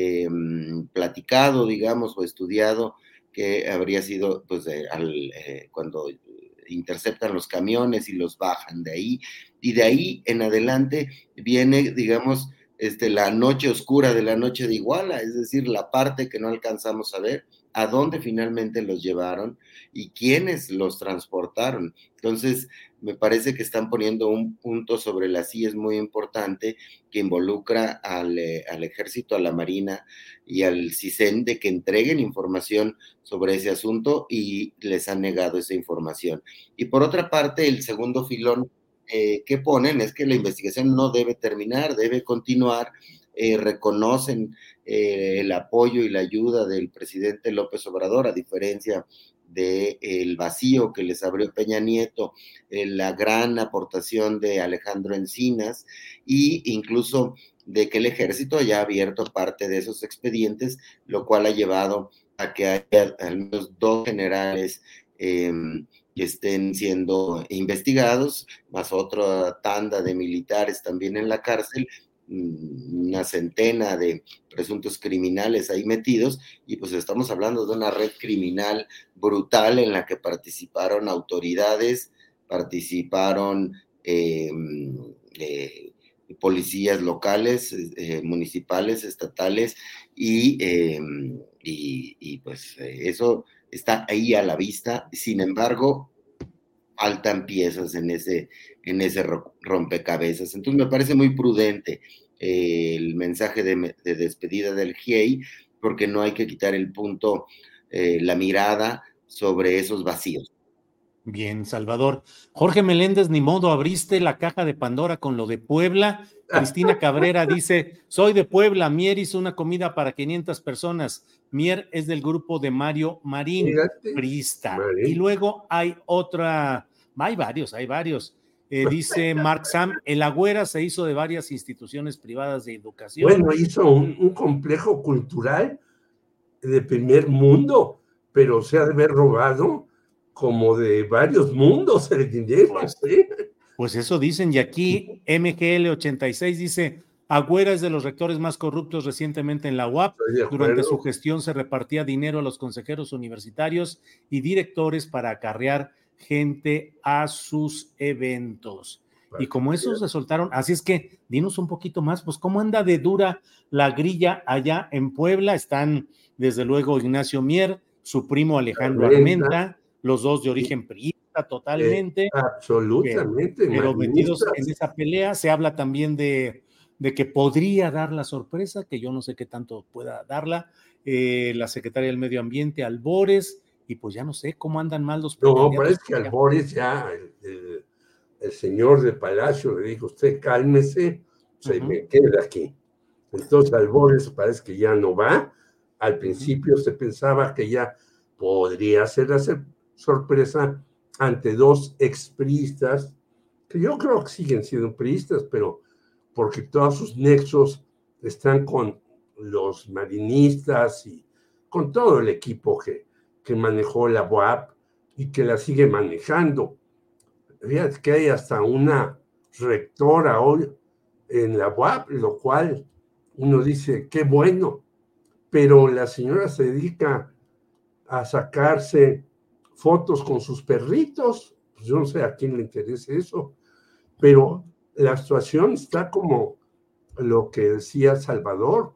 platicado, digamos, o estudiado, que habría sido pues cuando interceptan los camiones y los bajan de ahí, y de ahí en adelante viene, digamos, la noche oscura de la noche de Iguala, es decir, la parte que no alcanzamos a ver, a dónde finalmente los llevaron y quiénes los transportaron. Entonces, me parece que están poniendo un punto sobre las IES muy importante que involucra al ejército, a la marina y al CISEN de que entreguen información sobre ese asunto, y les han negado esa información. Y por otra parte, el segundo filón que ponen es que la investigación no debe terminar, debe continuar. Reconocen el apoyo y la ayuda del presidente López Obrador, a diferencia del vacío que les abrió Peña Nieto, la gran aportación de Alejandro Encinas, e incluso de que el ejército haya abierto parte de esos expedientes, lo cual ha llevado a que haya al menos 2 generales que estén siendo investigados, más otra tanda de militares también en la cárcel, una centena de presuntos criminales ahí metidos, y pues estamos hablando de una red criminal brutal en la que participaron autoridades, participaron policías locales, municipales, estatales, y pues eso está ahí a la vista. Sin embargo, faltan piezas en ese rompecabezas. Entonces me parece muy prudente el mensaje de despedida del GIEI, porque no hay que quitar el punto, la mirada sobre esos vacíos. Bien, Salvador. Jorge Meléndez, ni modo, abriste la caja de Pandora con lo de Puebla. Cristina Cabrera dice, soy de Puebla, Mier hizo una comida para 500 personas. Mier es del grupo de Mario Marín, priista. Y luego hay varios. Dice Mark Sam, el Agüera se hizo de varias instituciones privadas de educación. Bueno, hizo un complejo cultural de primer mundo, pero se ha de haber robado como de varios mundos el dinero. Pues eso dicen, y aquí MGL86 dice, Agüera es de los rectores más corruptos recientemente en la UAP. Durante su gestión se repartía dinero a los consejeros universitarios y directores para acarrear gente a sus eventos. Y como esos resultaron, así es que dinos un poquito más, pues cómo anda de dura la grilla allá en Puebla. Están desde luego Ignacio Mier, su primo Alejandro Armenta, los dos de origen priista totalmente. Absolutamente. Pero metidos en esa pelea. Se habla también de que podría dar la sorpresa, que yo no sé qué tanto pueda darla, la secretaria del Medio Ambiente, Albores, y pues ya no sé cómo andan mal los precandidatos. No, parece que Albores ya, el señor de Palacio le dijo, usted cálmese, se me queda aquí. Entonces Albores parece que ya no va. Al principio se pensaba que ya podría ser la sorpresa ante 2 expriistas, que yo creo que siguen siendo priistas, pero porque todos sus nexos están con los marinistas y con todo el equipo que manejó la UAP y que la sigue manejando. Fíjate que hay hasta una rectora hoy en la UAP, lo cual uno dice, qué bueno, pero la señora se dedica a sacarse fotos con sus perritos. Pues yo no sé a quién le interesa eso, pero la actuación está como lo que decía Salvador.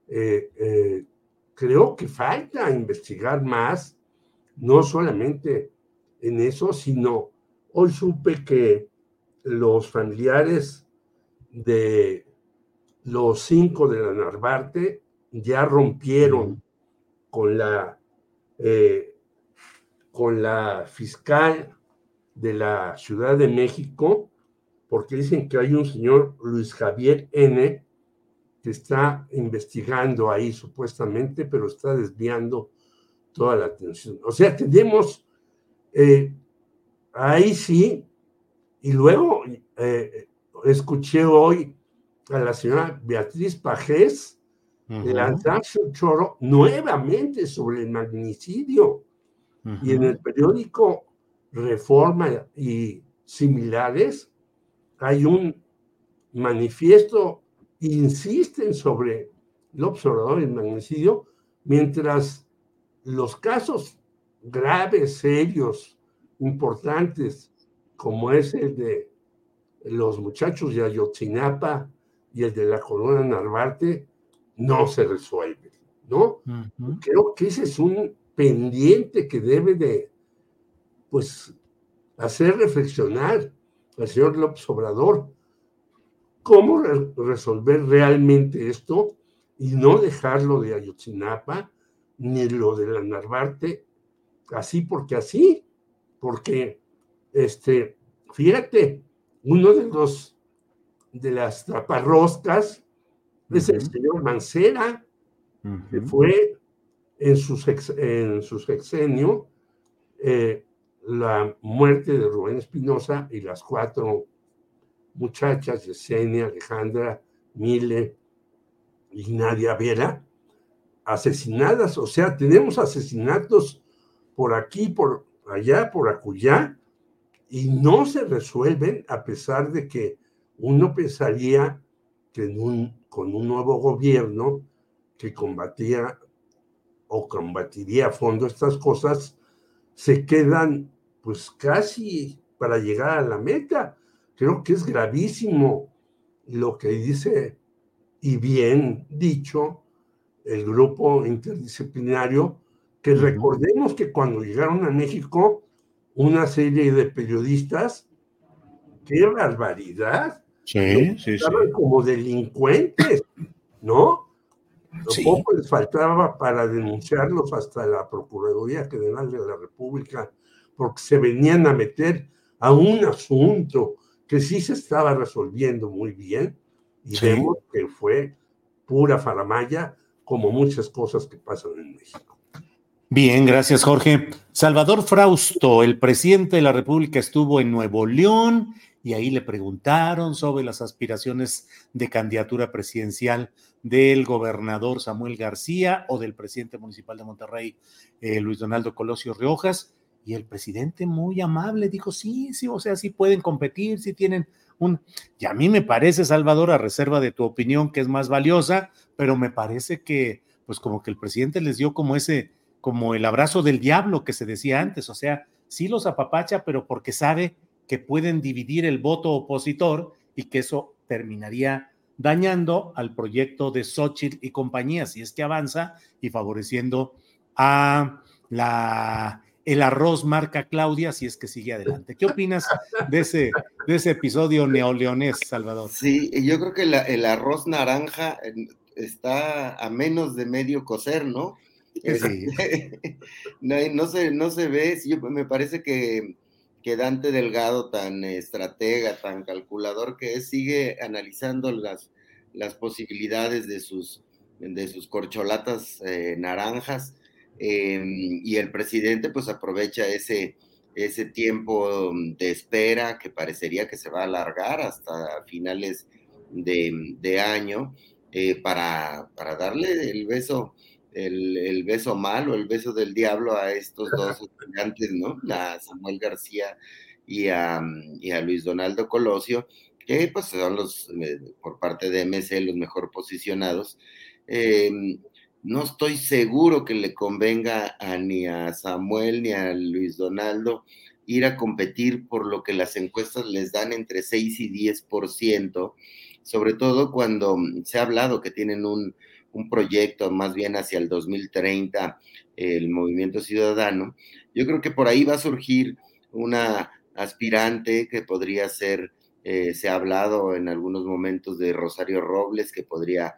Creo que falta investigar más, no solamente en eso, sino hoy supe que los familiares de los 5 de la Narvarte ya rompieron con la fiscal de la Ciudad de México, porque dicen que hay un señor Luis Javier N. que está investigando ahí supuestamente, pero está desviando toda la atención. O sea, tenemos ahí sí, y luego escuché hoy a la señora Beatriz Pajés lanzarse un choro nuevamente sobre el magnicidio. Y en el periódico Reforma y similares hay un manifiesto, insisten sobre el observador y el magnicidio, mientras los casos graves, serios, importantes, como es el de los muchachos de Ayotzinapa y el de la Colonia Narvarte, no se resuelven, ¿no? Creo que ese es un pendiente que debe de, pues, hacer reflexionar al señor López Obrador. ¿Cómo resolver realmente esto y no dejarlo de Ayotzinapa ni lo de la Narvarte así porque así? Porque, fíjate, uno de las taparroscas es el señor Mancera, que fue en su sexenio la muerte de Rubén Espinosa y las 4 muchachas, Yesenia, Alejandra, Mile y Nadia Vera, asesinadas. O sea, tenemos asesinatos por aquí, por allá, por acullá, y no se resuelven, a pesar de que uno pensaría que con un nuevo gobierno que combatiría a fondo estas cosas, se quedan pues casi para llegar a la meta. Creo que es gravísimo lo que dice, y bien dicho, el grupo interdisciplinario, que recordemos que cuando llegaron a México una serie de periodistas, ¡qué barbaridad! Estaban como delincuentes, ¿no? Poco les faltaba para denunciarlos hasta la Procuraduría General de la República, porque se venían a meter a un asunto que sí se estaba resolviendo muy bien, y vemos que fue pura faramalla, como muchas cosas que pasan en México. Bien, gracias, Jorge. Salvador Frausto, el presidente de la República, estuvo en Nuevo León y ahí le preguntaron sobre las aspiraciones de candidatura presidencial del gobernador Samuel García o del presidente municipal de Monterrey, Luis Donaldo Colosio Riojas, y el presidente muy amable dijo, sí, o sea, sí pueden competir, sí tienen y a mí me parece, Salvador, a reserva de tu opinión, que es más valiosa, pero me parece que, pues como que el presidente les dio como el abrazo del diablo que se decía antes, o sea, sí los apapacha, pero porque sabe que pueden dividir el voto opositor y que eso terminaría dañando al proyecto de Xóchitl y compañía, si es que avanza, y favoreciendo a el arroz marca Claudia, si es que sigue adelante. ¿Qué opinas de ese episodio neoleonés, Salvador? Sí, yo creo que el arroz naranja está a menos de medio cocer, ¿no? Sí. No se ve. Me parece que Dante Delgado, tan estratega, tan calculador que es, sigue analizando las posibilidades de sus corcholatas naranjas, y el presidente pues aprovecha ese tiempo de espera que parecería que se va a alargar hasta finales de año, para darle el beso, el beso malo, el beso del diablo a estos dos estudiantes, ¿no? A Samuel García y a Luis Donaldo Colosio, que pues son por parte de MC, los mejor posicionados. No estoy seguro que le convenga ni a Samuel ni a Luis Donaldo ir a competir por lo que las encuestas les dan entre 6 y 10%, sobre todo cuando se ha hablado que tienen un proyecto más bien hacia el 2030, el Movimiento Ciudadano. Yo creo que por ahí va a surgir una aspirante que podría ser, se ha hablado en algunos momentos de Rosario Robles, que podría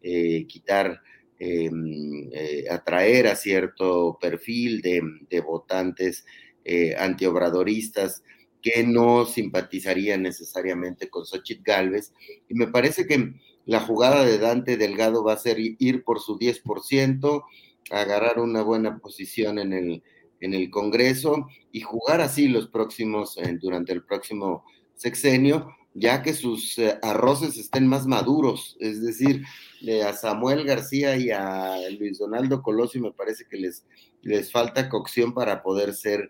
atraer a cierto perfil de votantes antiobradoristas que no simpatizarían necesariamente con Xóchitl Gálvez, y me parece que la jugada de Dante Delgado va a ser ir por su 10%, agarrar una buena posición en el Congreso y jugar así durante el próximo sexenio, ya que sus arroces estén más maduros, es decir, a Samuel García y a Luis Donaldo Colosio me parece que les falta cocción para poder ser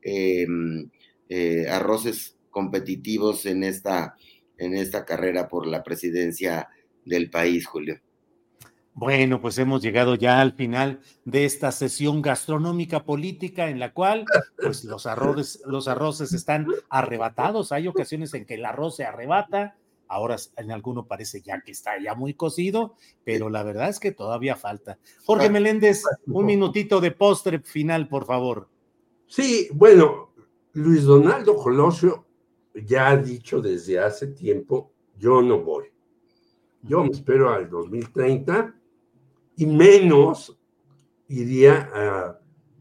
arroces competitivos en esta carrera por la presidencia del país, Julio. Bueno, pues hemos llegado ya al final de esta sesión gastronómica política en la cual pues los arroces están arrebatados. Hay ocasiones en que el arroz se arrebata, ahora en alguno parece ya que está ya muy cocido, pero la verdad es que todavía falta. Jorge Meléndez, un minutito de postre final, por favor. Sí, bueno, Luis Donaldo Colosio ya ha dicho desde hace tiempo, yo no voy. Yo me espero al 2030 y menos iría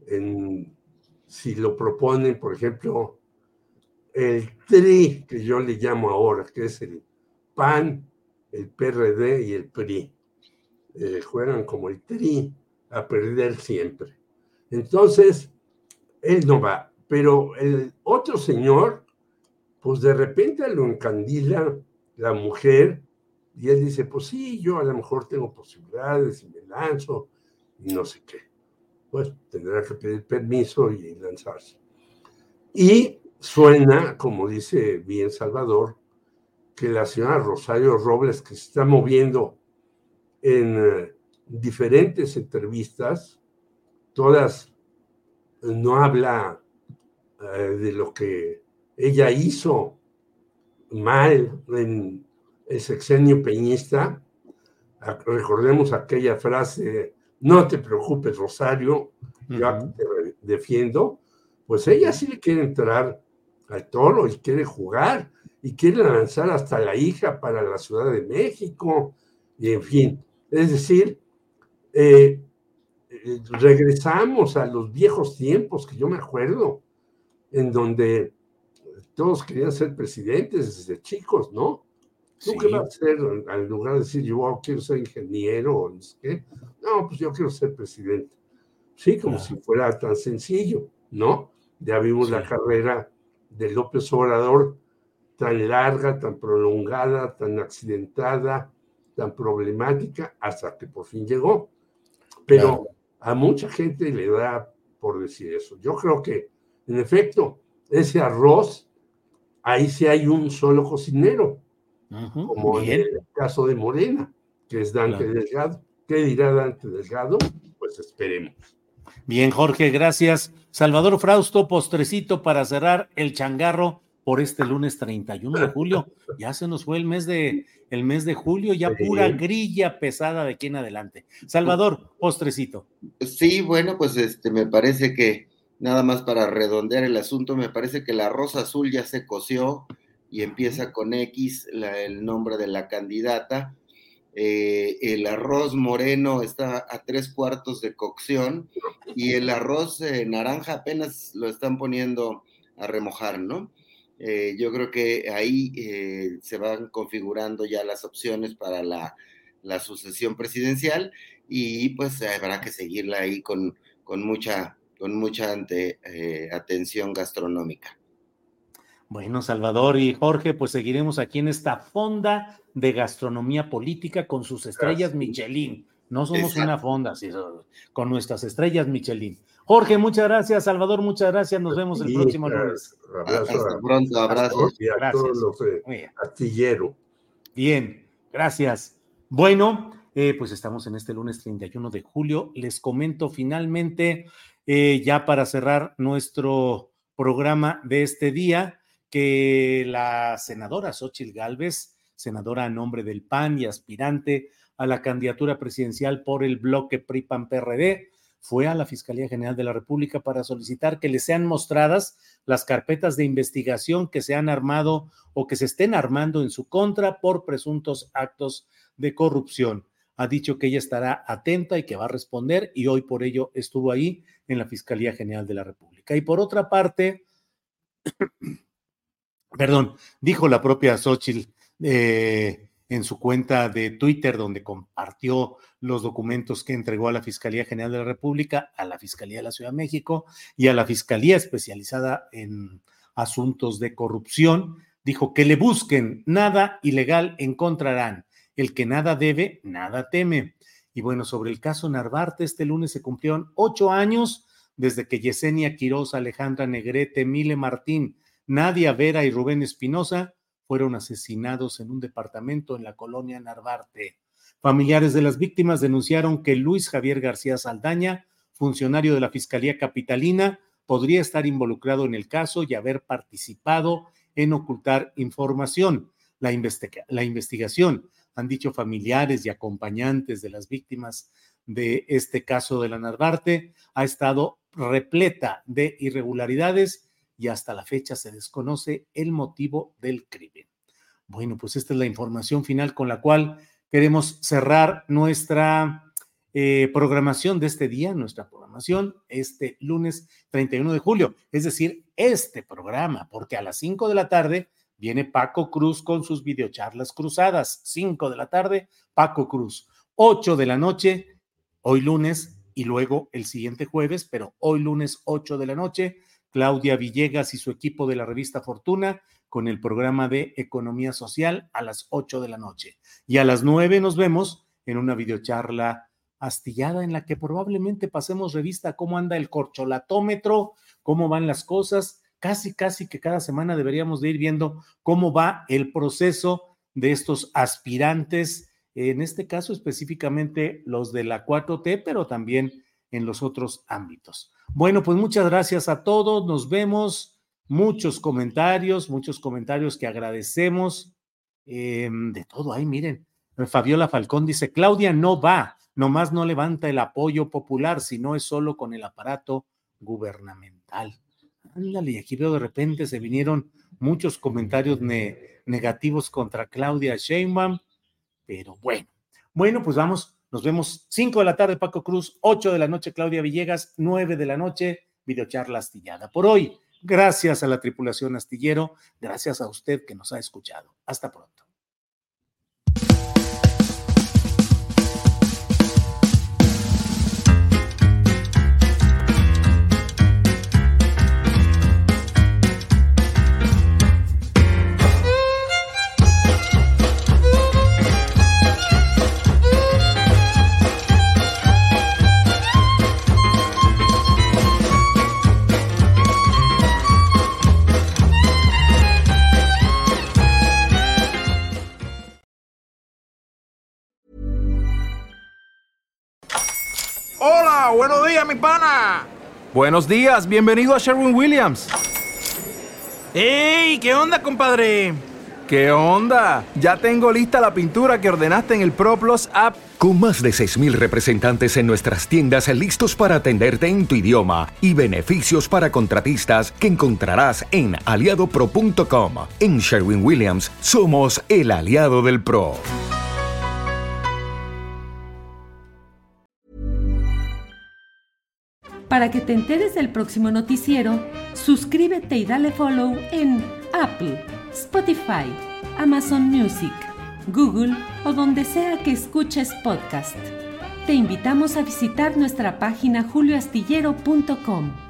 si lo proponen, por ejemplo, el TRI, que yo le llamo ahora, que es el PAN, el PRD y el PRI. Juegan como el TRI a perder siempre. Entonces, él no va. Pero el otro señor, pues de repente lo encandila la mujer y él dice, pues sí, yo a lo mejor tengo posibilidades y me lanzo y no sé qué. Pues tendrá que pedir permiso y lanzarse. Y suena, como dice bien Salvador, que la señora Rosario Robles, que se está moviendo en diferentes entrevistas, todas no habla de lo que ella hizo mal en el sexenio peñista. Recordemos aquella frase, no te preocupes, Rosario, yo aquí te defiendo. Pues ella sí le quiere entrar al toro y quiere jugar y quiere lanzar hasta la hija para la Ciudad de México y en fin, es decir, regresamos a los viejos tiempos que yo me acuerdo, en donde todos querían ser presidentes desde chicos, ¿no? ¿Tú qué vas a hacer? En lugar de decir, yo quiero ser ingeniero o no sé qué. No, pues yo quiero ser presidente. Sí, como si fuera tan sencillo, ¿no? Ya vimos la carrera de López Obrador tan larga, tan prolongada, tan accidentada, tan problemática, hasta que por fin llegó. Pero a mucha gente le da por decir eso. Yo creo que, en efecto, ese arroz, ahí sí hay un solo cocinero, como en el caso de Morena, que es Dante Delgado. ¿Qué dirá Dante Delgado? Pues esperemos. Bien, Jorge, gracias. Salvador Frausto, postrecito para cerrar el changarro por este lunes 31 de julio. Ya se nos fue el mes de julio, ya pura grilla pesada de aquí en adelante. Salvador, postrecito. Sí, bueno, pues me parece que nada más para redondear el asunto, me parece que el arroz azul ya se coció y empieza con X el nombre de la candidata. El arroz moreno está a 3/4 de cocción y el arroz naranja apenas lo están poniendo a remojar, ¿no? Yo creo que ahí se van configurando ya las opciones para la sucesión presidencial y pues habrá que seguirla ahí con mucha atención gastronómica. Bueno, Salvador y Jorge, pues seguiremos aquí en esta fonda de gastronomía política con sus estrellas Michelin. No somos una fonda, sino con nuestras estrellas Michelin. Jorge, muchas gracias. Salvador, muchas gracias. Nos vemos el próximo lunes. Hasta pronto, abrazos. A todos los Astillero. Bien, gracias. Bueno, pues estamos en este lunes 31 de julio. Les comento finalmente, ya para cerrar nuestro programa de este día, que la senadora Xóchitl Gálvez, senadora a nombre del PAN y aspirante a la candidatura presidencial por el bloque PRI-PAN-PRD, fue a la Fiscalía General de la República para solicitar que le sean mostradas las carpetas de investigación que se han armado o que se estén armando en su contra por presuntos actos de corrupción. Ha dicho que ella estará atenta y que va a responder, y hoy por ello estuvo ahí en la Fiscalía General de la República. Y por otra parte, dijo la propia Xóchitl en su cuenta de Twitter, donde compartió los documentos que entregó a la Fiscalía General de la República, a la Fiscalía de la Ciudad de México y a la Fiscalía especializada en asuntos de corrupción, dijo que le busquen, nada ilegal encontrarán, el que nada debe, nada teme. Y bueno, sobre el caso Narvarte, este lunes se cumplieron 8 años desde que Yesenia Quiroz, Alejandra Negrete, Mile Martín, Nadia Vera y Rubén Espinosa fueron asesinados en un departamento en la colonia Narvarte. Familiares de las víctimas denunciaron que Luis Javier García Saldaña, funcionario de la Fiscalía Capitalina, podría estar involucrado en el caso y haber participado en ocultar información. La investigación, han dicho familiares y acompañantes de las víctimas de este caso de la Narvarte, ha estado repleta de irregularidades y hasta la fecha se desconoce el motivo del crimen. Bueno, pues esta es la información final con la cual queremos cerrar nuestra programación de este día, nuestra programación este lunes 31 de julio, es decir, este programa, porque a las 5 de la tarde viene Paco Cruz con sus videocharlas cruzadas. 5 de la tarde, Paco Cruz. 8 de la noche, hoy lunes, y luego el siguiente jueves, pero hoy lunes 8 de la noche, Claudia Villegas y su equipo de la revista Fortuna con el programa de Economía Social a las 8 de la noche. Y a las 9 nos vemos en una videocharla astillada en la que probablemente pasemos revista a cómo anda el corcholatómetro, cómo van las cosas. Casi que cada semana deberíamos de ir viendo cómo va el proceso de estos aspirantes, en este caso específicamente los de la 4T, pero también en los otros ámbitos. Bueno, pues muchas gracias a todos, nos vemos, muchos comentarios que agradecemos, de todo ahí, miren, Fabiola Falcón dice, Claudia no va, nomás no levanta el apoyo popular, sino es solo con el aparato gubernamental. Ándale, y aquí veo de repente se vinieron muchos comentarios negativos contra Claudia Sheinbaum, pero bueno, pues vamos. Nos vemos 5 de la tarde, Paco Cruz, 8 de la noche, Claudia Villegas, 9 de la noche, videocharla astillada. Por hoy, gracias a la tripulación astillero, gracias a usted que nos ha escuchado. Hasta pronto. Hola, buenos días, mi pana. Buenos días, bienvenido a Sherwin-Williams. ¡Ey! ¿Qué onda, compadre? ¿Qué onda? Ya tengo lista la pintura que ordenaste en el ProPlus app. Con más de 6,000 representantes en nuestras tiendas listos para atenderte en tu idioma y beneficios para contratistas que encontrarás en aliadopro.com. En Sherwin-Williams somos el aliado del pro. Para que te enteres del próximo noticiero, suscríbete y dale follow en Apple, Spotify, Amazon Music, Google o donde sea que escuches podcast. Te invitamos a visitar nuestra página julioastillero.com.